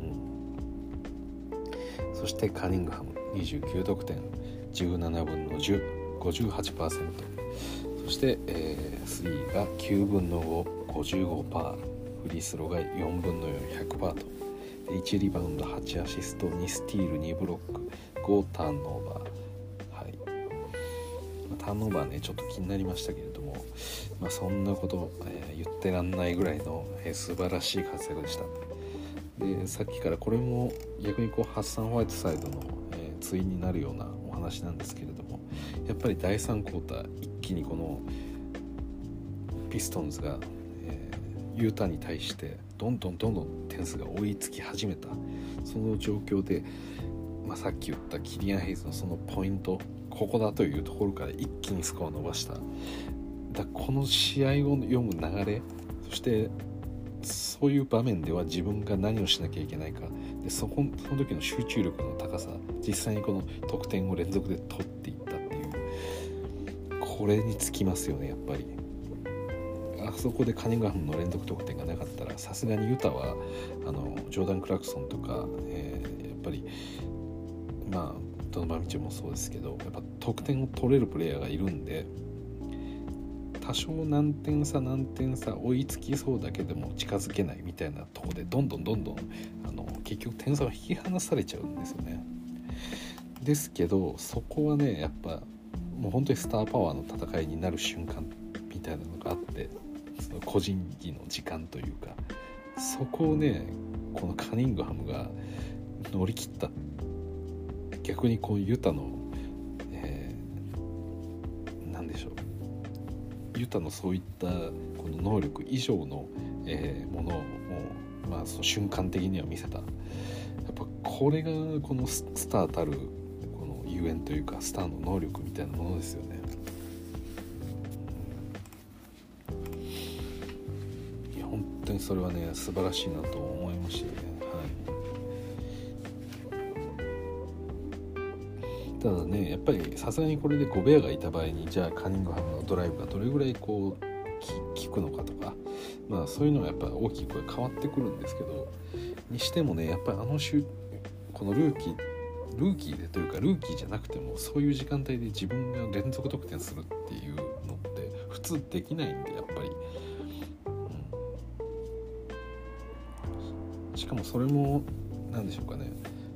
S1: うん、そしてカニングハムにじゅうきゅう得点、じゅうななぶんのじゅう、ごじゅうはちパーセント、そして、えー、スリーがきゅうぶんのご、ごじゅうごパーセント、フリースローがよんぶんのよん、ひゃくパーセントと、いちリバウンド、はちアシスト、にスティール、にブロック、ごターンオーバー、はい、ターンオーバーねちょっと気になりましたけれども、まあ、そんなこと、えー、言ってらんないぐらいの、えー、素晴らしい活躍でした。でさっきからこれも逆にこうハッサン・ホワイトサイドの、えー、対になるようなお話なんですけれども、やっぱりだいさんクォーター一気にこのピストンズが、えー、ユータに対してどんどんどんどん点数が追いつき始めたその状況で、まあ、さっき言ったキリアン・ヘイズのそのポイント、ここだというところから一気にスコアを伸ばした。だこの試合を読む流れ、そしてそういう場面では自分が何をしなきゃいけないかで、そこその時の集中力の高さ、実際にこの得点を連続で取っていったっていう、これにつきますよね。やっぱりあそこでカニングハムの連続得点がなかったら、さすがにユタはあのジョーダン・クラクソンとか、えー、やっぱりまあドノバン・ミッチェルもそうですけど、やっぱ得点を取れるプレイヤーがいるんで、多少何点差何点差追いつきそうだけども近づけないみたいなところでどんどんどんどんあの結局点差を引き離されちゃうんですよね。ですけどそこはねやっぱもう本当にスターパワーの戦いになる瞬間みたいなのがあって、その個人技の時間というか、そこをねこのカニングハムが乗り切った。逆にこうユタの、えー、なんでしょう、ユタのそういったこの能力以上の、えー、ものを、まあ、その瞬間的には見せた。やっぱこれがこのスターたるこのゆえんというか、スターの能力みたいなものですよね。いや本当にそれはね素晴らしいなと思いましたね。ただねやっぱりさすがにこれでゴベアがいた場合に、じゃあカニングハムのドライブがどれぐらいこう効くのかとか、まあそういうのはやっぱ大きい声変わってくるんですけど、にしてもねやっぱりあの週このルーキールーキーでというかルーキーじゃなくてもそういう時間帯で自分が連続得点するっていうのって普通できないんで、やっぱり、うん、しかもそれもなんでしょうかね、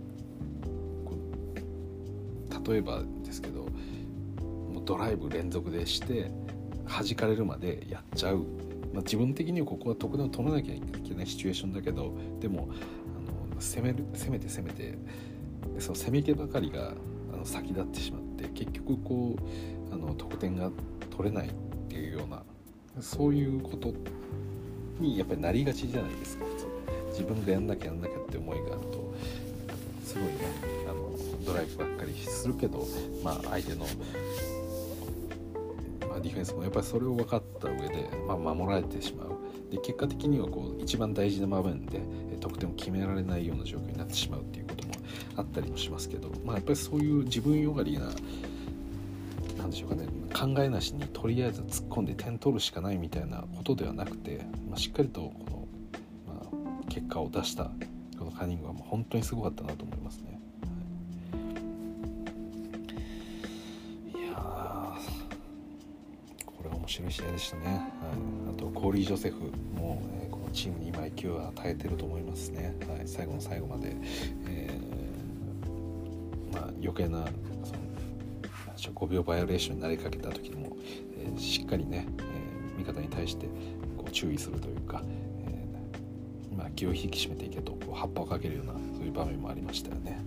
S1: 例えばですけどもうドライブ連続でして弾かれるまでやっちゃう、まあ、自分的にはここは得点を取らなきゃいけないシチュエーションだけど、でもあの攻める攻めて攻めてその攻め気ばかりがあの先立ってしまって、結局こうあの得点が取れないっていうような、そういうことにやっぱりなりがちじゃないですか。自分がやんなきゃやんなきゃって思いがあるとすごいねあのドライブばっかりするけど、まあ、相手の、まあ、 あ、ディフェンスもやっぱりそれを分かった上で、まあ、守られてしまう。で結果的にはこう一番大事な場面で得点を決められないような状況になってしまうっていうこともあったりもしますけど、まあ、やっぱりそういう自分よがりな、なんでしょうかね、考えなしにとりあえず突っ込んで点取るしかないみたいなことではなくて、まあ、しっかりとこの、まあ、結果を出したこのカニングはもう本当にすごかったなと思いますね。はい、いやこれは面白い試合でしたね。はい、あとコーリー・ジョセフも、えー、このチームに今勢いを与えてると思いますね。はい、最後の最後まで、えーまあ、余計なそのごびょうバイオレーションになりかけた時にも、えー、しっかりね、えー、味方に対してこう注意するというか、えーまあ、気を引き締めていけとこう葉っぱをかけるようなそういう場面もありましたよね。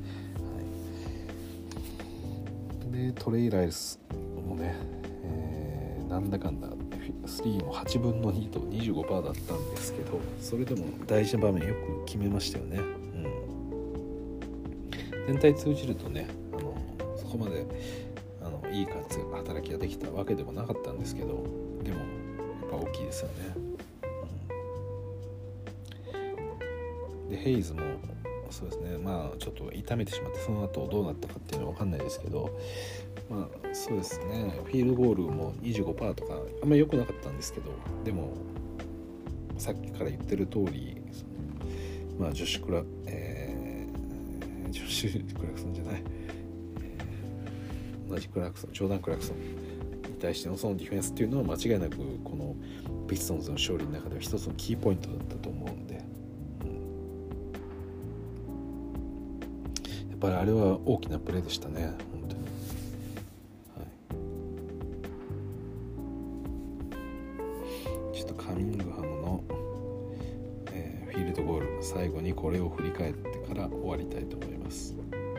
S1: はい、でトレイ・ライルスもね、えー、なんだかんだスリーもはちぶんのにと にじゅうごパーセント だったんですけど、それでも大事な場面よく決めましたよね。うん、全体通じるとね、あのそこまであのいい活躍働きができたわけでもなかったんですけど、でもやっぱ大きいですよね。うん、でヘイズもそうですね、まあちょっと痛めてしまってその後どうなったかっていうのは分かんないですけど、まあそうですね、フィールドゴールも にじゅうごパーセント とかあんまり良くなかったんですけど、でもさっきから言ってる通り、そのまあジョシュクラ、えー、ジョシュクラクソンじゃない、同じクラクソンジョーダン・クラクソンに対してのそのディフェンスっていうのは間違いなくこのピストンズの勝利の中では一つのキーポイントだったと思うんで、うん、やっぱりあれは大きなプレーでしたね、本当に。はい、ちょっとカミングハムの、えー、フィールドゴール最後にこれを振り返ってから終わりたいと思います。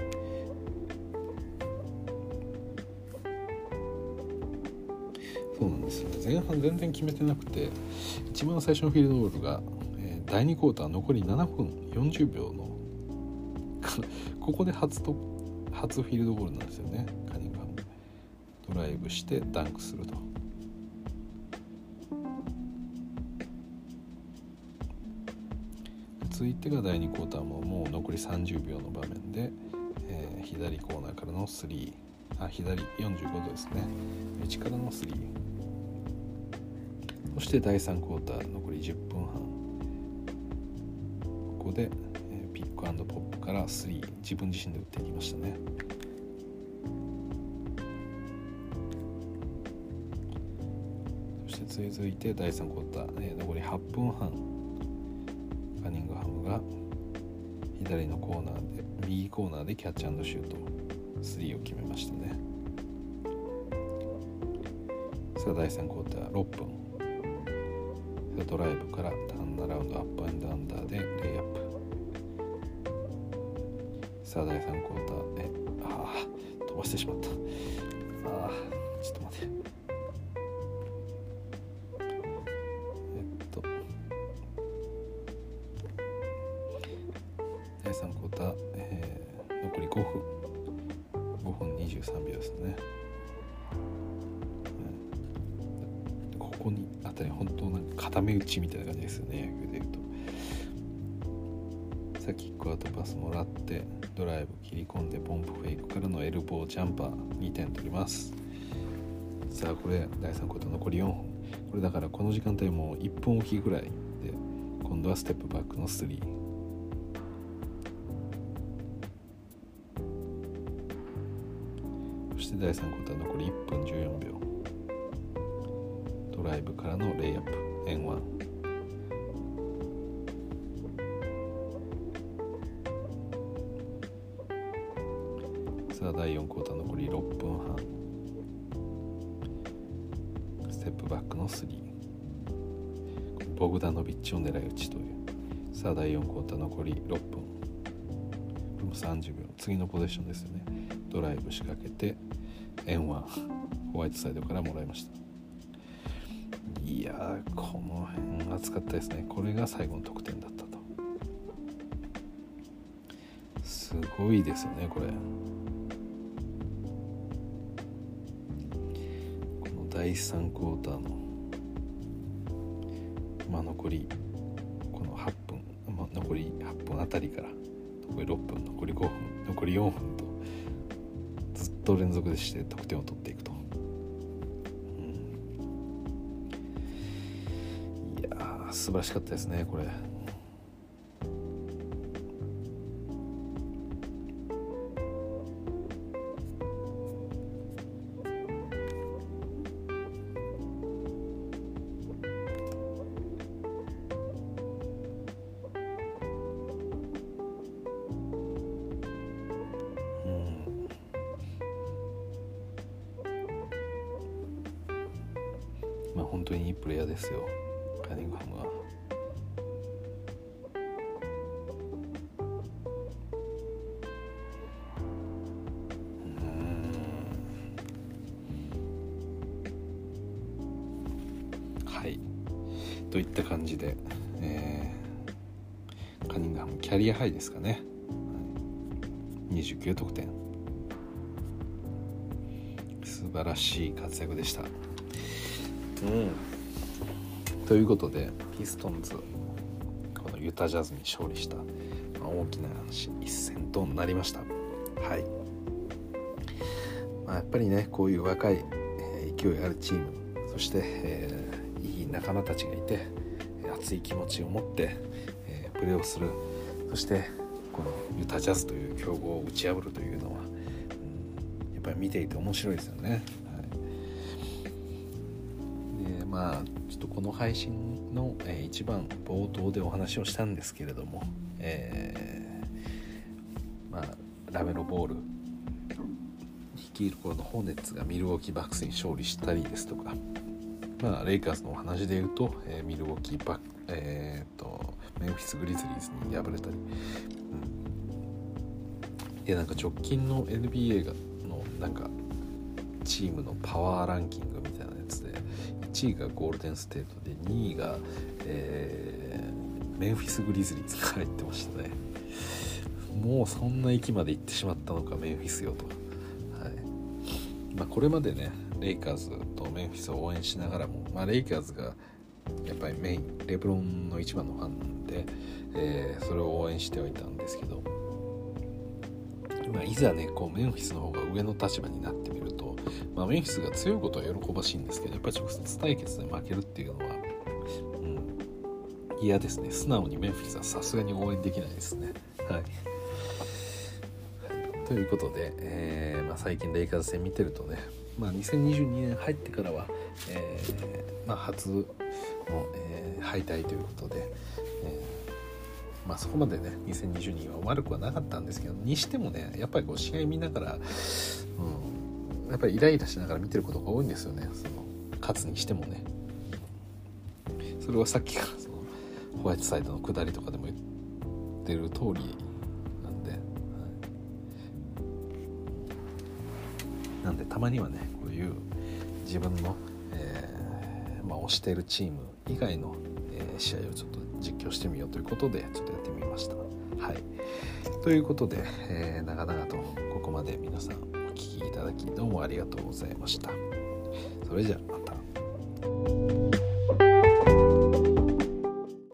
S1: そうなんですよね、前半全然決めてなくて、一番最初のフィールドゴールが、えー、だいにクォーター残りななふんよんじゅうびょうのここで初と初フィールドゴールなんですよね。カニングハムドライブしてダンクすると。続いてがだいにクォーターももう残りさんじゅうびょうの場面で、えー、左コーナーからのスリー、あ左よんじゅうごどですね、内からのスリー、そしてだいさんクォーター残りじゅっぷんはん、ここで、えー、ピックアンドポップからスリー自分自身で打っていきましたね。そして続いてだいさんクォーター、えー、残りはっぷんはん、カニングハムが左のコーナーで右コーナーでキャッチ&シュートスリーを決めましたね。さあだいさんクォーターろっぷん、ドライブからターンアラウンドアップアンドアンダーでレイアップ。さあだいさんクォーター、えああ飛ばしてしまった。ああちょっと待って、えっとだいさんクォーター、えー、残りごふんごふんにじゅうさんびょうですね。ここにあたり本当なんか固め打ちみたいな感じですよね、野球でいうと。さっきキックアウトパスもらってドライブ切り込んでポンプフェイクからのエルボージャンパーにてん取ります。さあこれだいさんクォーター残りよんぷん、これだからこの時間帯もいっぷんおきぐらいで今度はステップバックのスリー、そしてだいさんクォーター残りいっぷんじゅうよんびょう、ドライブからのレイアップエンワン、さあだいよんクォーター残りろっぷんはん、ステップバックのスリー、ボグダノビッチを狙い撃ちという。さあだいよんクォーター残りろっぷん、これもさんじゅうびょう、次のポゼッションですよね。ドライブ仕掛けてエンワン、ホワイトサイドからもらいました。いやーこの辺熱かったですね。これが最後の得点だったと。すごいですよねこれ。このだだいさんクォーターの、まあ、残りこのはっぷん、まあ、残りはっぷんあたりから残りろっぷん、残りごふん、残りよんぷんとずっと連続でして得点を取っていくと、うん、いやー素晴らしかったですねこれ。まあ本当にいいプレイヤーですよカニングハムは。うんはいといった感じで、えー、カニングハムキャリアハイですかね、にじゅうきゅうとくてん、素晴らしい活躍でした。うん、ということでピストンズこのユタジャズに勝利した、まあ、大きな一戦となりました。はい、まあ、やっぱりねこういう若い、えー、勢いあるチーム、そして、えー、いい仲間たちがいて熱い気持ちを持って、えー、プレーをする、そしてこのユタジャズという強豪を打ち破るというのは、うん、やっぱり見ていて面白いですよね。まあちょっとこの配信の、えー、一番冒頭でお話をしたんですけれども、えー、まあラメロボール率いる頃のホーネッツがミルウォーキーバックスに勝利したりですとか、まあレイカーズのお話で言うと、えー、ミルウォーキーバック、えー、とメンフィスグリズリーズに敗れたり、うん、でなんか直近の エヌビーエー がのなんかチームのパワーランキングみたいなやつでいちいがゴールデンステートでにいが、えー、メンフィスグリズリーズが入ってましたね。もうそんな域まで行ってしまったのかメンフィスよと、はいまあ、これまでねレイカーズとメンフィスを応援しながらも、まあ、レイカーズがやっぱりメインレブロンの一番のファンなんで、えー、それを応援してはいたんですけど、まあ、いざねこうメンフィスの方が上の立場になってみると、まあ、メンフィスが強いことは喜ばしいんですけど、やっぱり直接対決で負けるっていうのは、うん、嫌ですね。素直にメンフィスはさすがに応援できないですね。はい。ということで、えーまあ、最近レイカーズ戦見てるとね、まあ、にせんにじゅうにねん入ってからは、えーまあ、初の、えー、敗退ということで、えーまあ、そこまでねにせんにじゅうにねんは悪くはなかったんですけど、にしてもねやっぱりこう試合見ながら、うん、やっぱりイライラしながら見てることが多いんですよね。その勝つにしてもね。それはさっきからそのホワイトサイドの下りとかでも言ってる通りなんで、はい、なんでたまにはねこういう自分の、えーまあ、推しているチーム以外の、えー、試合をちょっと実況してみようということでちょっとやってみました。はい。ということで、えー、長々とここまで皆さんお聞きいただきどうもありがとうございました。それじゃあまた。